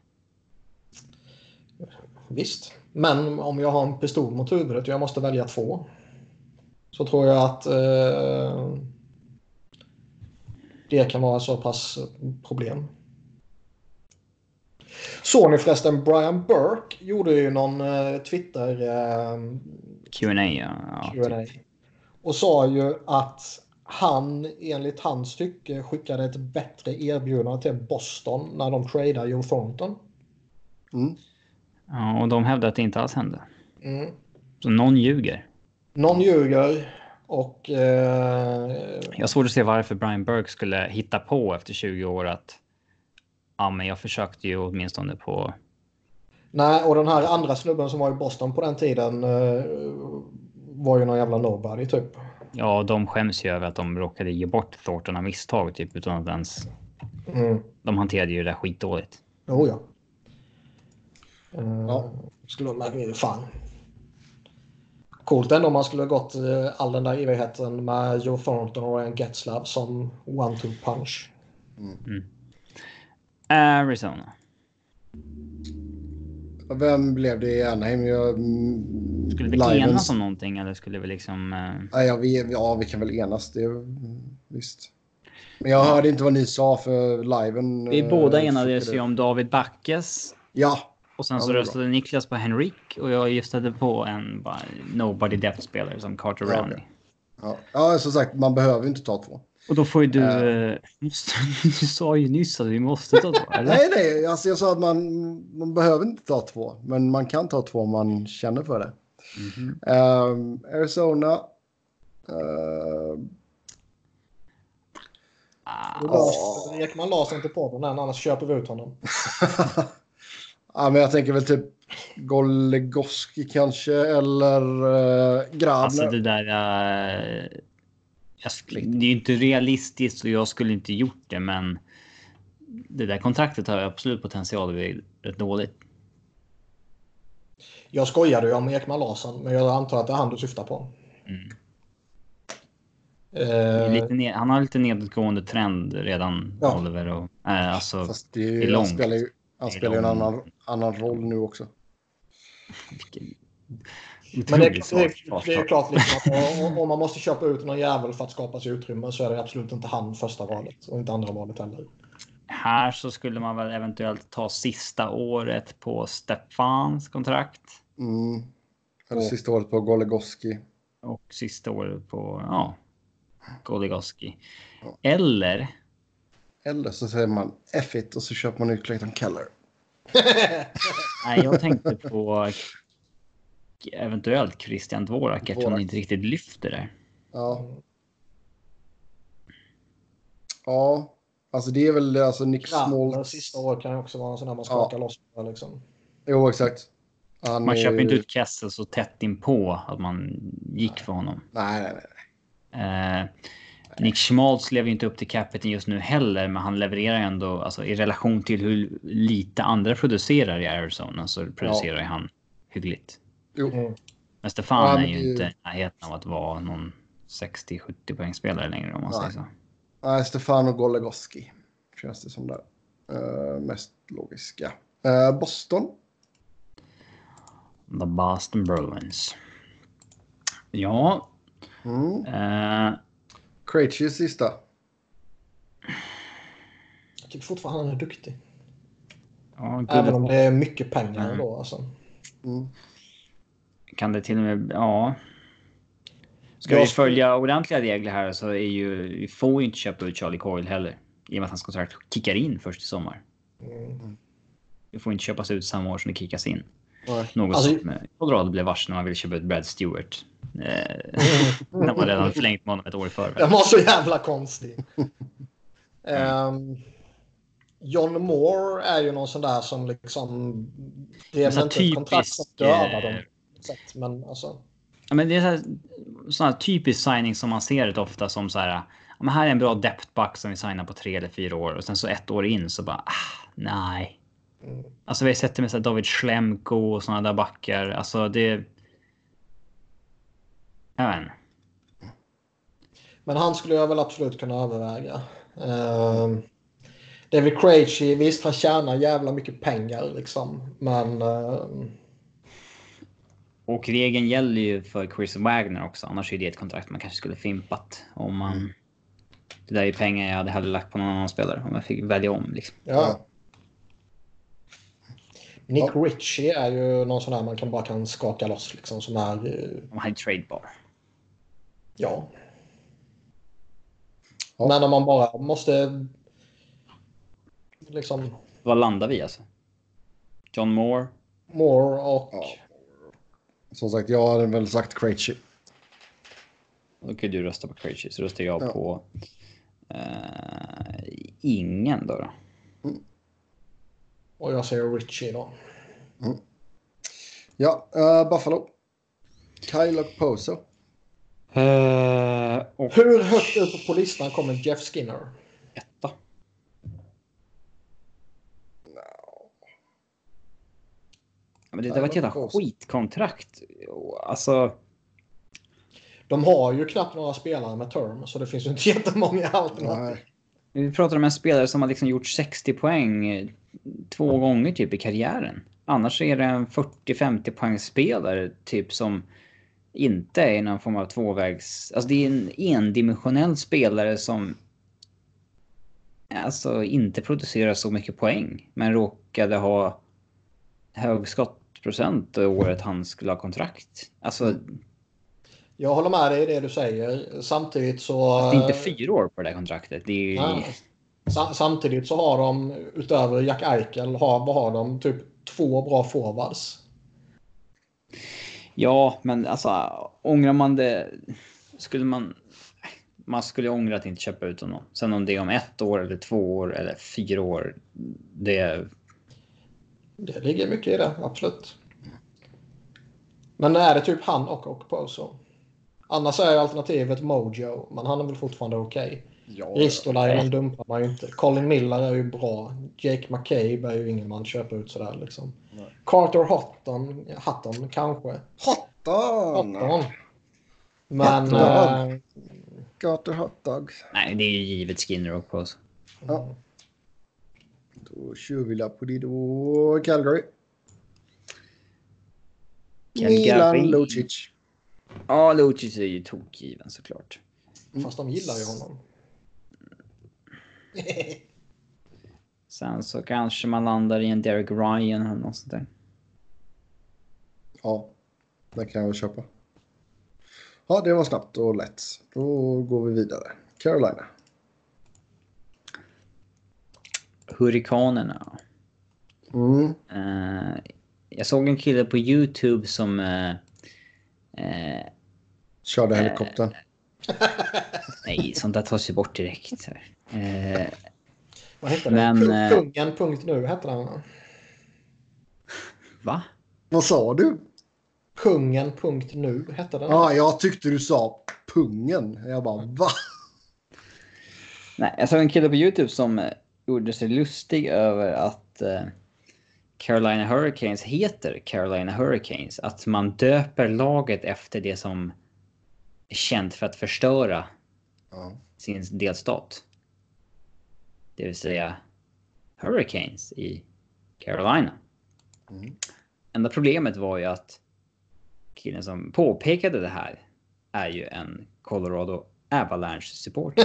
Speaker 3: Visst. Men om jag har en pistol mot huvudet och jag måste välja två, så tror jag att eh, det kan vara så pass problem. Såg ni förresten Brian Burke gjorde ju någon eh, Twitter eh,
Speaker 1: Q and A, ja. ja
Speaker 3: Q and A. Och sa ju att han enligt hans tycke skickade ett bättre erbjudande till Boston när de tradade Joe Thornton.
Speaker 2: Mm.
Speaker 1: ja, och de hävdar att det inte alls hände.
Speaker 3: Mm.
Speaker 1: Så någon ljuger.
Speaker 3: Någon ljuger och eh,
Speaker 1: Jag har svårt att se varför Brian Burke skulle hitta på efter tjugo år att ja, men jag försökte ju åtminstone på...
Speaker 3: nej, och den här andra snubben som var i Boston på den tiden eh, var ju någon jävla nobody typ.
Speaker 1: Ja, de skäms ju över att de råkade ge bort Thornton av misstag typ utan att ens...
Speaker 3: Mm.
Speaker 1: De hanterade ju det där skitdåligt.
Speaker 3: Jo, ja. Eh,
Speaker 2: Ja.
Speaker 3: Skulle man fan. Coolt ändå om man skulle ha gått all den där evigheten med Joe Thornton och Ryan Getzlav som one-two punch.
Speaker 1: Mm. Arizona.
Speaker 2: Vem blev det i Anaheim? Jag,
Speaker 1: skulle vi Livens... enas om någonting eller skulle vi liksom... Uh...
Speaker 2: Ja, ja, vi, ja, vi kan väl enas. Det, visst. Men jag ja. hörde inte vad ni sa för liven.
Speaker 1: Vi uh, båda enades ju om David Backes.
Speaker 2: Ja.
Speaker 1: Och sen ja, så röstade bra. Niklas på Henrik. Och jag just hade på en bara, nobody depth-spelare som Carter ja, Rowney.
Speaker 2: Ja. ja, som sagt, man behöver inte ta två.
Speaker 1: Och då får ju du... Uh, måste, du sa ju nyss att vi måste ta två, eller?
Speaker 2: Nej, nej. Alltså jag sa att man, man behöver inte ta två. Men man kan ta två om man känner för det. Mm-hmm. Um, Arizona. Uh,
Speaker 3: ah, Ekman la sig inte på den, annars köper vi ut honom.
Speaker 2: Ja, men jag tänker väl typ Goligoski kanske. Eller uh, Grabner.
Speaker 1: Alltså det där... Uh... Jag, det är ju inte realistiskt och jag skulle inte gjort det, men det där kontraktet har absolut potential att bli rätt dåligt.
Speaker 3: Jag skojade ju om Ekman Larsson, men jag antar att det är han du syftar på.
Speaker 1: Mm. Uh, lite ned, han har lite nedåtgående trend redan, ja. Oliver. Och, äh, alltså,
Speaker 2: fast det är, det är långt. Han spelar ju, han spelar ju en annan, annan roll nu också.
Speaker 1: Vilken...
Speaker 3: Men det, det, det, det är ju klart liksom att om man måste köpa ut någon jävel för att skapa sig utrymme så är det absolut inte han första valet och inte andra valet heller.
Speaker 1: Här så skulle man väl eventuellt ta sista året på Stefans kontrakt.
Speaker 2: Mm. Eller och, sista året på Goligoski.
Speaker 1: Och sista året på ja, Goligoski. Ja. Eller
Speaker 2: Eller så säger man F it och så köper man ut Clayton Keller.
Speaker 1: Nej, jag tänkte på eventuellt Christian Dvorak eftersom han inte riktigt lyfter där.
Speaker 2: Ja. Ja, alltså det är väl alltså Nick Small.
Speaker 3: Sista året kan också vara en sån där man skakar ja. loss på liksom.
Speaker 2: Jo, exakt.
Speaker 1: Han man är... köper inte ut Kessel så tätt in på att man gick
Speaker 2: nej.
Speaker 1: för honom.
Speaker 2: Nej, nej, nej.
Speaker 1: Eh, Nick Schmaltz lever inte upp till capiten just nu heller, men han levererar ändå alltså, i relation till hur lite andra producerar i Arizona så producerar ja. han hyggligt.
Speaker 2: Jo.
Speaker 1: Men Stefan ja, men är ju det... inte i närheten av att vara någon sextio sjuttio poängspelare längre om man
Speaker 2: nej.
Speaker 1: säger så.
Speaker 2: Nej, Stefan och Goligoski känns det som där. Uh, mest logiska. Uh, Boston.
Speaker 1: The Boston Bruins. Ja.
Speaker 2: Mm.
Speaker 1: Uh,
Speaker 2: Krejci sista.
Speaker 3: Jag tycker fortfarande han är duktig.
Speaker 1: Ja,
Speaker 3: även om det är mycket pengar mm. då alltså.
Speaker 2: Mm.
Speaker 1: Kan det till och med, ja. Ska vi följa ordentliga regler här så är ju, vi får ju inte köpa ut Charlie Coyle heller. I och med att hans kontrakt kickar in först i sommar. Mm. Vi får inte köpas ut samma år som det kickas in. Mm. Något alltså, som Colorado blev varse när man ville köpa ut Brad Stewart. Eh, när man redan förlängt med honom ett år i förväg.
Speaker 3: Det var så jävla konstigt. um, John Moore är ju någon sån där som liksom... Det är väl inte ett kontrakt som dödar dem. Men alltså...
Speaker 1: Ja, men det är sån här typisk signing som man ser det ofta som så här, men här är en bra depth back som vi signar på tre eller fyra år och sen så ett år in så bara ah, nej. Mm. Alltså vi har sett det med så här David Schlemko och såna där backar. Alltså det jag vet inte.
Speaker 3: Men han skulle jag väl absolut kunna överväga. Uh, David Krejci, visst han tjänar jävla mycket pengar liksom, men uh...
Speaker 1: och regeln gäller ju för Chris Wagner också. Annars är det ett kontrakt man kanske skulle fimpat. Om man... Mm. Det där är pengar jag hade hellre lagt på någon annan spelare. Om jag fick välja om. Liksom.
Speaker 3: Ja. Nick ja. Ritchie är ju någon sån här man kan bara kan skaka loss. Liksom, som är...
Speaker 1: Om han är tradebar.
Speaker 3: Ja. ja. Men om man bara måste... Liksom...
Speaker 1: Vad landar vi alltså? John Moore?
Speaker 3: Moore och... Ja.
Speaker 2: Som sagt, jag har väl sagt Krejci.
Speaker 1: Då kan du rösta på Krejci. Så röstar jag ja. på uh, ingen då. då.
Speaker 3: Mm. Och jag säger Ritchie då.
Speaker 2: Mm. Ja, uh, Buffalo. Kyle Okposo.
Speaker 1: Uh, och...
Speaker 3: Hur högt upp på listan kommer Jeff Skinner?
Speaker 1: Etta. Men det, det var ett jävla skitkontrakt. Alltså...
Speaker 3: de har ju knappt några spelare med term, så det finns ju inte jättemånga alternativ.
Speaker 1: Vi pratar om en spelare som har liksom gjort sextio poäng två gånger typ i karriären. Annars är det en fyrtio femtio poängspelare typ som inte är någon form av tvåvägs... Alltså det är en endimensionell spelare som alltså inte producerar så mycket poäng, men råkade ha hög skottprocent året han skulle ha kontrakt. Alltså...
Speaker 3: Jag håller med dig i det du säger. Samtidigt så...
Speaker 1: Det är inte fyra år på det här kontraktet. Det är ju...
Speaker 3: Nej. Samtidigt så har de, utöver Jack Eichel, har, vad har de? Typ två bra forwards.
Speaker 1: Ja, men alltså ångrar man det... Skulle man... Man skulle ångra att inte köpa ut honom. Sen om det är om ett år eller två år eller fyra år. Det...
Speaker 3: Det ligger mycket i det, absolut. Men är det typ han och och på så. Annars är alternativet Mojo, men han är väl fortfarande okej. Okay.
Speaker 2: Ja,
Speaker 3: Ristolainen dumpar man ju inte. Colin Miller är ju bra. Jake McCabe är ju ingen man köper ut sådär liksom. Nej. Carter Hutton, Hutton kanske.
Speaker 2: Hutton!
Speaker 3: Hutton. Men...
Speaker 2: Hutton.
Speaker 3: Äh...
Speaker 2: Carter Hutdog.
Speaker 1: Nej, det är ju givet Skinner och på.
Speaker 2: Ja. Då kör vi la på det då. Calgary. Milan Lucic.
Speaker 1: Ja, Lucic är ju tokgiven såklart.
Speaker 3: Mm. Fast de gillar ju honom.
Speaker 1: Sen så kanske man landar i en Derek Ryan eller något sånt där.
Speaker 2: Ja, det kan jag väl köpa. Ja, det var snabbt och lätt. Då går vi vidare. Carolina.
Speaker 1: Hurrikanerna.
Speaker 2: Mm.
Speaker 1: Uh, jag såg en kille på YouTube som... Uh, uh,
Speaker 2: Körde helikoptern.
Speaker 1: Uh, nej, sånt där tas ju bort direkt. Uh,
Speaker 3: Vad heter
Speaker 1: men,
Speaker 3: det? Kungen punkt nu heter den.
Speaker 1: Va?
Speaker 2: Vad sa du?
Speaker 3: Kungen punkt nu heter den.
Speaker 2: Ja, jag tyckte du sa pungen. Jag bara, va?
Speaker 1: Nej, jag såg en kille på YouTube som gjorde sig lustig över att uh, Carolina Hurricanes heter Carolina Hurricanes. Att man döper laget efter det som är känt för att förstöra
Speaker 2: ja.
Speaker 1: sin delstat. Det vill säga Hurricanes i Carolina.
Speaker 2: Mm.
Speaker 1: Enda problemet var ju att killen som påpekade det här är ju en Colorado Avalanche-supporter.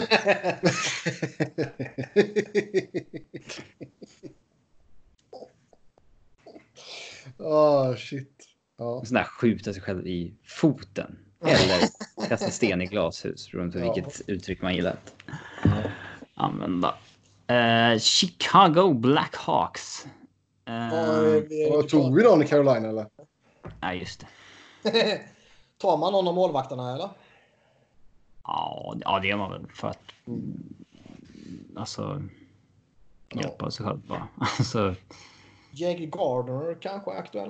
Speaker 2: Åh, oh, shit. Ja.
Speaker 1: Sån där skjuta sig själv i foten. Eller kasta sten i glashus. Beroende på vilket ja. uttryck man gillar att ja. använda. Uh, Chicago Blackhawks. Uh,
Speaker 2: ja, tog vi någon i Carolina eller?
Speaker 1: Nej, just det.
Speaker 3: Tar man någon av målvakterna eller?
Speaker 1: Ja, ja, det gör man väl för att alltså hjälpa ja. sig själv bara. Alltså
Speaker 3: Jake Gardner kanske är aktuell.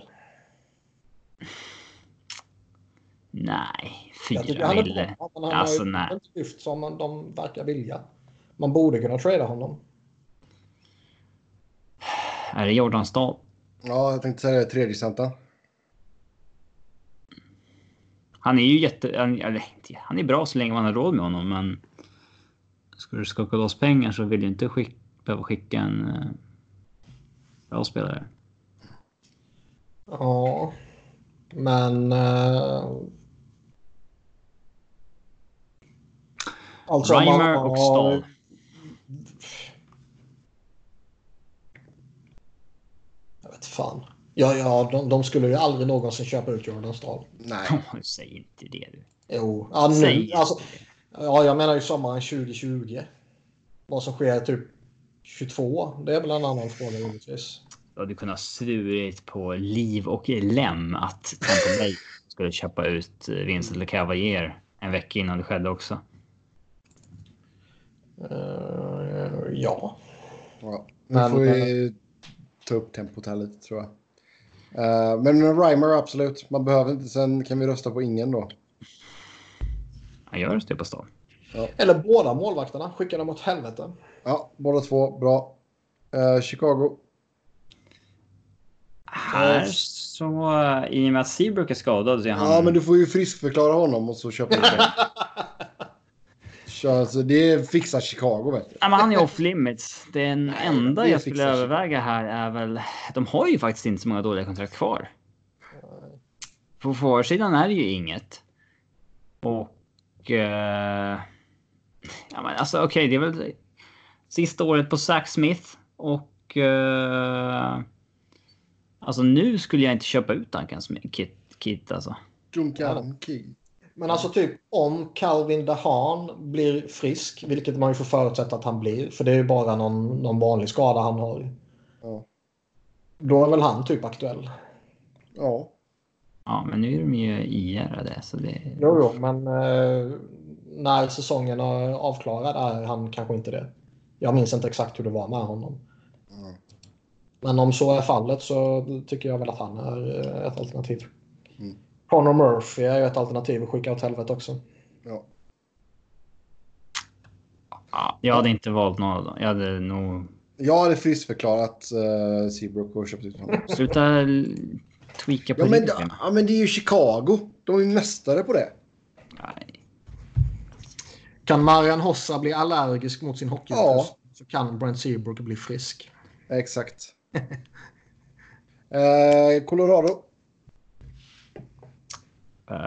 Speaker 1: Nej, fyra
Speaker 3: han
Speaker 1: mille.
Speaker 3: Bra, han
Speaker 1: alltså
Speaker 3: har
Speaker 1: nej.
Speaker 3: Inte lyft som man, de verkar vilja. Man borde kunna trada honom.
Speaker 1: Är det Jordan Stahl?
Speaker 2: Ja, jag tänkte säga tredje center.
Speaker 1: Han är ju jätte... Eller, han är bra så länge man har råd med honom, men ska du skaka loss pengar så vill du inte skicka, behöva skicka en uh, bra spelare.
Speaker 3: Ja, men... Uh...
Speaker 1: Alltså, Reimer man, och Stahl.
Speaker 3: Jag vet fan. Ja, ja de, de skulle ju aldrig någonsin köpa ut Jordan Stahl.
Speaker 2: Nej.
Speaker 1: Säg inte det du.
Speaker 3: Jo, ja, nu, alltså, ja, jag menar ju sommaren tjugo tjugo. Vad som sker typ tjugotvå. Det är väl en annan fråga givetvis.
Speaker 1: Ja, du kunde ha svurit på liv och lem att Tampa Bay skulle köpa ut Vincent LeCavalier en vecka innan det skedde också.
Speaker 3: Uh, ja.
Speaker 2: ja. Nu men, får vi ta upp tempot här lite tror jag. Uh, men Reimer absolut. Man behöver inte. Sen kan vi rösta på ingen då.
Speaker 1: Jag gör det på stan.
Speaker 3: Ja. Eller båda målvakterna. Skicka dem åt helvete.
Speaker 2: Ja, båda två. Bra. Uh, Chicago.
Speaker 1: här så i och med att Seabrook är skadad så är han...
Speaker 2: Ja, men du får ju friskförklara honom och så köper du det. Så alltså, det fixar Chicago, vet du.
Speaker 1: Ja, men han är off limits. Den enda
Speaker 2: det
Speaker 1: jag skulle
Speaker 2: fixar sig.
Speaker 1: överväga här är väl... De har ju faktiskt inte så många dåliga kontrakt kvar. På försidan är det ju inget. Och... Eh, ja, men alltså okej, okay, det är väl sista året på Zach Smith. Och... Eh, alltså nu skulle jag inte köpa ut Duncan Kit, Kit alltså.
Speaker 2: Duncan Kit.
Speaker 3: Men alltså typ om Calvin DeHaan blir frisk, vilket man ju får förutsätta att han blir, för det är ju bara någon, någon vanlig skada han har.
Speaker 2: Ja.
Speaker 3: Då är väl han typ aktuell.
Speaker 2: Ja.
Speaker 1: Ja, men nu är de ju I R-ade, så det...
Speaker 3: Jo, jo, men eh, när säsongen är avklarad är han kanske inte det. Jag minns inte exakt hur det var med honom.
Speaker 2: Mm.
Speaker 3: Men om så är fallet så tycker jag väl att han är ett alternativ.
Speaker 2: Mm.
Speaker 3: Connor Murphy är ju ett alternativ att skicka åt helvete också.
Speaker 2: Ja.
Speaker 1: Ja, jag hade inte valt någon av dem. Jag hade nog...
Speaker 2: Jag hade friskförklarat uh, Seabrook och köpt ut honom.
Speaker 1: Sluta tweaka på
Speaker 2: ja, men,
Speaker 1: det.
Speaker 2: ja, men det är ju Chicago. De är ju mästare på det.
Speaker 1: Nej.
Speaker 3: Kan Marian Hossa bli allergisk mot sin hockey
Speaker 2: ja.
Speaker 3: så kan Brent Seabrook bli frisk.
Speaker 2: Exakt. uh, Colorado.
Speaker 1: Uh,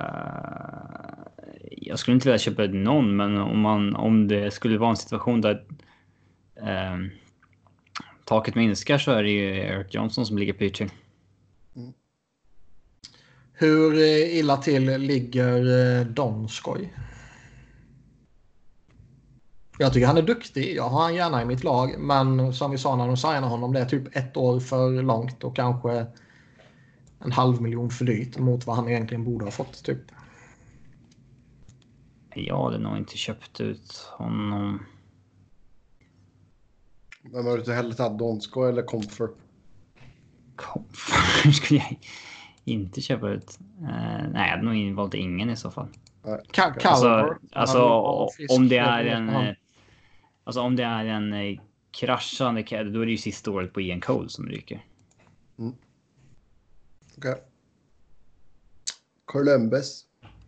Speaker 1: jag skulle inte vilja köpa ut någon, men om, man, om det skulle vara en situation där uh, taket minskar så är det ju Erik Johnson som ligger pitching.
Speaker 3: Mm. Hur illa till ligger uh, Donskoj? Jag tycker han är duktig. Jag har han gärna i mitt lag, men som vi sa när de signade honom, det är typ ett år för långt och kanske en halv miljon för dyrt mot vad han egentligen borde ha fått typ.
Speaker 1: Jag hade nog inte köpt ut honom.
Speaker 2: Vem har du hellre tagit, Donskoj eller Comfer?
Speaker 1: Comfer skulle jag inte köpa ut. Uh, nej, jag hade nog valt ingen i så fall.
Speaker 3: Ka-
Speaker 1: alltså, alltså om det är en alltså om det är en kraschande, då är det ju sista året på Ian Cole som ryker.
Speaker 2: Mm. Okej. Okay. Columbus.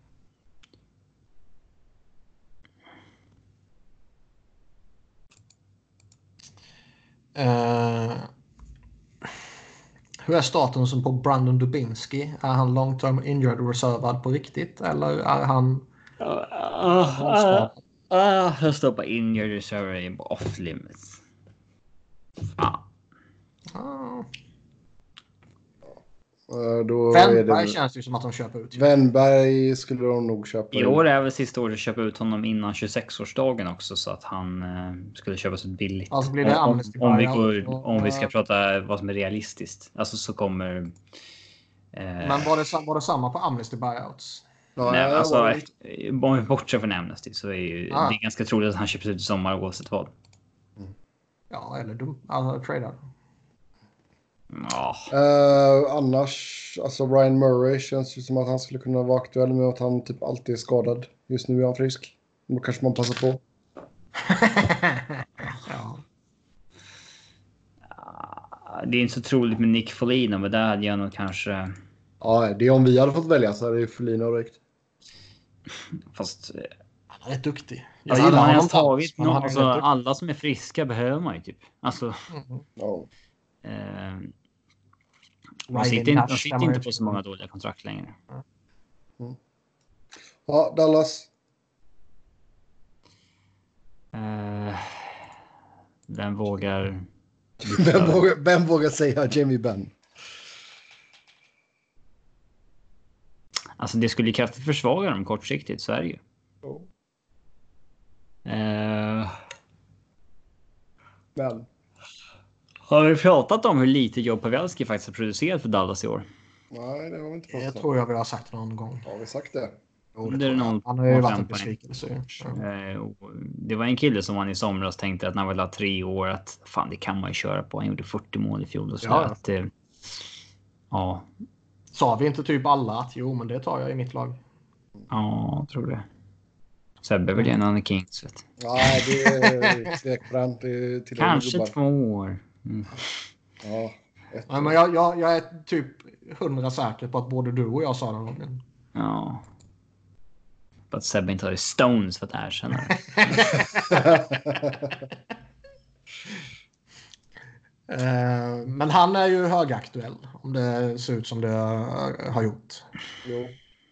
Speaker 3: Uh, hur är statusen på Brandon Dubinsky? Är han long term injured och reservad på riktigt? Eller är han...
Speaker 1: Uh, uh, uh, uh, jag stoppar injured reserve på off limits. Ah.
Speaker 3: Uh.
Speaker 2: Då
Speaker 3: Wennberg det... känns ju som att de köper ut.
Speaker 2: Wennberg skulle de nog köpa.
Speaker 1: I år är väl sista året att köpa ut honom innan tjugosex-årsdagen också, så att han eh, skulle köpas ut billigt.
Speaker 3: Alltså blir det
Speaker 1: om, om, vi går,
Speaker 3: och,
Speaker 1: om vi ska prata vad som är realistiskt. Alltså så kommer...
Speaker 3: Eh... Men var det, var det samma på Amnesty buyouts?
Speaker 2: Ja,
Speaker 1: Nej,
Speaker 2: ja,
Speaker 1: alltså,
Speaker 2: det...
Speaker 1: om vi bortser från Amnesty så är ju, ah. det är ganska troligt att han köps ut i sommar oavsett vad.
Speaker 3: Mm. Ja, eller dum. Alltså, tradar.
Speaker 1: Ja.
Speaker 2: Uh, annars, alltså Ryan Murray känns ju som att han skulle kunna vara aktuell med att han typ alltid är skadad. Just nu är han frisk. Då kanske man passar på.
Speaker 3: Ja.
Speaker 1: Det är inte så troligt med Nick Foligno, men där hade jag nog kanske...
Speaker 2: Ja, det är om vi hade fått välja så hade det Foligno räckt.
Speaker 1: Fast...
Speaker 3: Han är rätt duktig.
Speaker 1: Jag alltså, hade man ens tagit någon, alltså, alla som är friska behöver man ju typ. Alltså...
Speaker 2: Mm. Ja.
Speaker 1: Eh, man sitter, inte, man sitter inte på så många dåliga kontrakt längre.
Speaker 2: Mm. Ja, Dallas.
Speaker 1: Eh, vem vågar...
Speaker 2: vem, vågar vem vågar säga Jamie Benn?
Speaker 1: Alltså det skulle ju kraftigt försvaga dem kortsiktigt, så är det ju.
Speaker 2: Oh.
Speaker 1: Eh,
Speaker 2: Men...
Speaker 1: Har vi pratat om hur lite Joe Pavelski faktiskt har producerat för Dallas i år?
Speaker 2: Nej, det har vi inte pratat om.
Speaker 3: Jag tror jag vi har sagt någon gång.
Speaker 2: Har vi sagt det?
Speaker 1: Jo, det, det är någon,
Speaker 3: han har ju varit en besvikelse.
Speaker 1: Ja. Det var en kille som man i somras tänkte att när han ville ha tre år att fan, det kan man ju köra på. Han gjorde fyrtio mål i fjol och så ja. Att, ja.
Speaker 3: Sa vi inte typ alla att jo, men det tar jag i mitt lag.
Speaker 1: Ja, jag tror det. Sebbe vill gärna en Kings. Vet.
Speaker 2: Nej, det är tvekbrant.
Speaker 1: Kanske två år. Mm.
Speaker 2: Ja.
Speaker 3: Ja, men jag, jag, jag är typ hundra säker på att både du och jag sa den gången.
Speaker 1: Ja. Bara att Sebbe inte har stones för att erkänna det.
Speaker 3: uh, men han är ju högaktuell. Om det ser ut som det har gjort.
Speaker 2: Jo.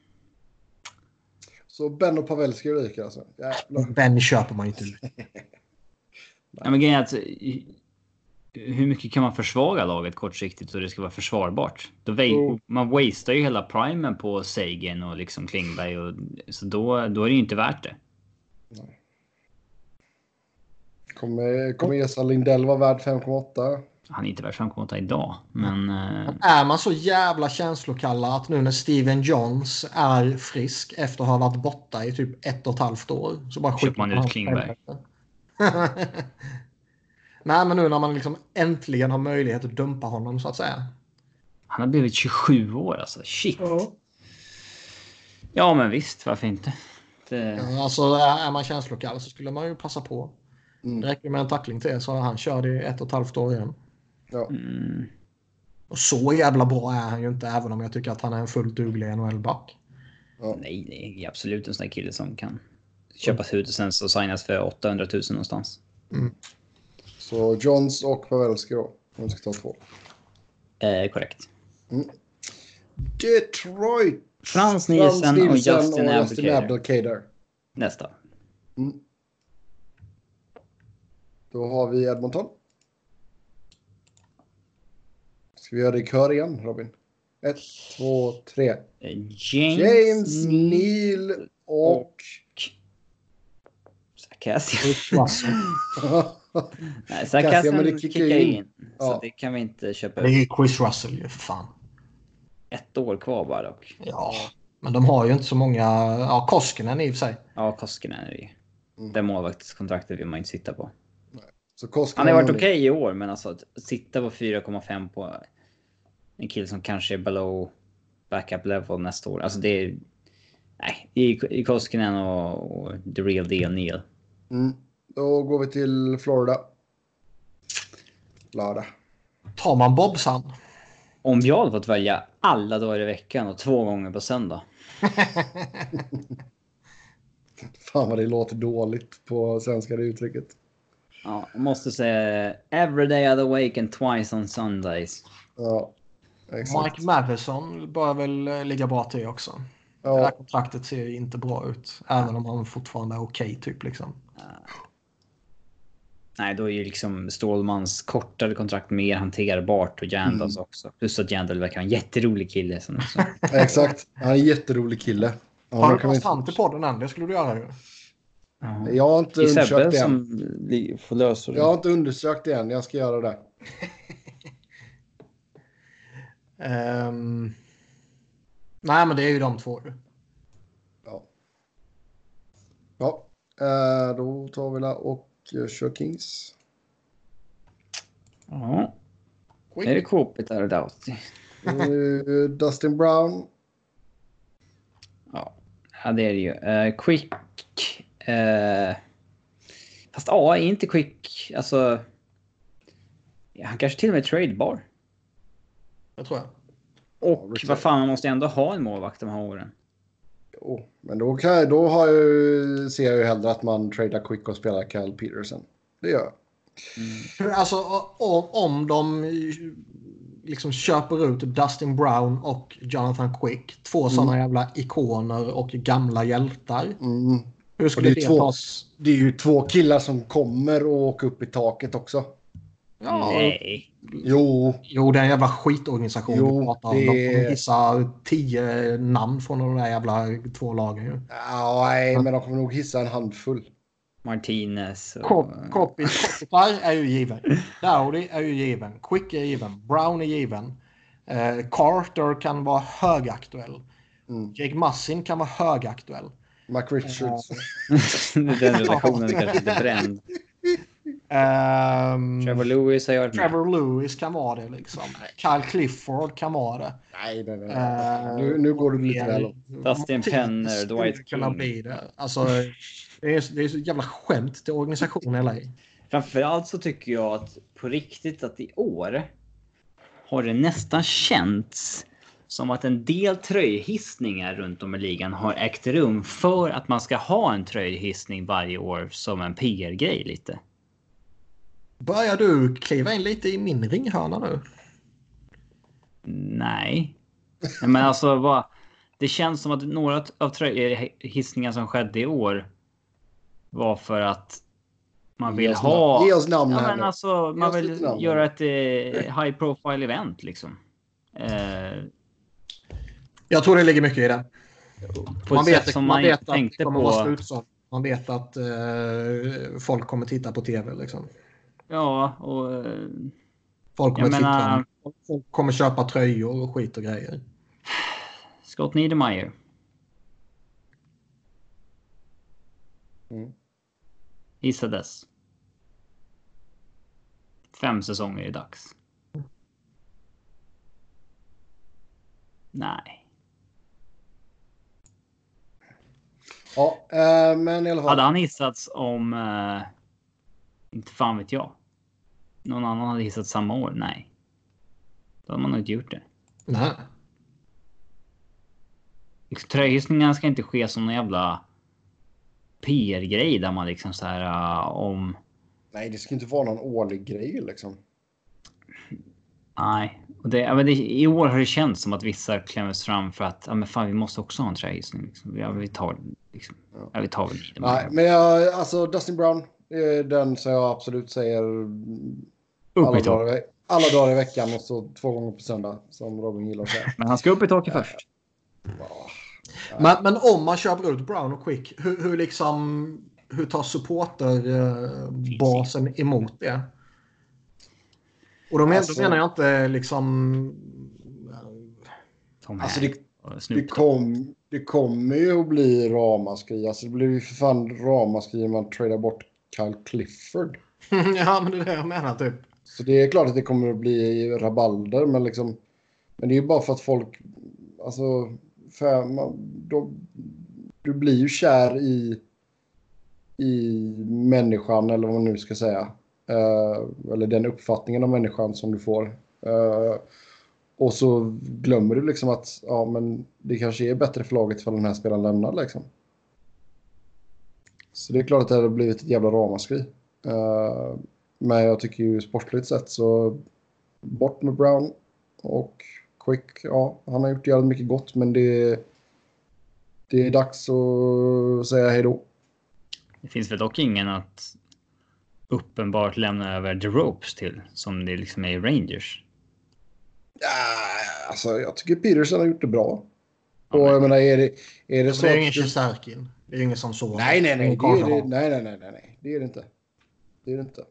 Speaker 2: Så Ben och Pavelski ryker alltså. Jävlar.
Speaker 3: Ben köper man inte ut.
Speaker 1: Ja, men grejen är att hur mycket kan man försvaga laget kortsiktigt så det ska vara försvarbart? Då oh. Man wastear ju hela primen på Sagan och liksom Klingberg och så då då är det ju inte värt det.
Speaker 2: Nej. Kommer kommer Esa Lindell vara värd fem komma åtta?
Speaker 1: Han är inte värd fem komma åtta idag, men
Speaker 3: mm. är man så jävla känslokalla att nu när Steven Jones är frisk efter att ha varit borta i typ ett och ett halvt år så bara
Speaker 1: köper man ut Klingberg.
Speaker 3: Nej, men nu när man liksom äntligen har möjlighet att dumpa honom så att säga.
Speaker 1: Han har blivit tjugosju år alltså. Shit.
Speaker 3: Uh-huh.
Speaker 1: Ja, men visst. Varför inte? Det...
Speaker 3: Ja, alltså är man känslokall så skulle man ju passa på. Mm. Det räcker med en tackling till så han kör i ett och ett halvt år igen.
Speaker 2: Ja.
Speaker 1: Mm.
Speaker 3: Och så jävla bra är han ju inte även om jag tycker att han är en fullt duglig N H L-back.
Speaker 1: Ja. Nej, det är absolut en sån där kille som kan köpas ut och sen så signas för åttahundratusen någonstans.
Speaker 3: Mm.
Speaker 2: Så Johns och Pavelski då. De ska ta två.
Speaker 1: Eh, korrekt.
Speaker 2: Mm. Detroit.
Speaker 1: Frans Nielsen och Justin
Speaker 2: Abdelkader.
Speaker 1: Nästa.
Speaker 2: Mm. Då har vi Edmonton. Ska vi göra det i kör igen, Robin? Ett, två, tre.
Speaker 1: James,
Speaker 2: James Neal och...
Speaker 1: Sarkassian. Nej, Sarkassian kickar in. Ja. Så det kan vi inte köpa.
Speaker 3: Det är ju Chris Russell ju för fan.
Speaker 1: Ett år kvar bara dock.
Speaker 3: Ja, men de har ju inte så många... Ja, Koskinen i och för sig.
Speaker 1: Ja, Koskinen är det ju. Mm. Det målvaktskontraktet vill man inte sitta på.
Speaker 2: Nej. Så
Speaker 1: han har varit okej okay i år, men alltså att sitta på fyra komma fem på en kille som kanske är below backup level nästa år. Alltså det är... Nej, i, i Koskinen och, och the real deal Neil.
Speaker 2: Mm. Då går vi till Florida. Florida.
Speaker 3: Tar man Bobsan?
Speaker 1: Om jag hade fått välja alla dagar i veckan och två gånger på söndag.
Speaker 2: Fan vad det låter dåligt på svenska uttrycket.
Speaker 1: Ja, jag måste säga every day of the week and twice on Sundays.
Speaker 2: Ja, exakt.
Speaker 3: Mike Matheson bör väl ligga bra till också. Ja. Det här kontraktet ser inte bra ut. Även om han fortfarande är okej okay, typ liksom.
Speaker 1: Ja. Nej, då är ju liksom Stålmans kortare kontrakt mer hanterbart och Jandals mm. också. Plus att Jandal verkar vara en jätterolig kille. Som också.
Speaker 2: Exakt, han är en jätterolig kille.
Speaker 3: Ja, har du passat han till podden än? Det skulle du göra ju.
Speaker 2: Ja. Jag har inte undersökt det än.
Speaker 1: Får lösa det.
Speaker 2: Jag har inte undersökt det än. Jag ska göra det.
Speaker 3: um... Nej, men det är ju de två.
Speaker 2: Ja. Ja, uh, då tar vi där och uh, kör Kings.
Speaker 1: Ja. Är det kopigt där och Doughty?
Speaker 2: uh, Dustin Brown.
Speaker 1: Ja. Ja, det är det ju. Uh, quick. Uh, fast ja, inte quick. Alltså. Ja, han kanske till och med tradebar.
Speaker 3: Jag tror jag.
Speaker 1: Och ja, vad fan, man måste ändå ha en målvakt de här åren.
Speaker 2: Jo, men då, kan jag, då har jag, ser jag ju hellre att man tradar quick och spelar Kyle Peterson. Det gör jag.
Speaker 3: Mm. Alltså om, om de liksom köper ut Dustin Brown och Jonathan Quick. Två mm. sådana jävla ikoner och gamla hjältar.
Speaker 2: Mm.
Speaker 3: Hur skulle det, det
Speaker 2: två,
Speaker 3: tas?
Speaker 2: Det är ju två killar som kommer och åker upp i taket också.
Speaker 3: Ja.
Speaker 1: Nej.
Speaker 2: Jo.
Speaker 3: Jo, det är en jävla skitorganisation.
Speaker 2: Jo, det...
Speaker 3: De kommer hissa tio namn från de där jävla två lagen.
Speaker 2: Ja, nej, men de kommer nog hissa en handfull.
Speaker 1: Martinez.
Speaker 3: Och... Kopitar är ju given. Dowdy är ju given. Quick är given. Brown är given. Uh, Carter kan vara högaktuell. Mm. Jake Massin kan vara högaktuell.
Speaker 2: Mike Richards.
Speaker 1: Uh, Den relationen är kanske lite bränd.
Speaker 3: Um,
Speaker 1: Trevor Lewis har gjort
Speaker 3: Trevor med. Lewis kan vara det liksom. Kyle Clifford kan vara det.
Speaker 2: Nej, nej, nej. Uh, nu, nu går du lite väl.
Speaker 1: Dustin Penner, Dwight
Speaker 3: King. Bli det. Alltså, det, är, det är så jävla skämt till organisationen. Eller?
Speaker 1: Framförallt så tycker jag att på riktigt att i år har det nästan känts som att en del tröjhissningar runt om i ligan har ägt rum för att man ska ha en tröjhissning varje år som en P R-grej lite.
Speaker 3: Börjar du kliva in lite i min ringhörna nu?
Speaker 1: Nej. Men alltså vad... Det känns som att några av tröjhissningar som skedde i år var för att man vill
Speaker 2: Ge oss
Speaker 1: ha...
Speaker 2: namn. Ge oss namn
Speaker 1: ja,
Speaker 2: här
Speaker 1: men
Speaker 2: nu.
Speaker 1: alltså, man
Speaker 2: Ge oss
Speaker 1: vill
Speaker 2: lite namn
Speaker 1: göra
Speaker 2: här.
Speaker 1: ett eh, high profile event liksom. Eh,
Speaker 3: Jag tror det ligger mycket i det.
Speaker 1: på
Speaker 3: Man
Speaker 1: ett
Speaker 3: vet,
Speaker 1: sätt som
Speaker 3: man
Speaker 1: man
Speaker 3: vet
Speaker 1: inte
Speaker 3: att det
Speaker 1: tänkte
Speaker 3: kommer
Speaker 1: på.
Speaker 3: vara slutsålt. Man vet att eh, folk kommer titta på tv liksom.
Speaker 1: Ja, och... eh,
Speaker 3: Folk kommer
Speaker 1: Jag menar-
Speaker 3: twittra. Folk kommer köpa tröjor och skit och grejer.
Speaker 1: Scott Niedermayer.
Speaker 2: Mm.
Speaker 1: Hissades. Fem säsonger är dags. Nej.
Speaker 2: Ja, eh, men i alla fall.
Speaker 1: Hade han hissats om... Eh, inte fan vet jag. Någon annan hade hissat samma år? Nej. Då har man nog inte gjort det.
Speaker 3: Nej.
Speaker 1: Tröjhissningarna ska inte ske som någon jävla P R-grej där man liksom så här uh, om...
Speaker 2: Nej, det ska inte vara någon årlig grej liksom.
Speaker 1: Nej. Och det, ja, men det, i år har det känts som att vissa klämmes fram för att ja, men fan, vi måste också ha en tröjhissning. Liksom. Ja, vi tar liksom.
Speaker 2: Ja.
Speaker 1: Ja, vi tar väl lite.
Speaker 2: Nej, men jag, alltså Dustin Brown, eh, den som jag absolut säger alla
Speaker 1: Upp i tak.
Speaker 2: dagar, i ve- alla dagar i veckan och så två gånger på söndag som Robin gillar att säga.
Speaker 1: Men han ska upp i taket först.
Speaker 2: Ja.
Speaker 3: Men, men om man köper ut Brown och Quick, hur, hur liksom hur tar supporterbasen eh, emot det? Och då, men,
Speaker 2: Alltså-
Speaker 3: då menar jag inte liksom...
Speaker 1: Tom
Speaker 2: Alltså,
Speaker 1: Hanks
Speaker 2: det-
Speaker 1: och Snoop
Speaker 2: Det,
Speaker 1: Dogg.
Speaker 2: kom, det kommer ju att bli ramaskri. Alltså det blir ju för fan ramaskri när man tradar bort Kyle Clifford.
Speaker 3: Ja, men det är det jag menar typ.
Speaker 2: Så det är klart att det kommer att bli rabalder, men liksom... Men det är ju bara för att folk... Alltså... För man, de, du blir ju kär i... I människan, eller vad man nu ska säga. Eh, eller den uppfattningen av människan som du får. Eh, och så glömmer du liksom att ja, men det kanske är bättre för laget för den här spelaren lämnar liksom. Så det är klart att det har blivit ett jävla ramaskri. Uh, men jag tycker ju sportligt sett så bort med Brown och Quick. Ja, han har gjort jävligt mycket gott, men det, det är dags att säga hej då.
Speaker 1: Det finns väl dock ingen att uppenbart lämna över the ropes till som det liksom är i Rangers.
Speaker 2: Ja, alltså jag tycker Peterson har gjort det bra.
Speaker 1: Ja,
Speaker 2: och
Speaker 1: men-
Speaker 2: jag menar, är det, är det
Speaker 3: Så
Speaker 2: så
Speaker 3: det är
Speaker 2: att
Speaker 3: ingen
Speaker 2: du-
Speaker 3: Shesterkin. Det är ingen som så.
Speaker 2: Nej, nej, nej.
Speaker 3: Ingen
Speaker 2: Det är det,
Speaker 3: Karlsson.
Speaker 2: nej, nej, nej, nej, nej. Det är det inte. Det är det inte.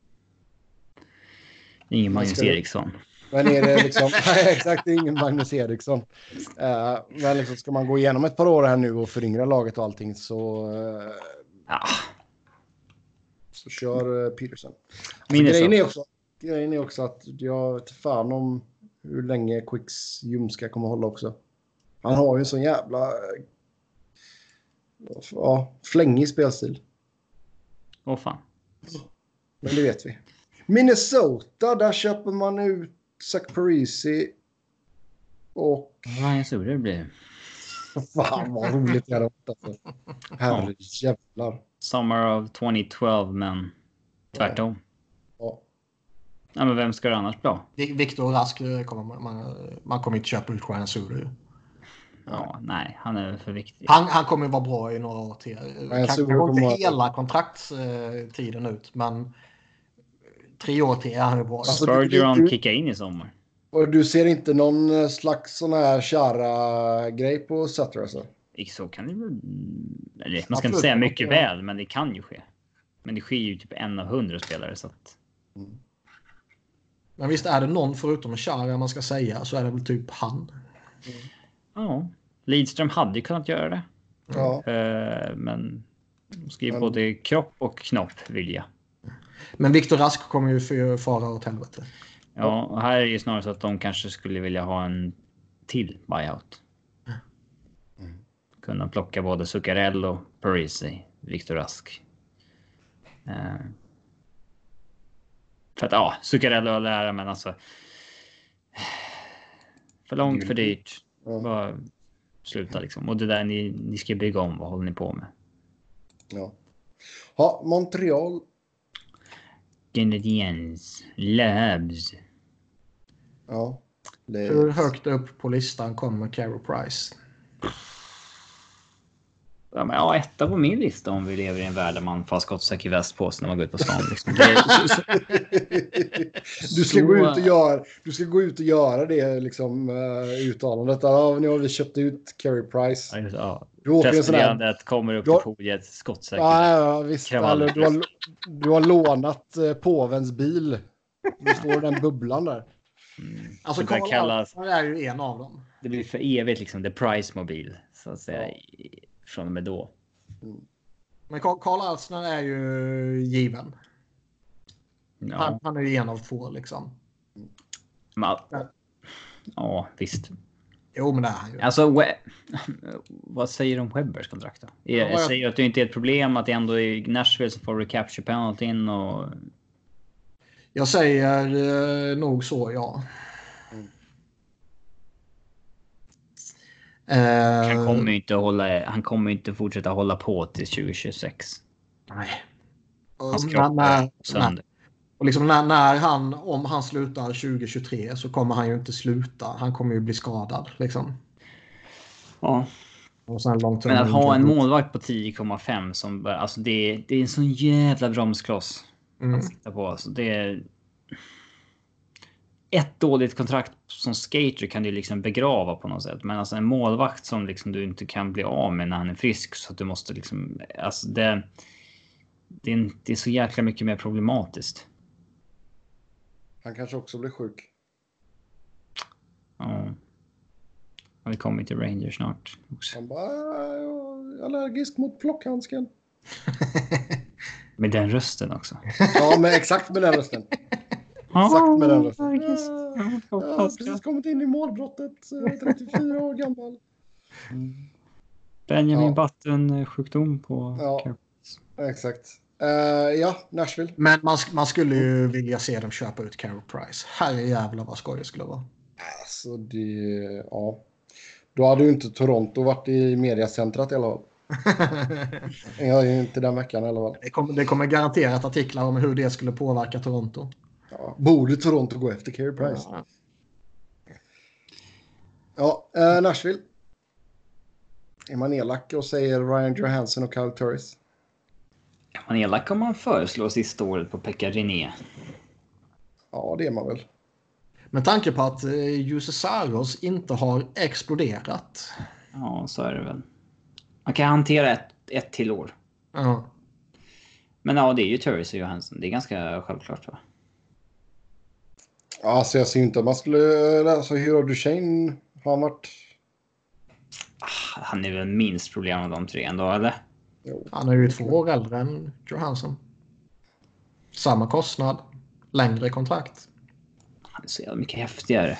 Speaker 1: Ingen
Speaker 2: Men
Speaker 1: Magnus
Speaker 2: ska du-
Speaker 1: Eriksson.
Speaker 2: Men är det liksom... Nej, exakt, det är ingen Magnus Eriksson. Uh, men liksom, ska man gå igenom ett par år här nu och föryngra laget och allting så... Uh,
Speaker 1: Ja,
Speaker 2: så kör uh, Peterson. Alltså,
Speaker 1: Minnesota.
Speaker 2: grejen, är också, grejen är också att jag vet fan om hur länge Quicks gym ska komma hålla också. Han har ju en sån jävla... Uh, ja, flängig spelstil.
Speaker 1: åh fan.
Speaker 2: Men det vet vi. Minnesota, där köper man ut Zach Parisi och...
Speaker 1: Ryan Suter blir
Speaker 2: Fan vad roligt det hade varit. Alltså. Herre jävlar.
Speaker 1: Summer of tjugo tolv, men tvärtom.
Speaker 2: Ja.
Speaker 1: Ja, men vem ska det annars bli?
Speaker 3: Vi- Viktor Rask eh, kommer man, man, man kommer inte köpa ut Ryan Suter.
Speaker 1: Ja, nej, han är för viktig.
Speaker 3: Han, han kommer vara bra i några år till.
Speaker 2: Ryan
Speaker 3: Kan-
Speaker 2: Suter
Speaker 3: Kanske
Speaker 2: kommer
Speaker 3: inte
Speaker 2: vara-
Speaker 3: hela kontraktstiden ut, men tre år till är han ju bra.
Speaker 2: Alltså,
Speaker 1: Bergeron
Speaker 2: du-
Speaker 1: kicka in i sommar.
Speaker 2: Och du ser inte någon slags sån här kära grej på Sutter alltså?
Speaker 1: Så kan det väl... Eller, man ska
Speaker 3: Absolut.
Speaker 1: inte säga mycket väl, men det kan ju ske. Men det sker ju typ en av hundra spelare, så att...
Speaker 3: Men visst är det någon förutom Chara man ska säga så är det väl typ han.
Speaker 1: Ja, Lidström hade ju kunnat göra det.
Speaker 2: Ja.
Speaker 1: Eh, men skriv
Speaker 2: Men-
Speaker 1: både kropp och knopp vilja.
Speaker 3: Men Viktor Rask kommer ju för- fara åt helvete.
Speaker 1: Ja, och här är det ju snarare så att de kanske skulle vilja ha en till buyout. Kunna plocka både Zuccarello, Parisi, Viktor Rask. Eh, för att ja, Zuccarello är lära, men alltså För långt, för dyrt.
Speaker 2: Ja.
Speaker 1: Bara sluta liksom. Och det där ni, ni ska bygga om, vad håller ni på med?
Speaker 2: Ja. Ha, Montreal.
Speaker 1: Canadiens. Labs.
Speaker 2: Ja. Det är...
Speaker 3: Hur högt upp på listan kommer Carey Price?
Speaker 1: Ja, men, ja, etta på min lista om vi lever i en värld där man får skottsäker väst på sig när man går ut på stan. Liksom. Det,
Speaker 2: du, ska gå ut och göra, du ska gå ut och göra det liksom, uh, uttalandet. Ja, nu har vi köpt ut Carey Price.
Speaker 1: Ja, ja.
Speaker 2: Du åker en sån här...
Speaker 1: Pressmeddelandet kommer upp till
Speaker 2: har...
Speaker 1: podiet, skottsäker.
Speaker 2: Ja, ja, visst. Eller, du, har, du har lånat uh, påvens bil. Du står den bubblan där.
Speaker 1: Mm.
Speaker 3: Alltså
Speaker 1: det, kallas,
Speaker 3: det är ju en av dem.
Speaker 1: Det blir för evigt liksom The Price-mobil. Så att säga. Ja. Från och med då.
Speaker 2: Mm.
Speaker 3: Men Karl Alsner är ju given.
Speaker 1: Ja.
Speaker 3: Han, han är ju en av två liksom.
Speaker 1: Men, ja, visst.
Speaker 3: Jo, men det är han ju.
Speaker 1: Alltså, we- vad säger du om Webbers kontrakt då? Jag,
Speaker 3: ja, jag
Speaker 1: säger att det inte är ett problem att det ändå är Nashville som får recapture penaltyn och...
Speaker 3: Jag säger eh, nog så, ja.
Speaker 2: Mm.
Speaker 3: Eh,
Speaker 1: Han kommer ju inte hålla, han kommer inte fortsätta hålla på till tjugo tjugosex.
Speaker 3: Nej.
Speaker 1: Hans
Speaker 3: Och
Speaker 1: kropp
Speaker 3: när,
Speaker 1: är sönder.
Speaker 3: och liksom när, när han, om han slutar tjugo tjugotre så kommer han ju inte sluta. Han kommer ju bli skadad liksom.
Speaker 1: Ja.
Speaker 3: Och sen långt
Speaker 1: Men att ha en målvakt på tio komma fem som alltså det, det är en sån jävla bromskloss
Speaker 3: mm.
Speaker 1: att sitta på. Alltså det är ett dåligt kontrakt som skater kan du liksom begrava på något sätt. Men alltså en målvakt som liksom du inte kan bli av med när han är frisk så att du måste liksom alltså det det är, det är så jäkla mycket mer problematiskt.
Speaker 2: Han kanske också blir sjuk.
Speaker 1: Ja. Vi kommer till Rangers snart också.
Speaker 2: Han bara, jag är allergisk mot plockhandsken.
Speaker 1: Med den rösten också.
Speaker 2: Ja, men exakt med den rösten. Exakt med den rösten. Jag har precis kommit in i målbrottet, trettiofyra år gammal.
Speaker 1: Benjamin
Speaker 2: Ja.
Speaker 1: Button sjukdom på
Speaker 2: Ja, exakt. Uh, ja, Nashville.
Speaker 3: Men man, man skulle ju vilja se dem köpa ut Carey Price. Herre jävlar vad skoj det skulle vara.
Speaker 2: Alltså det, ja. Då hade ju inte Toronto varit i mediacentrat i alla fall. Jag är ju inte den veckan i alla fall.
Speaker 3: Det kommer, det kommer garanterat artiklar om hur det skulle påverka Toronto.
Speaker 2: Ja, borde Toronto gå efter Carey Price?
Speaker 3: Ja,
Speaker 2: ja uh, Nashville. Är man elak och säger Ryan Johansson och Kyle Turris?
Speaker 1: Man är elak om man föreslår sista året på Pekka Rinné.
Speaker 2: Ja, det är man väl.
Speaker 3: med tanke på att eh, Juuse Saros inte har exploderat.
Speaker 1: Ja, så är det väl. Man kan hantera ett, ett till år.
Speaker 3: Ja.
Speaker 1: Men ja, det är ju Turris och Johansson. Det är ganska självklart, va?
Speaker 2: Ja, alltså jag ser inte att man skulle läsa Hero Duchene. Har han varit...
Speaker 1: Ah, han är väl minst problem av de tre ändå, eller?
Speaker 2: Jo.
Speaker 3: Han är ju två år äldre än Johansson. Samma kostnad. Längre kontrakt.
Speaker 1: Han är så jävla mycket häftigare.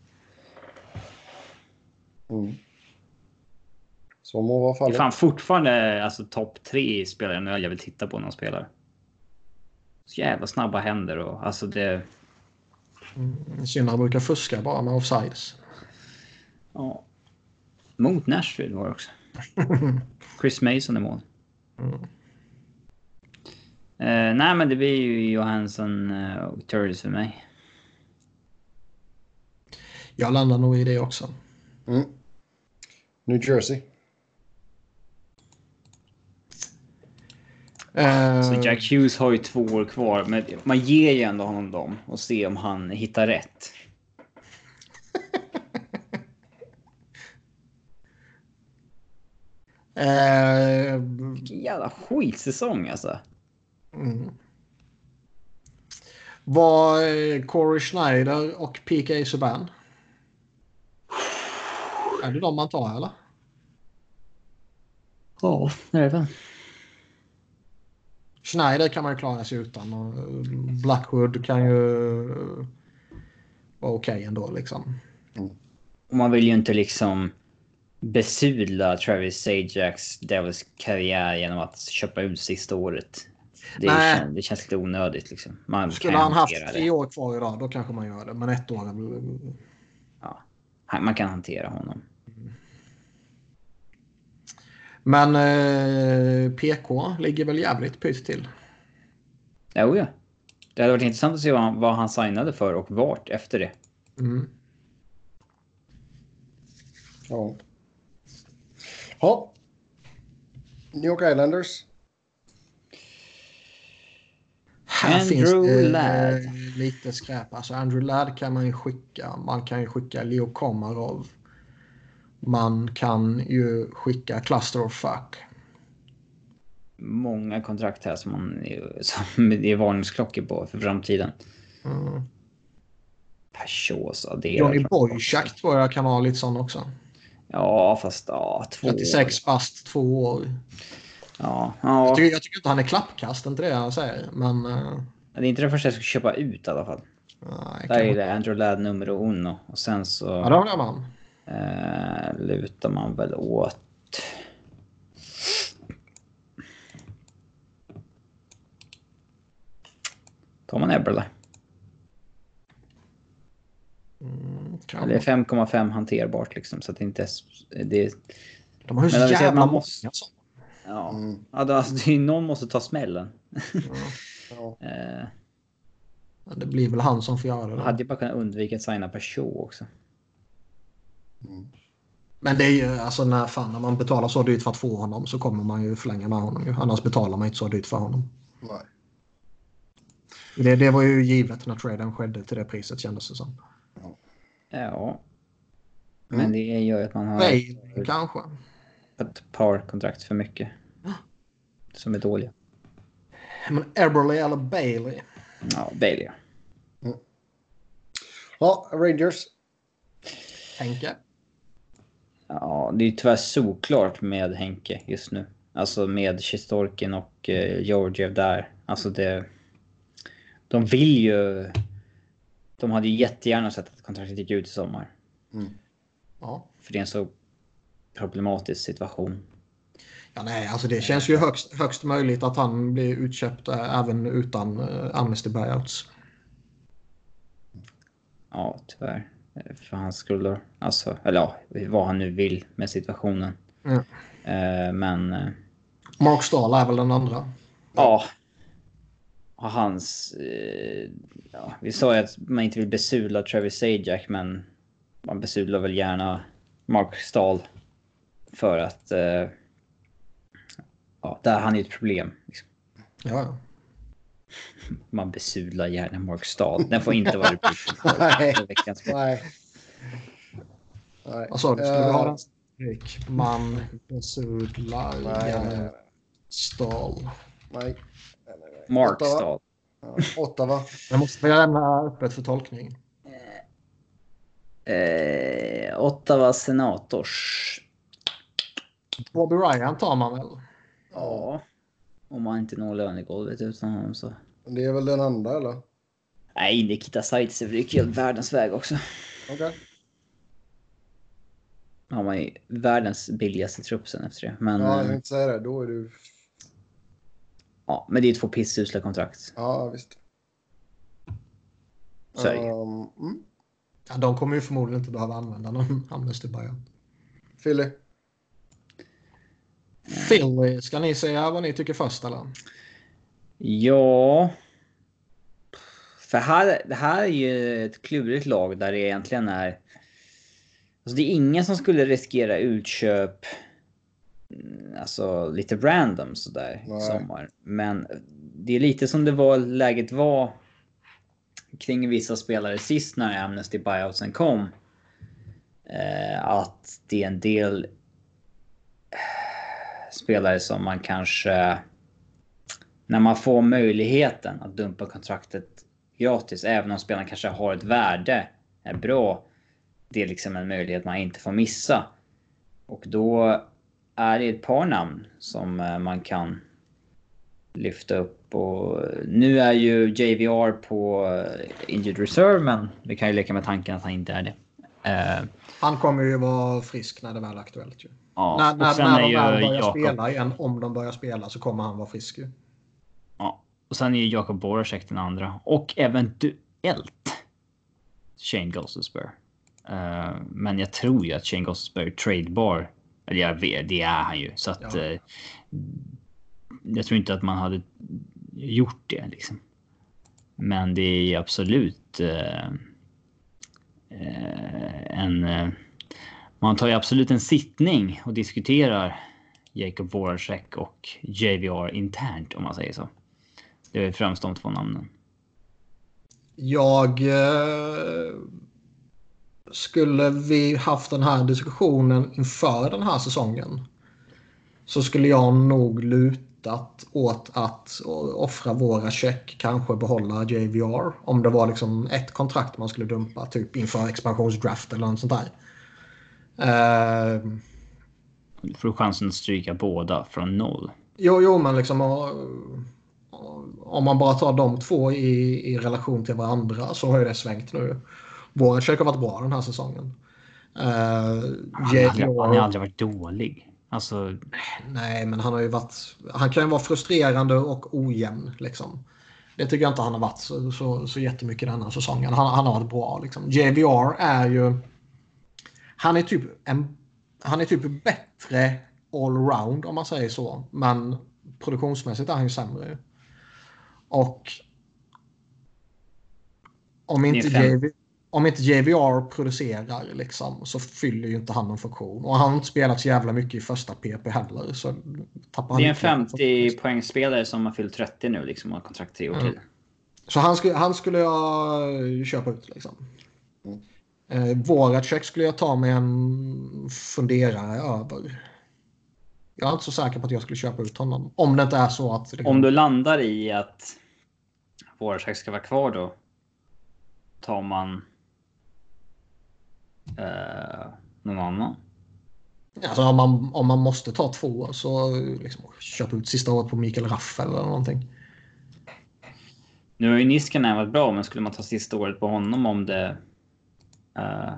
Speaker 2: Mm. Så må vara
Speaker 1: Det är
Speaker 2: fallet.
Speaker 1: fan fortfarande alltså, topp tre spelare när jag vill titta på någon spelare. Så jävla snabba händer och alltså det...
Speaker 3: Mm, Synd brukar fuska bara med offsides.
Speaker 1: Ja. Mot Nashville var det också. Chris Mason i mål.
Speaker 3: Mm.
Speaker 1: Eh, nej, men det blir ju Johansson eh, och Turris för mig.
Speaker 3: Jag landar nog i det också.
Speaker 2: Mm. New Jersey.
Speaker 3: Eh,
Speaker 1: Så Jack Hughes har ju två år kvar, men man ger ju ändå honom dem och se om han hittar rätt.
Speaker 3: eh,
Speaker 1: Vilken jävla skitsäsong alltså.
Speaker 3: mm. Var eh, Corey Schneider och P K Subban? Är det de man tar eller?
Speaker 1: Ja, det är det väl.
Speaker 3: Schneider kan man ju klara sig utan och Blackwood kan ju vara okej okay ändå liksom.
Speaker 1: Och man vill ju inte liksom besudla Travis Sajaks Devils karriär genom att köpa ut sista året Det, kän, det känns lite onödigt. Liksom. Man
Speaker 3: Skulle han haft tre år kvar idag, då kanske man gör det. Men ett år...
Speaker 1: Ja, man kan hantera honom.
Speaker 3: Men eh, P K ligger väl jävligt pytt till.
Speaker 1: Jo, ja. Det hade varit intressant att se vad han, vad han signade för och vart efter det.
Speaker 3: Mm.
Speaker 2: Ja. Ja. New York Islanders.
Speaker 3: Här
Speaker 1: Andrew
Speaker 3: finns det
Speaker 1: Ladd.
Speaker 3: lite skräp. Alltså Andrew Ladd kan man ju skicka. Man kan ju skicka Leo Komarov. Man kan ju skicka Cluster of Fuck.
Speaker 1: Många kontrakt här som, man, som det är varningsklockor på för framtiden.
Speaker 3: Mm.
Speaker 1: Persås adderar.
Speaker 3: Johnny Boychuk tror jag kan vara lite sån också.
Speaker 1: Ja, fast ja, två
Speaker 3: trettiosex bast, två år.
Speaker 1: Ja, ja.
Speaker 3: Jag, tycker, jag tycker inte han är klappkast, inte det jag säger. Men, uh...
Speaker 1: det är inte det första jag ska köpa ut i alla fall.
Speaker 3: Nej,
Speaker 1: där är det Andrew Ladd nummer uno. Och sen så...
Speaker 3: Ja, det håller man.
Speaker 1: Eh, lutar man väl åt... Tar man Eberle?
Speaker 3: Mm,
Speaker 1: eller fem komma fem hanterbart liksom. Så att det inte är... Det,
Speaker 3: de har ju så jävla
Speaker 1: man
Speaker 3: många
Speaker 1: måste,
Speaker 3: så.
Speaker 1: Ja,
Speaker 2: Mm.
Speaker 1: ja då, alltså, det är, någon måste ta smällen.
Speaker 2: Ja.
Speaker 1: eh,
Speaker 3: Ja, det blir väl han som får göra det. Då.
Speaker 1: Hade ju bara kunnat undvika att signa Peugeot också.
Speaker 2: Mm.
Speaker 3: Men det är ju, alltså när, fan, när man betalar så dyrt för att få honom så kommer man ju förlänga med honom. Ju. Annars betalar man inte så dyrt för honom.
Speaker 2: Nej.
Speaker 3: Det, det var ju givet när traden skedde till det priset kändes det som.
Speaker 1: Ja. Men
Speaker 2: Mm.
Speaker 1: det gör att man har
Speaker 3: Nej, kanske.
Speaker 1: ett par kontrakt för mycket. Som är dåliga.
Speaker 3: Men Eberle eller Bailey?
Speaker 1: Ja, Bailey.
Speaker 2: Mm. Ja, Rangers.
Speaker 3: Henke?
Speaker 1: Ja, det är ju tyvärr såklart med Henke just nu. Alltså med Shesterkin och eh, Georgiev där. Alltså det... De vill ju... De hade ju jättegärna sett att kontraktet gick ut i sommar.
Speaker 2: Mm.
Speaker 3: Ja.
Speaker 1: För det är en så problematisk situation.
Speaker 3: Ja, nej, alltså det känns ju högst, högst möjligt att han blir utköpt äh, även utan äh, amnesty buyouts.
Speaker 1: Ja, tyvärr. För hans skulder. Alltså, eller ja, vad han nu vill med situationen.
Speaker 3: Mm.
Speaker 1: Eh, men... Eh,
Speaker 3: Mark Stahl är väl den andra.
Speaker 1: ja. Och hans... Eh, ja, vi sa ju att man inte vill besudla Travis Zajac, men man besudlar väl gärna Mark Stahl. För att... Eh, ja, där han är ett problem. Liksom.
Speaker 3: Ja.
Speaker 1: Man besudlar gärna Mark Stahl. Den får inte vara rubriken för
Speaker 2: Nej.
Speaker 1: veckans spel.
Speaker 2: Nej. Nej.
Speaker 3: Vad sa du? Skulle vi
Speaker 2: Eh,
Speaker 3: ha den rubrik? Man besudlar
Speaker 2: Nej, nej,
Speaker 3: gärna
Speaker 2: nej.
Speaker 3: Stahl.
Speaker 2: Nej. Nej, nej, nej.
Speaker 1: Mark
Speaker 2: Ottawa.
Speaker 1: Stahl.
Speaker 2: Ja, Ottawa.
Speaker 3: Jag måste lämna öppet för tolkning.
Speaker 1: Eh, Ottawa Senators.
Speaker 3: Bobby Ryan tar man väl?
Speaker 1: Ja. Om man inte når lönegolvet utan honom så.
Speaker 2: Det är väl den andra, eller?
Speaker 1: Nej, Nikita Zaitsev rycker ju världens väg också.
Speaker 2: Okej. Okay.
Speaker 1: Har man ju världens billigaste trupp sen efter det. Men,
Speaker 2: Ja, jag
Speaker 1: eh,
Speaker 2: vill inte säga det. Då är du...
Speaker 1: ja, men det är två pissusla kontrakt.
Speaker 2: Ja, visst.
Speaker 1: Så är det ju.
Speaker 2: Um, mm.
Speaker 3: Ja, de kommer ju förmodligen inte behöva använda någon amnesty buyout.
Speaker 2: Philly.
Speaker 3: Philly, ska ni säga vad ni tycker först eller?
Speaker 1: Ja. För här, det här är ju ett klurigt lag där det egentligen är... Alltså det är ingen som skulle riskera utköp, alltså lite random sådär i sommar. Men det är lite som det var läget var kring vissa spelare sist när amnesty buyoutsen kom. Eh, att det är en del spelare som man kanske, när man får möjligheten att dumpa kontraktet gratis, även om spelaren kanske har ett värde, är bra, det är liksom en möjlighet man inte får missa. Och då är det ett par namn som man kan lyfta upp. Och nu är ju J V R på injured reserve, men vi kan ju leka med tanken att han inte är det. Uh,
Speaker 3: han kommer ju vara frisk när det väl är aktuellt. Ju.
Speaker 1: Ja,
Speaker 3: när när, när de väl börjar
Speaker 1: Jacob.
Speaker 3: spela igen, om de börjar spela, så kommer han vara frisk. Ju.
Speaker 1: Ja, Och sen är ju Jakob Voracek den andra. Och eventuellt Shane Gostisbehere. Uh, men jag tror ju att Shane Gostisbehere är tradebar. Eller jag vet, det är han ju. Så att ja. uh, jag tror inte att man hade gjort det liksom. Men det är absolut uh, uh, en... Uh, man tar ju absolut en sittning och diskuterar Jakob Voracek och J V R internt, om man säger så. Det är främst de två namnen.
Speaker 3: Jag eh, skulle vi haft den här diskussionen inför den här säsongen, så skulle jag nog lutat åt att offra Voracek, kanske behålla J V R om det var liksom ett kontrakt man skulle dumpa typ inför expansionsdraft eller något sånt där. Eh,
Speaker 1: Du får chansen att stryka båda från noll.
Speaker 3: Jo, jo men liksom om man bara tar de två i, i relation till varandra så har ju det svängt nu. Voracek har varit bra den här säsongen. Uh,
Speaker 1: han, har aldrig, han har aldrig varit dålig. Alltså...
Speaker 3: Nej, men han har ju varit... Han kan ju vara frustrerande och ojämn liksom. Det tycker jag inte han har varit så, så, så jättemycket den här säsongen. Han, han har varit bra liksom. J V R är ju... Han är typ en... Han är typ bättre allround om man säger så. Men produktionsmässigt är han ju sämre. Och om inte, J V, om inte J V R producerar liksom, så fyller ju inte han någon funktion. Och han har inte spelat så jävla mycket i första P P heller. Så tappar han
Speaker 1: det är en femtio poängspelare som har fyllt trettio nu liksom, och har kontrakt tre år till. Mm.
Speaker 3: Så han skulle, han skulle jag köpa ut liksom. Mm. Eh, Voracek skulle jag ta med en funderare över. Jag är inte så säker på att jag skulle köpa ut honom. Om det inte är så att...
Speaker 1: Om du landar i att Voracek ska vara kvar då, tar man eh, någon annan?
Speaker 3: Alltså om man, om man måste ta två så liksom, köpa ut sista året på Mikael Raffel eller någonting.
Speaker 1: Nu har ju Niskanen varit bra, men skulle man ta sista året på honom om det... Uh,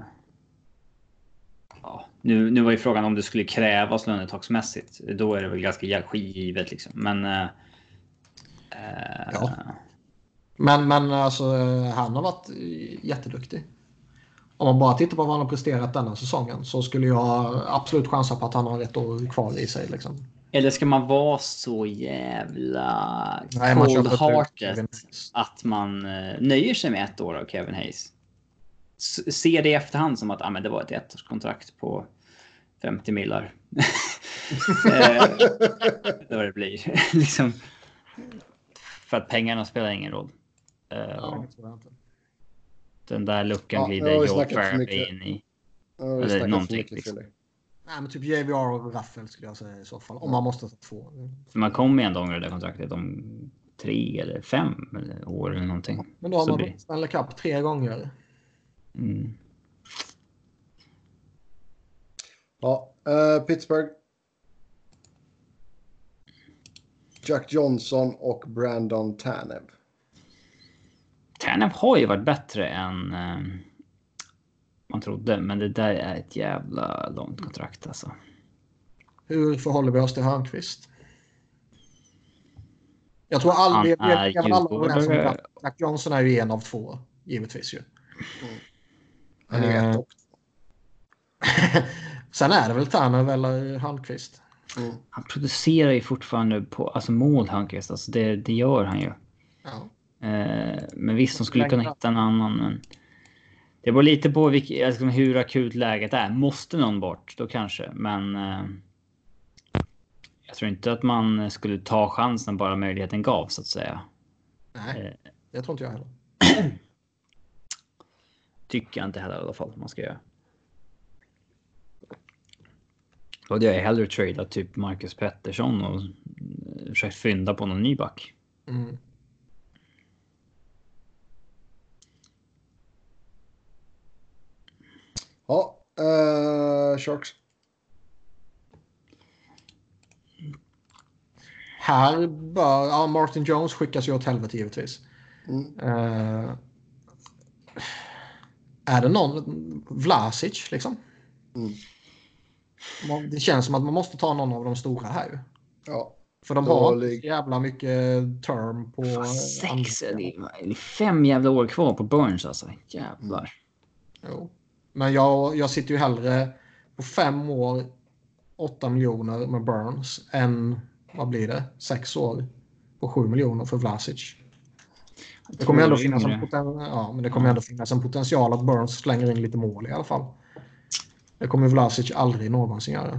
Speaker 1: ja, nu, nu var ju frågan om det skulle krävas lönetaksmässigt. Då är det väl ganska givet liksom. Men uh, uh,
Speaker 3: ja. Men, men alltså, han har varit jätteduktig. Om man bara tittar på vad han har presterat denna säsongen så skulle jag absolut chansa på att han har ett år kvar i sig liksom.
Speaker 1: Eller ska man vara så jävla cold-hearted att man uh, nöjer sig med ett år av Kevin Hayes? Se det i efterhand som att ah, men det var ett ettårskontrakt på femtio millar. Det var det blir. Liksom, för att pengarna spelar ingen roll.
Speaker 3: Ja,
Speaker 1: den där luckan
Speaker 2: ja,
Speaker 1: glider Joe Farabee in i.
Speaker 2: Ja, eller någonting. Liksom.
Speaker 3: Nej, men typ J V R och Raffel skulle jag säga i så fall. Om man måste ta två.
Speaker 1: Så man kommer ändå ångra det kontraktet om tre eller fem år eller någonting.
Speaker 3: Men då har man blir... Stanley Cup tre gånger.
Speaker 1: Mm.
Speaker 2: Ja, uh, Pittsburgh. Jack Johnson och Brandon Tanev.
Speaker 1: Tanev har ju varit bättre än uh, man trodde, men det där är ett jävla långt kontrakt alltså.
Speaker 3: Hur förhåller vi oss till Hörnqvist? Jag tror aldrig vi är alla Jack Johnson är ju en av två, givetvis ju.
Speaker 2: Mm. Han är ett och
Speaker 1: Sen
Speaker 3: är det väl Tanev eller Hörnqvist.
Speaker 1: Mm. Han producerar ju fortfarande på alltså mål Hörnqvist, alltså det, det gör han ju.
Speaker 3: Ja.
Speaker 1: Eh, men visst, de skulle kunna hitta en annan. Men det beror lite på vilk, alltså, hur akut läget är. Måste någon bort, då kanske. Men eh, jag tror inte att man skulle ta chansen bara möjligheten gav, så att säga.
Speaker 3: Nej, eh, det tror inte jag heller.
Speaker 1: Tycker jag inte heller i alla fall man ska göra. Och det är hellre trade typ Marcus Pettersson och försökt fynda på någon ny back.
Speaker 3: Mm.
Speaker 2: Ja, uh, Sharks.
Speaker 3: Här bör ja, Martin Jones skickas ju åt helvete givetvis.
Speaker 2: Mm.
Speaker 3: Uh, är det någon Vlasic liksom?
Speaker 2: Mm.
Speaker 3: Det känns som att man måste ta någon av de stora här ju.
Speaker 2: Ja.
Speaker 3: För de har inte så jävla mycket term på...
Speaker 1: Sex, det är fem jävla år kvar på Burns alltså. Jävlar.
Speaker 3: Mm. Jo. Men jag, jag sitter ju hellre på fem år, åtta miljoner med Burns än, vad blir det, sex år på sju miljoner för Vlasic. Det kommer ändå finnas en, poten- ja, men det kommer ja. ändå finnas en potential att Burns slänger in lite mål i alla fall. Det kommer Vlasic aldrig någonsin göra.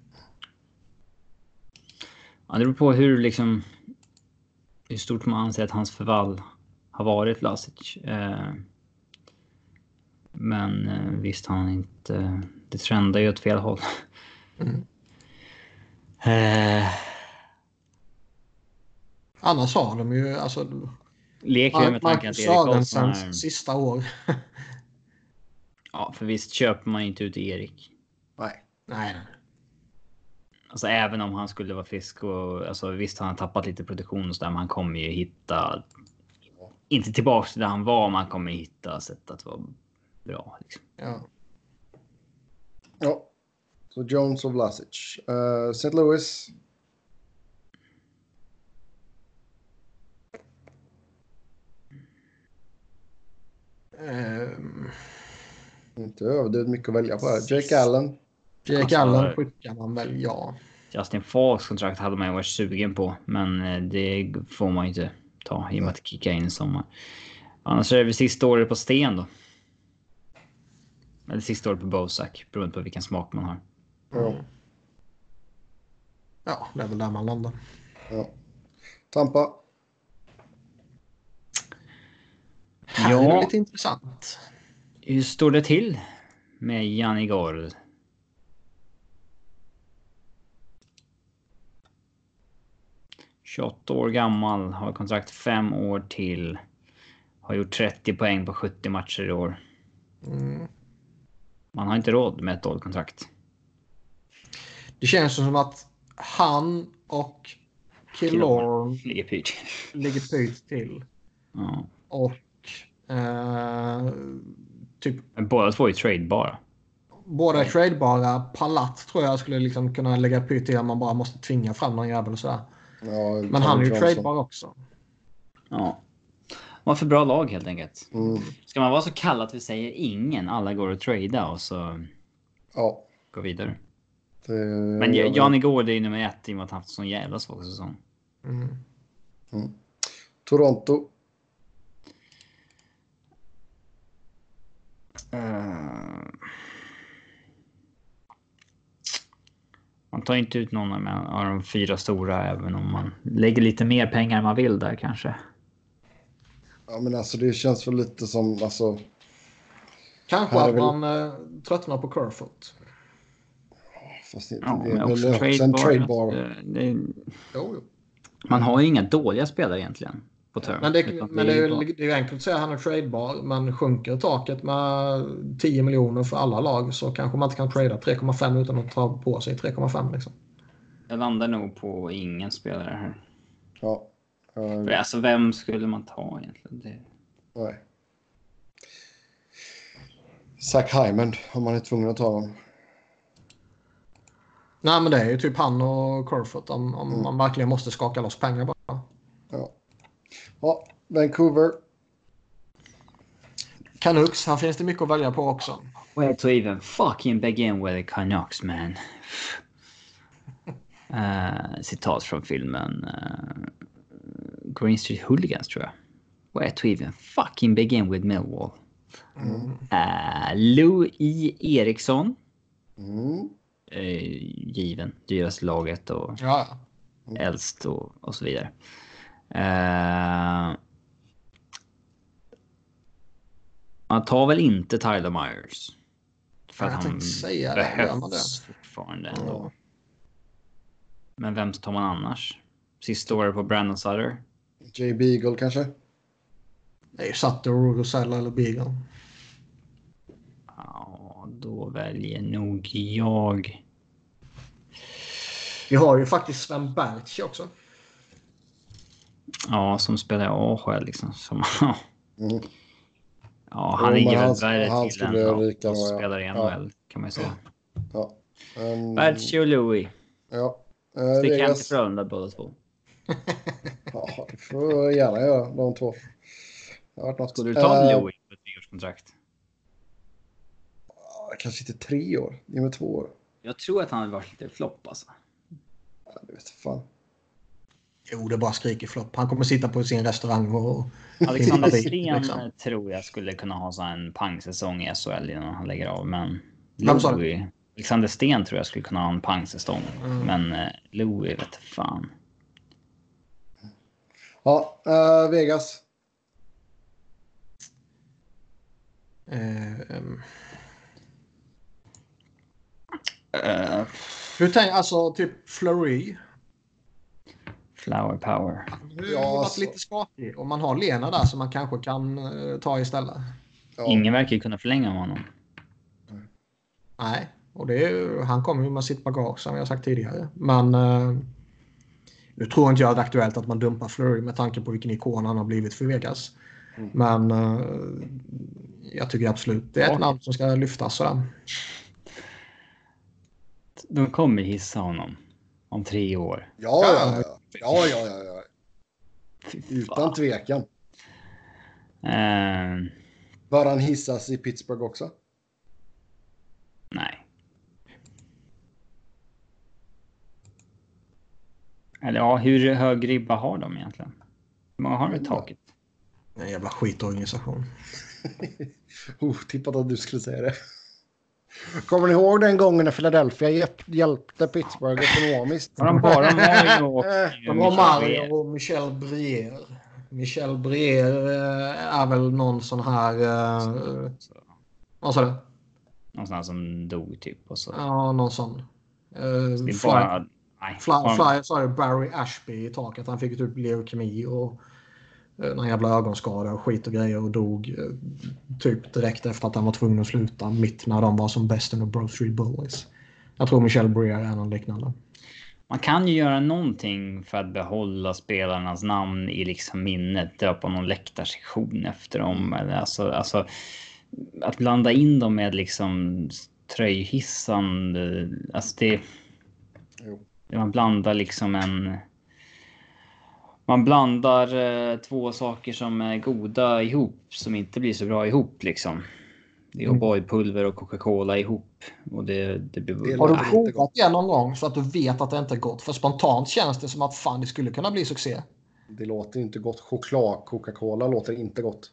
Speaker 1: Ja, det beror på hur liksom hur stort man anser att hans förvall har varit, Vlasic. Eh, men eh, visst har han inte... Det trendar ju åt fel håll.
Speaker 3: Mm.
Speaker 1: Eh.
Speaker 3: Annars har de ju... Alltså,
Speaker 1: leker Mark, med tanken att Erik
Speaker 3: Sörensens är... sista år.
Speaker 1: Ja, för visst köper man inte ut Erik.
Speaker 3: Nej. Nej, nej.
Speaker 1: Alltså även om han skulle vara frisk och alltså visst han har tappat lite produktion och så där, men han kommer ju hitta inte tillbaka till där han var, man kommer hitta sätt att vara bra liksom.
Speaker 3: Ja.
Speaker 2: Ja. Så Jones och Vlasic. Uh, Saint Louis.
Speaker 3: Um.
Speaker 2: Inte överdrivet mycket att välja på här. Jake Allen.
Speaker 3: Jake alltså, Allen skickar man väl, ja.
Speaker 1: Justin Falks kontrakt hade man ju varit sugen på, men det får man ju inte ta i och med att kicka in i sommar. Annars är det väl sista året på Sten då. Eller sista året på Bosak, beroende på vilken smak man har.
Speaker 2: Ja.
Speaker 3: Ja, det är väl där man landar.
Speaker 2: Ja. Tampa.
Speaker 3: Här ja. Är det lite intressant.
Speaker 1: Hur står det till med Yanni Gourde? tjugoåtta år gammal, har kontrakt fem år till. Har gjort trettio poäng på sjuttio matcher i år.
Speaker 3: Mm.
Speaker 1: Man har inte råd med ett dåligt kontrakt.
Speaker 3: Det känns som att han och Killorn
Speaker 1: ligger pyrt.
Speaker 3: Ligger pyrt till.
Speaker 1: Ja.
Speaker 3: Och eh, typ...
Speaker 1: Båda två är tradebara.
Speaker 3: Båda är tradebara. Palat tror jag skulle liksom kunna lägga pyrt till om man bara måste tvinga fram någon jävel och sådär.
Speaker 2: Ja,
Speaker 3: men han är ju tradebar också.
Speaker 1: Ja. Man för bra lag helt enkelt.
Speaker 2: Mm.
Speaker 1: Ska man vara så kall att vi säger ingen, alla går att trada och så
Speaker 2: ja.
Speaker 1: gå vidare.
Speaker 2: Det...
Speaker 1: Men Yanni Gourde är nummer ett i och med att han haft en sån jävla svag säsong.
Speaker 3: Mm.
Speaker 2: Mm. Toronto.
Speaker 1: Uh... Man tar inte ut någon av de fyra stora, även om man lägger lite mer pengar än man vill där kanske.
Speaker 2: Ja, men alltså det känns väl lite som alltså.
Speaker 3: Kanske att väl... man äh, tröttnar på Kerfoot.
Speaker 2: Fast inte
Speaker 1: ja,
Speaker 2: det. Men
Speaker 1: också
Speaker 2: det är en tradebar.
Speaker 1: Det, det...
Speaker 3: Jo, jo.
Speaker 1: Man har ju inga dåliga spelare egentligen på term.
Speaker 3: Men det, men det, är, det, är, det är enkelt att säga att han är tradebar. Men sjunker taket med tio miljoner för alla lag så kanske man inte kan trada tre komma fem utan att ta på sig tre komma fem liksom.
Speaker 1: Jag landar nog på ingen spelare här.
Speaker 2: Ja. Um...
Speaker 1: För alltså vem skulle man ta egentligen? Det...
Speaker 2: Nej. Zach Hyman om man är tvungen att ta dem.
Speaker 3: Nej, men det är ju typ han och Kerfoot om, om mm. man verkligen måste skaka loss pengar bara.
Speaker 2: Ja. Ja, Vancouver.
Speaker 3: Canucks, här finns det mycket att välja på också.
Speaker 1: Where to even fucking begin with the Canucks, man. uh, citat från filmen uh, Green Street Hooligans, tror jag. Where to even fucking begin with Millwall.
Speaker 2: Mm.
Speaker 1: Uh, Lou I. Eriksson.
Speaker 2: Mm.
Speaker 1: Uh, given, dyraste laget och
Speaker 3: ja.
Speaker 1: mm. äldst och, och så vidare. Uh, man tar väl inte Tyler Myers. För
Speaker 3: jag
Speaker 1: att han
Speaker 3: säga
Speaker 1: behövs det. fortfarande ändå. Ja. Men vem tar man annars? Sista året på Brandon Sutter?
Speaker 2: Jay Beagle kanske?
Speaker 3: Det är ju Sutter, Rosella eller Beagle.
Speaker 1: Ja, då väljer nog jag.
Speaker 3: Vi har ju faktiskt Sven Berch också.
Speaker 1: Ja, som spelar i A H L liksom. Som,
Speaker 2: mm.
Speaker 1: Ja, han ligger väl värre
Speaker 2: han
Speaker 1: till än ja,
Speaker 2: rika,
Speaker 1: och
Speaker 2: ja.
Speaker 1: spelar i N H L, ja. kan man ju säga.
Speaker 2: Ja. Um,
Speaker 1: Berchi och Louis.
Speaker 2: Ja. Uh,
Speaker 1: Stick hem
Speaker 2: Vegas.
Speaker 1: till Frölunda båda två.
Speaker 2: Ja, det får jag gärna göra, de två. Det har varit något.
Speaker 1: Skulle du ta
Speaker 2: uh,
Speaker 1: Louis på ett treårskontrakt?
Speaker 2: Uh, kanske inte tre år, ge mig två år.
Speaker 1: Jag tror att han hade varit lite flopp alltså.
Speaker 2: Ja, det vet fan.
Speaker 3: Jo, det bara skriker flopp. Han kommer sitta på sin restaurang och...
Speaker 1: Alexander Sten
Speaker 3: liksom.
Speaker 1: tror jag skulle kunna ha så en pangsäsong i S H L innan han lägger av. Men
Speaker 3: Vem sa
Speaker 1: Louis, Alexander Sten tror jag skulle kunna ha en pangsäsong.
Speaker 3: Mm.
Speaker 1: Men uh, Louis vet fan.
Speaker 2: Ja, uh, Vegas.
Speaker 3: Uh, um.
Speaker 1: Uh,
Speaker 3: Hur tänker alltså typ Fleury?
Speaker 1: Flower power.
Speaker 3: Nu
Speaker 2: Ja,
Speaker 3: har varit
Speaker 2: så-
Speaker 3: lite skakig. Och man har Lena där som man kanske kan uh, ta istället.
Speaker 2: Ja.
Speaker 1: Ingen verkar ju kunna förlänga med honom.
Speaker 3: Nej, och det är ju, han kommer ju med sitt bagage som jag har sagt tidigare. Men uh, nu tror inte jag det är aktuellt att man dumpar Fleury med tanke på vilken ikon han har blivit för Vegas.
Speaker 2: Mm.
Speaker 3: Men uh, jag tycker absolut det är ett
Speaker 1: Ja.
Speaker 3: namn som ska lyftas sådär.
Speaker 1: De kommer hissa honom om tre år.
Speaker 2: Ja, ja, ja. Ja, ja, ja, ja.
Speaker 1: Fy
Speaker 2: Utan
Speaker 1: fan.
Speaker 2: tvekan.
Speaker 1: Uh,
Speaker 2: Bör han hissas i Pittsburgh också?
Speaker 1: nej. Eller ja, hur hög ribba har de egentligen? Hur många har de i taket?
Speaker 3: En jävla skitorganisation.
Speaker 2: Oh, tippat att du skulle säga det. Kommer ni ihåg den gången när Philadelphia hjälp, hjälpte Pittsburgh ekonomiskt?
Speaker 1: Har de bara Mario och
Speaker 3: De har Mario och Michel Brier. Michel Brier eh, är väl någon sån här... Eh, vad sa du?
Speaker 1: Någon sån här som dog typ. Och så.
Speaker 3: Ja, någon sån. Eh,
Speaker 1: Det är
Speaker 3: Fly,
Speaker 1: bara... Nej,
Speaker 3: Fly,
Speaker 1: bara-
Speaker 3: Fly, sa ju Barry Ashby i taket. Han fick typ leukemi och eh, någon jävla ögonskada och skit och grejer och dog eh, typ direkt efter att han var tvungen att sluta mitt när de var som bäst under Bro Street Bullies. Jag tror Michel Brier är någon liknande.
Speaker 1: Man kan ju göra någonting för att behålla spelarnas namn i liksom minnet. Dra på någon läktarsektion efter dem. Eller alltså, alltså, att blanda in dem med liksom tröjhissan. Alltså det...
Speaker 2: Jo.
Speaker 1: Man blandar liksom en... Man blandar eh, två saker som är goda ihop. Som inte blir så bra ihop liksom. Det är
Speaker 3: Mm.
Speaker 1: O'boy-pulver och Coca-Cola ihop. Och det, det blir...
Speaker 2: Det
Speaker 3: Har du
Speaker 2: låter inte
Speaker 3: provat
Speaker 2: gott.
Speaker 3: det någon gång så att du vet att det inte är gott? För spontant känns det som att fan det skulle kunna bli succé.
Speaker 2: Det låter inte gott. Choklad, Coca-Cola låter inte gott.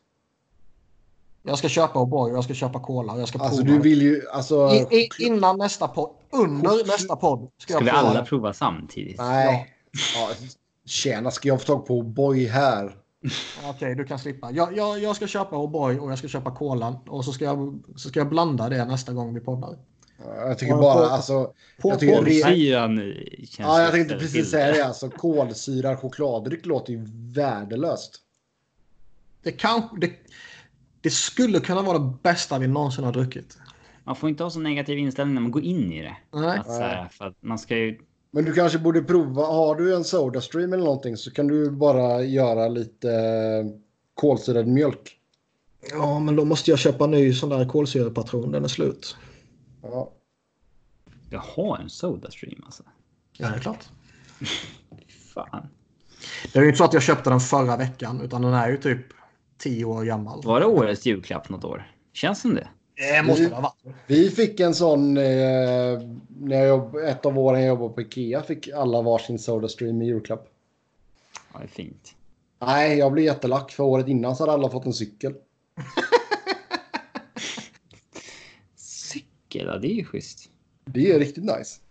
Speaker 3: Jag ska köpa O'boy och jag ska köpa cola och jag ska
Speaker 2: Alltså
Speaker 3: prova
Speaker 2: du vill ju... Alltså,
Speaker 3: det. I, i, innan nästa podd, under
Speaker 2: Chokl-
Speaker 3: nästa podd ska,
Speaker 1: Ska
Speaker 3: jag
Speaker 1: vi
Speaker 3: prova
Speaker 1: alla
Speaker 3: det.
Speaker 1: prova samtidigt?
Speaker 2: Nej. Ja, tjena, ska jag få tag på Boy här?
Speaker 3: Okej, du kan slippa. Jag, jag, jag ska köpa O'boy och jag ska köpa cola och så ska, jag, så ska jag blanda det nästa gång vi poddar.
Speaker 2: Ja, jag tycker
Speaker 3: Ja,
Speaker 2: bara,
Speaker 3: på-
Speaker 2: alltså...
Speaker 3: På,
Speaker 2: Jag tycker
Speaker 3: på,
Speaker 2: det-
Speaker 1: Syran känns
Speaker 2: Ja, jag
Speaker 1: ju
Speaker 2: tänkte
Speaker 1: istället
Speaker 2: precis
Speaker 1: till
Speaker 2: säga det. Alltså, kolsyrad chokladdryck låter ju värdelöst.
Speaker 3: det, kan, det, det skulle kunna vara det bästa vi någonsin har druckit.
Speaker 1: Man får inte ha så negativ inställning när man går in i det.
Speaker 3: Nej.
Speaker 1: Att, så här, för att man ska ju...
Speaker 2: Men du kanske borde prova, har du en SodaStream eller någonting så kan du bara göra lite eh, kolsyrad mjölk.
Speaker 3: Ja, men då måste jag köpa en ny sån där kolsyrepatron. Den är slut.
Speaker 2: Ja.
Speaker 1: Jag har en SodaStream alltså.
Speaker 3: Ja, det är klart.
Speaker 1: Fan.
Speaker 3: Det är ju inte så att jag köpte den förra veckan utan den är ju typ tio år gammal.
Speaker 1: Var det årets julklapp något år? Känns som det?
Speaker 3: Det måste det ha varit.
Speaker 2: Vi fick en sån, eh, när jag jobb, ett av åren jag jobbade på Ikea fick alla varsin SodaStream i julklapp.
Speaker 1: Ja, det är fint.
Speaker 2: Nej, jag blev jättelack för året innan så hade alla fått en cykel.
Speaker 1: Cykel, ja, det är ju schysst.
Speaker 2: Det är riktigt nice.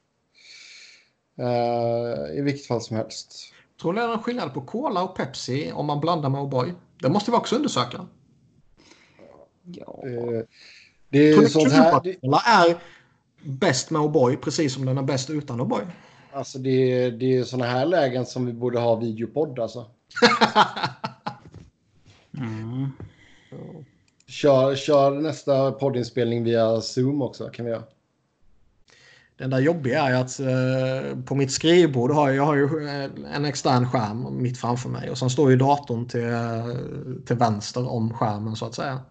Speaker 2: Eh, I vilket fall som helst.
Speaker 3: Tror ni det är någon skillnad på Cola och Pepsi om man blandar med O'boy? Det måste vi också undersöka.
Speaker 1: Ja.
Speaker 2: Eh, det
Speaker 3: Tror
Speaker 2: är
Speaker 3: ni
Speaker 2: sånt här... Det,
Speaker 3: Cola är bäst med O'boy precis som den är bäst utan O'boy?
Speaker 2: alltså det, det är såna här lägen som vi borde ha videopodd alltså.
Speaker 1: Mm.
Speaker 2: Kör, kör nästa poddinspelning via Zoom också kan vi göra.
Speaker 3: Den där jobbiga är att eh, på mitt skrivbord har jag, jag har ju en extern skärm mitt framför mig och sen står ju datorn till, till vänster om skärmen så att säga.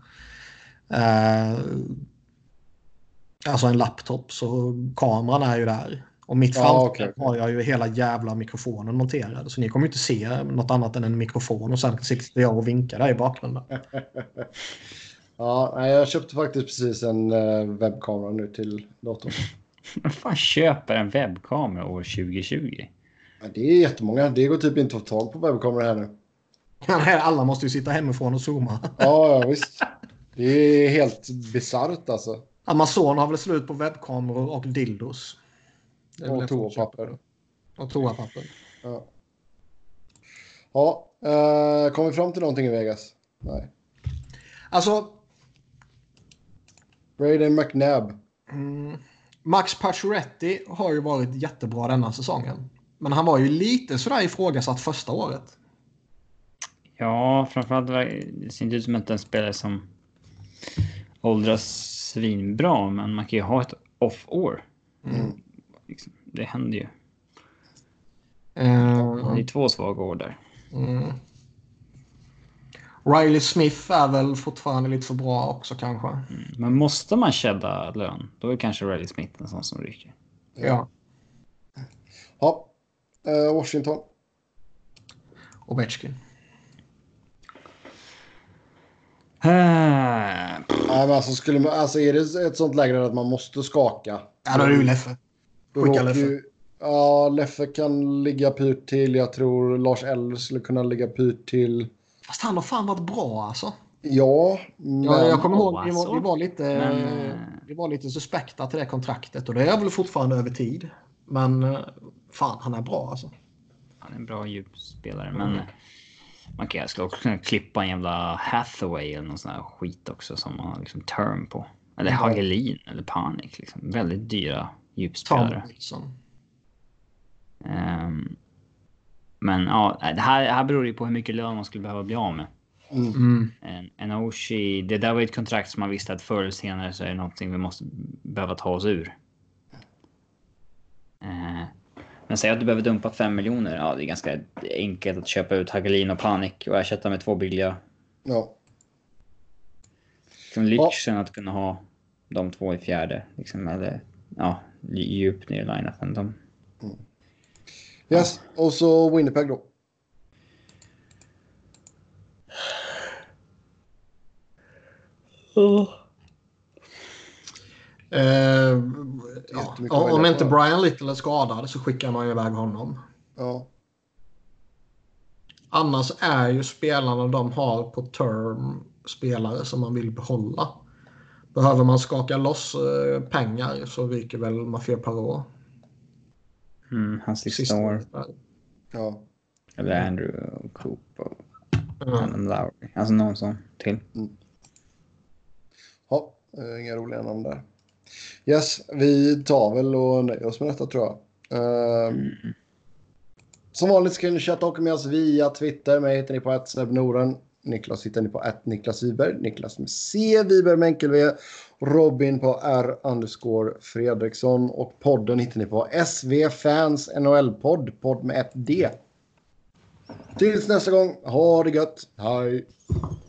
Speaker 3: Eh, alltså en laptop så kameran är ju där Och mitt
Speaker 2: Ja,
Speaker 3: framför
Speaker 2: okej, okej.
Speaker 3: har jag ju hela jävla mikrofonen monterad. Så ni kommer inte se något annat än en mikrofon. Och sen sitter jag och vinkar där i bakgrunden.
Speaker 2: Ja, nej, jag köpte faktiskt precis en uh, webbkamera nu till datorn.
Speaker 1: Vem fan köper en webbkamera år tjugo tjugo?
Speaker 2: Ja, det är jättemånga. Det går typ inte att få tag på webbkameror här nu.
Speaker 3: Alla måste ju sitta hemifrån och zooma.
Speaker 2: Ja, ja visst. Det är helt bisarrt alltså.
Speaker 3: Amazon har väl slut på webbkameror och dildos. Det är väl
Speaker 2: Och
Speaker 3: det folk
Speaker 2: toapapper.
Speaker 3: köper. Och toapapper.
Speaker 2: Ja. Ja, uh, kom vi fram till någonting i Vegas? Nej.
Speaker 3: Alltså...
Speaker 2: Braden McNabb.
Speaker 3: Mm, Max Pacioretty har ju varit jättebra denna säsongen. Men han var ju lite sådär ifrågasatt första året.
Speaker 1: Ja, framförallt det ser inte ut som att en spelare som åldras svinbra, men man kan ju ha ett off-år.
Speaker 2: Mm.
Speaker 1: Liksom, det händer ju.
Speaker 3: Uh,
Speaker 1: Det är två svaga år där.
Speaker 3: mm. Riley Smith är väl fortfarande lite för bra också kanske.
Speaker 1: Mm. Men måste man kedda lön, då är kanske Riley Smith en sån som ryker.
Speaker 3: Ja.
Speaker 2: Ja, uh, Washington.
Speaker 3: Ovechkin.
Speaker 1: Uh,
Speaker 2: Nej, men alltså, skulle man, alltså är det ett sånt läge att man måste skaka?
Speaker 3: Ja, då är det ju Leffe.
Speaker 2: Då
Speaker 3: Skicka
Speaker 2: åker
Speaker 3: Leffe.
Speaker 2: ju- Ja, Leffe kan ligga pyrt till. Jag tror Lars Eller skulle kunna ligga pyrt till.
Speaker 3: Fast han har fan varit bra alltså.
Speaker 2: Ja, men...
Speaker 3: Ja, jag kommer ihåg
Speaker 1: Ja,
Speaker 3: vi var,
Speaker 1: alltså.
Speaker 3: vi var lite
Speaker 1: Men, eh,
Speaker 3: vi var lite suspekta till det kontraktet och det är väl fortfarande över tid. Men eh, fan, han är bra alltså.
Speaker 1: han är en bra djupspelare, men man kan jag skulle också kunna klippa en jävla Hathaway eller någon sån här skit också som man har liksom term på. Eller
Speaker 2: Mm.
Speaker 1: Hagelin eller Panik liksom. Väldigt dyra djupspelare.
Speaker 3: Tom Wilson.
Speaker 1: Um, men ja, det här, det här beror ju på hur mycket lön man skulle behöva bli av med.
Speaker 2: Mm.
Speaker 3: Mm.
Speaker 1: En, en Oshie, det där var ett kontrakt som man visste att förr eller senare så är det någonting vi måste behöva ta oss ur. Uh, men säg att du behöver dumpa fem miljoner. Ja, det är ganska enkelt att köpa ut Hagelin och Panik och ersätta med två billiga.
Speaker 2: Ja.
Speaker 1: Som lyxen att kunna ha de två i fjärde. Liksom, eller ja, djupt ner i line-upen. De...
Speaker 2: Yes, och så Winnipeg då.
Speaker 3: Eh, ja.
Speaker 2: Jättemycket
Speaker 3: Om om
Speaker 2: att
Speaker 3: inte
Speaker 2: välja på.
Speaker 3: Brian Little är skadad så skickar man ju iväg honom.
Speaker 2: Ja.
Speaker 3: Annars är ju spelarna de har på term spelare som man vill behålla. Behöver man skaka loss eh, pengar så ryker väl Mathieu Perreault.
Speaker 1: Mm, hans sista,
Speaker 3: Sista
Speaker 1: år.
Speaker 3: året där.
Speaker 2: Ja.
Speaker 1: Eller Andrew och Coop och
Speaker 3: Mm.
Speaker 1: Adam Lowry. Alltså någon sån till.
Speaker 2: Ja, eh, inga roliga namn där. Yes, vi tar väl och nöjer oss med detta tror jag. Ehm,
Speaker 1: Mm.
Speaker 2: Som vanligt ska ni chatta och med oss via Twitter. Mig hittar ni på att Noren. Niklas hittar ni på att Niklas Wiberg. Niklas med C. Wiberg med enkel V. Robin på R underscore Fredriksson. Och podden hittar ni på S V Fans N H L-podd. Podd med ett D. Tills nästa gång. Ha det gött. Hej.